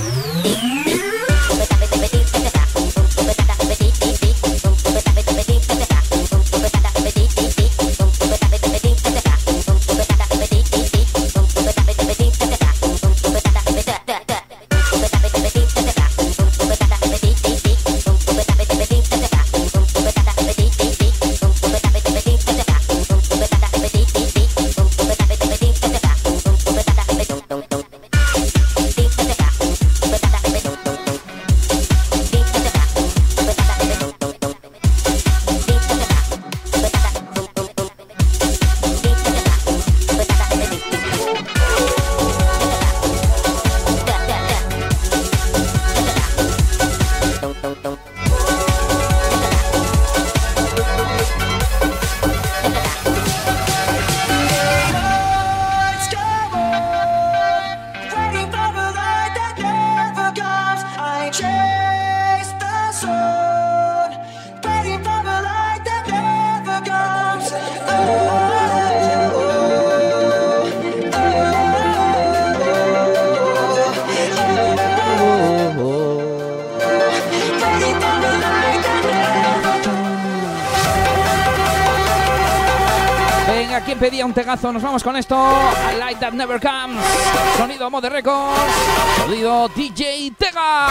¿Quién pedía un tegazo? Nos vamos con esto. A Light That Never Comes. Sonido Mode Records. Sonido DJ Tega.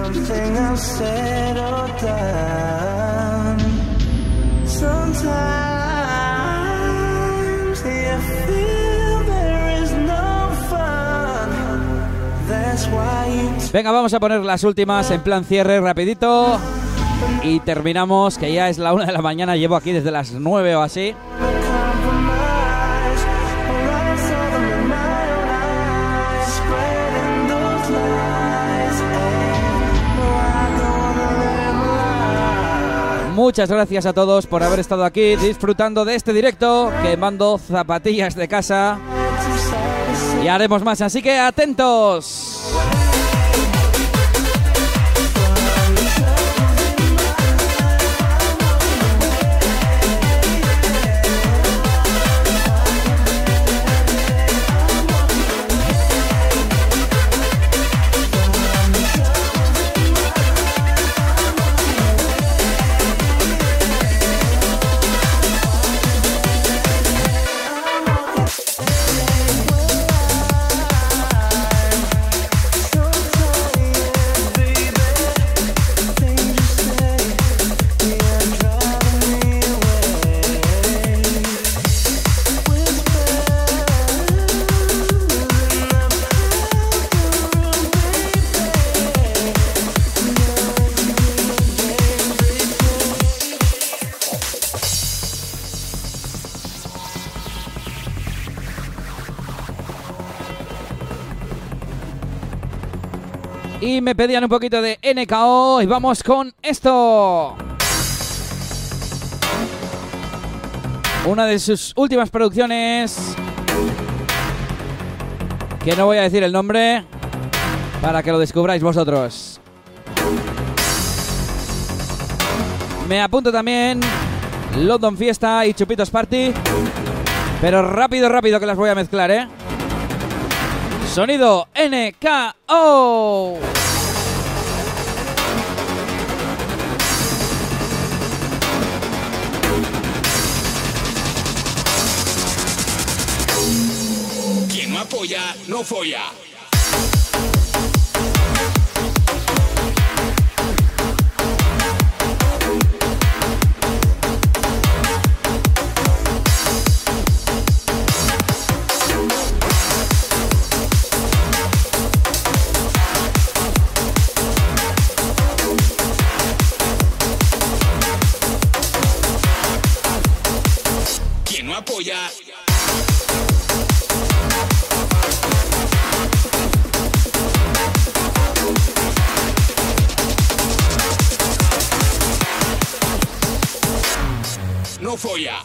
something I'll settle down. Sometimes you feel there is no fun. That's why you Venga, vamos a poner las últimas en plan cierre rapidito. Y terminamos, que ya es la 1 de la mañana. Llevo aquí desde las 9 o así. Muchas gracias a todos por haber estado aquí disfrutando de este directo, quemando zapatillas de casa. Y haremos más, así que atentos. Y me pedían un poquito de NKO y vamos con esto. Una de sus últimas producciones, que no voy a decir el nombre para que lo descubráis vosotros. Me apunto también London Fiesta y Chupitos Party, pero rápido, rápido que las voy a mezclar, ¿eh? Sonido NKO. Quien no apoya, no folla. Quien no apoya. No folla.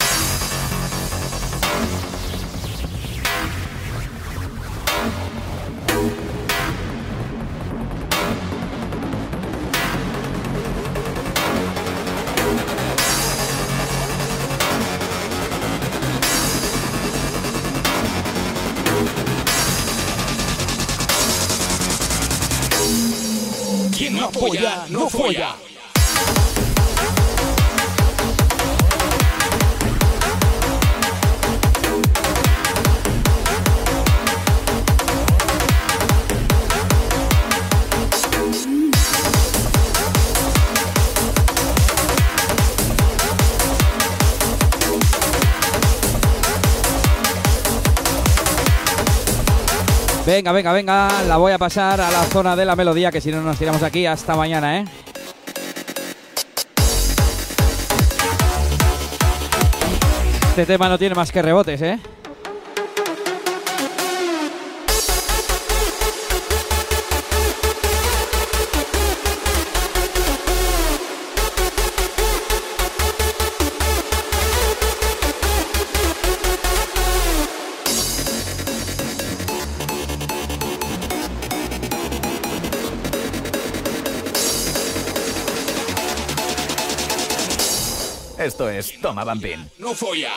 Quien no apoya, no folla. Venga, venga, venga, la voy a pasar a la zona de la melodía, que si no nos tiramos aquí hasta mañana, ¿eh? Este tema no tiene más que rebotes, ¿eh? Esto es Toma Bambín. No folla.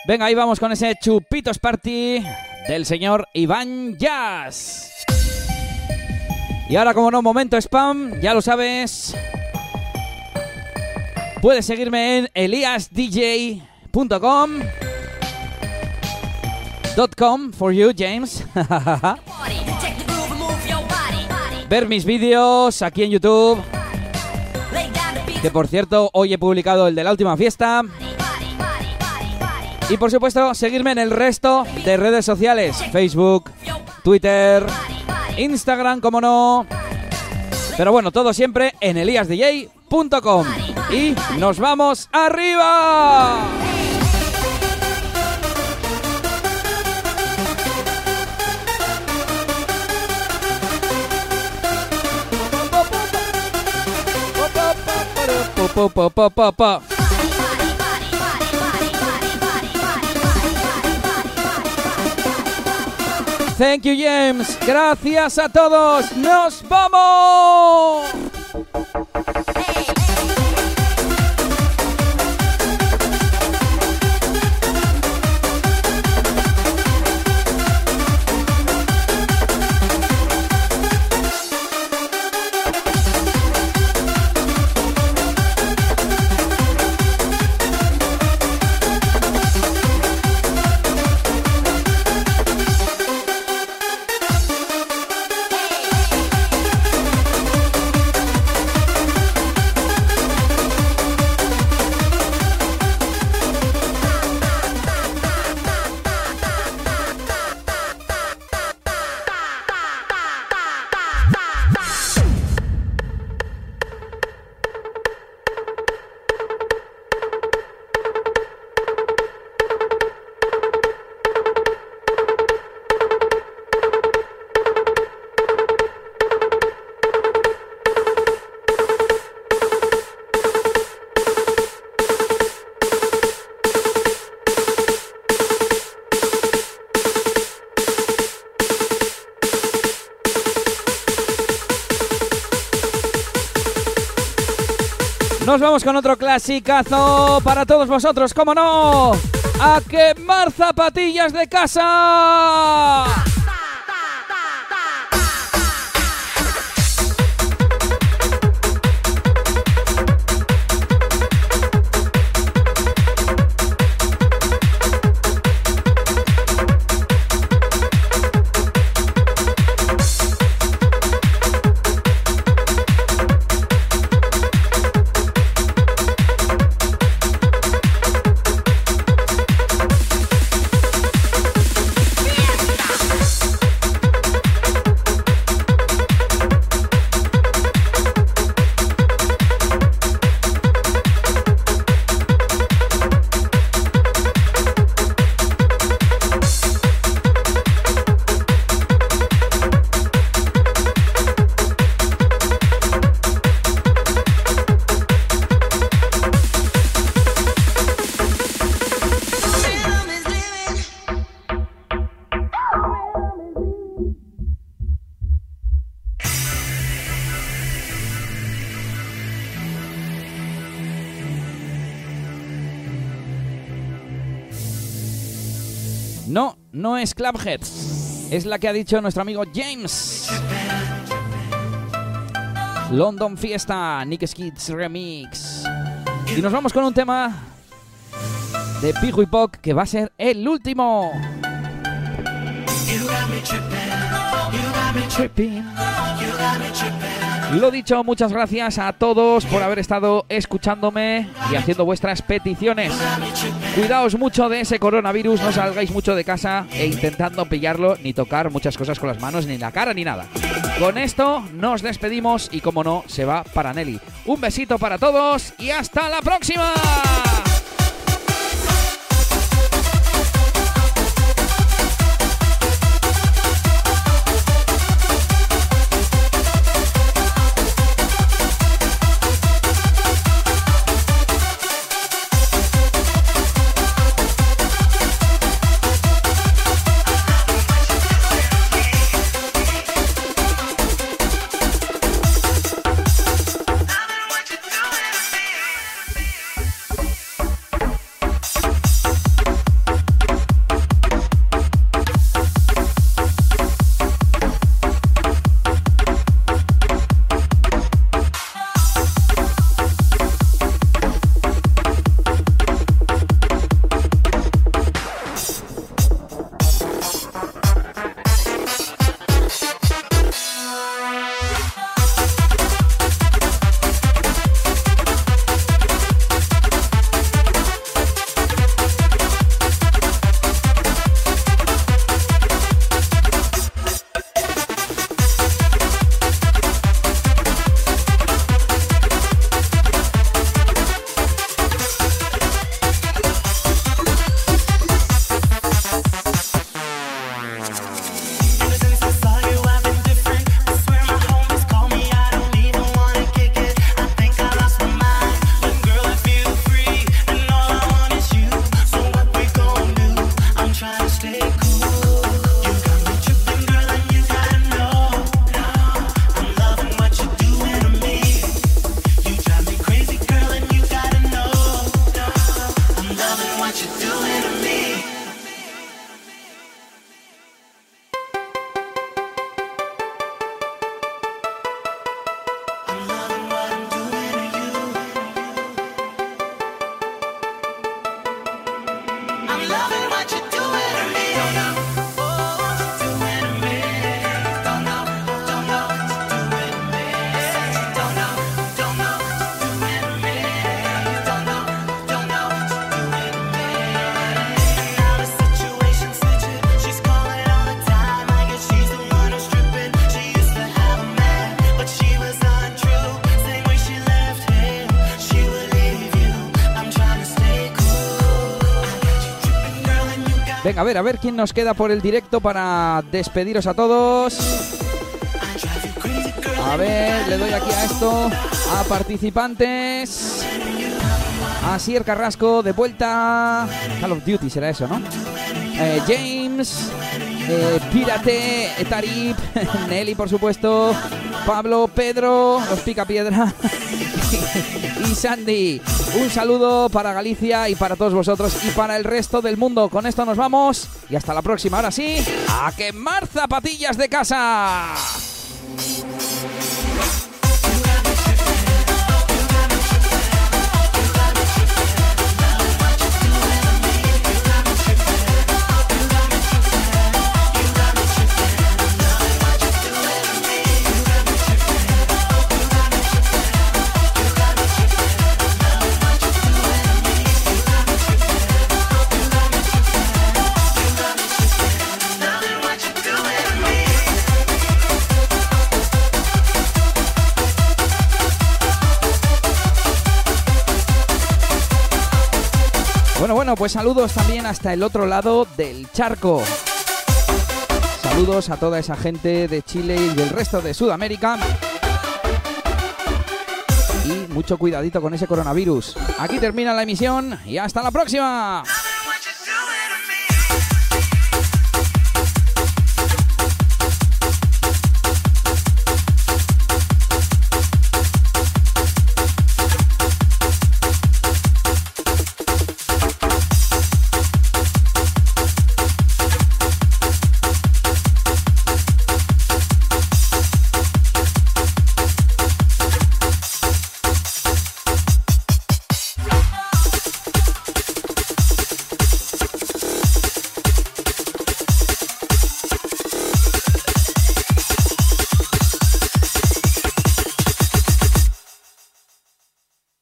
Venga, ahí vamos con ese Chupitos Party del señor Iván Jazz. Y ahora, como no, momento spam, ya lo sabes. Puedes seguirme en eliasdj.com for you, James. Ver mis vídeos aquí en YouTube. Que por cierto, hoy he publicado el de la última fiesta. Y por supuesto, seguirme en el resto de redes sociales. Facebook, Twitter, Instagram, como no. Pero bueno, todo siempre en eliasdj.com. Y nos vamos arriba. Thank you, James. Gracias a todos. ¡Nos vamos! Nos vamos con otro clasicazo para todos vosotros, ¡cómo no! ¡A quemar zapatillas de casa! No, no es Clubheads. Es la que ha dicho nuestro amigo James. London Fiesta, Nick Skids Remix. Y nos vamos con un tema de Pijo y Poc que va a ser el último. Lo dicho, muchas gracias a todos por haber estado escuchándome y haciendo vuestras peticiones. Cuidaos mucho de ese coronavirus, no salgáis mucho de casa e intentando pillarlo, ni tocar muchas cosas con las manos, ni la cara, ni nada. Con esto nos despedimos y, como no, se va para Nelly. Un besito para todos y hasta la próxima. Venga, a ver quién nos queda por el directo para despediros a todos. A ver, le doy aquí a esto, a participantes. Asier Carrasco, de vuelta. Call of Duty será eso, ¿no? James, Pirate, Tarip, Nelly, por supuesto, Pablo, Pedro, los Picapiedra y Sandy. Un saludo para Galicia y para todos vosotros y para el resto del mundo. Con esto nos vamos y hasta la próxima. Ahora sí, a quemar zapatillas de casa. Bueno, pues saludos también hasta el otro lado del charco. Saludos a toda esa gente de Chile y del resto de Sudamérica. Y mucho cuidadito con ese coronavirus. Aquí termina la emisión y hasta la próxima.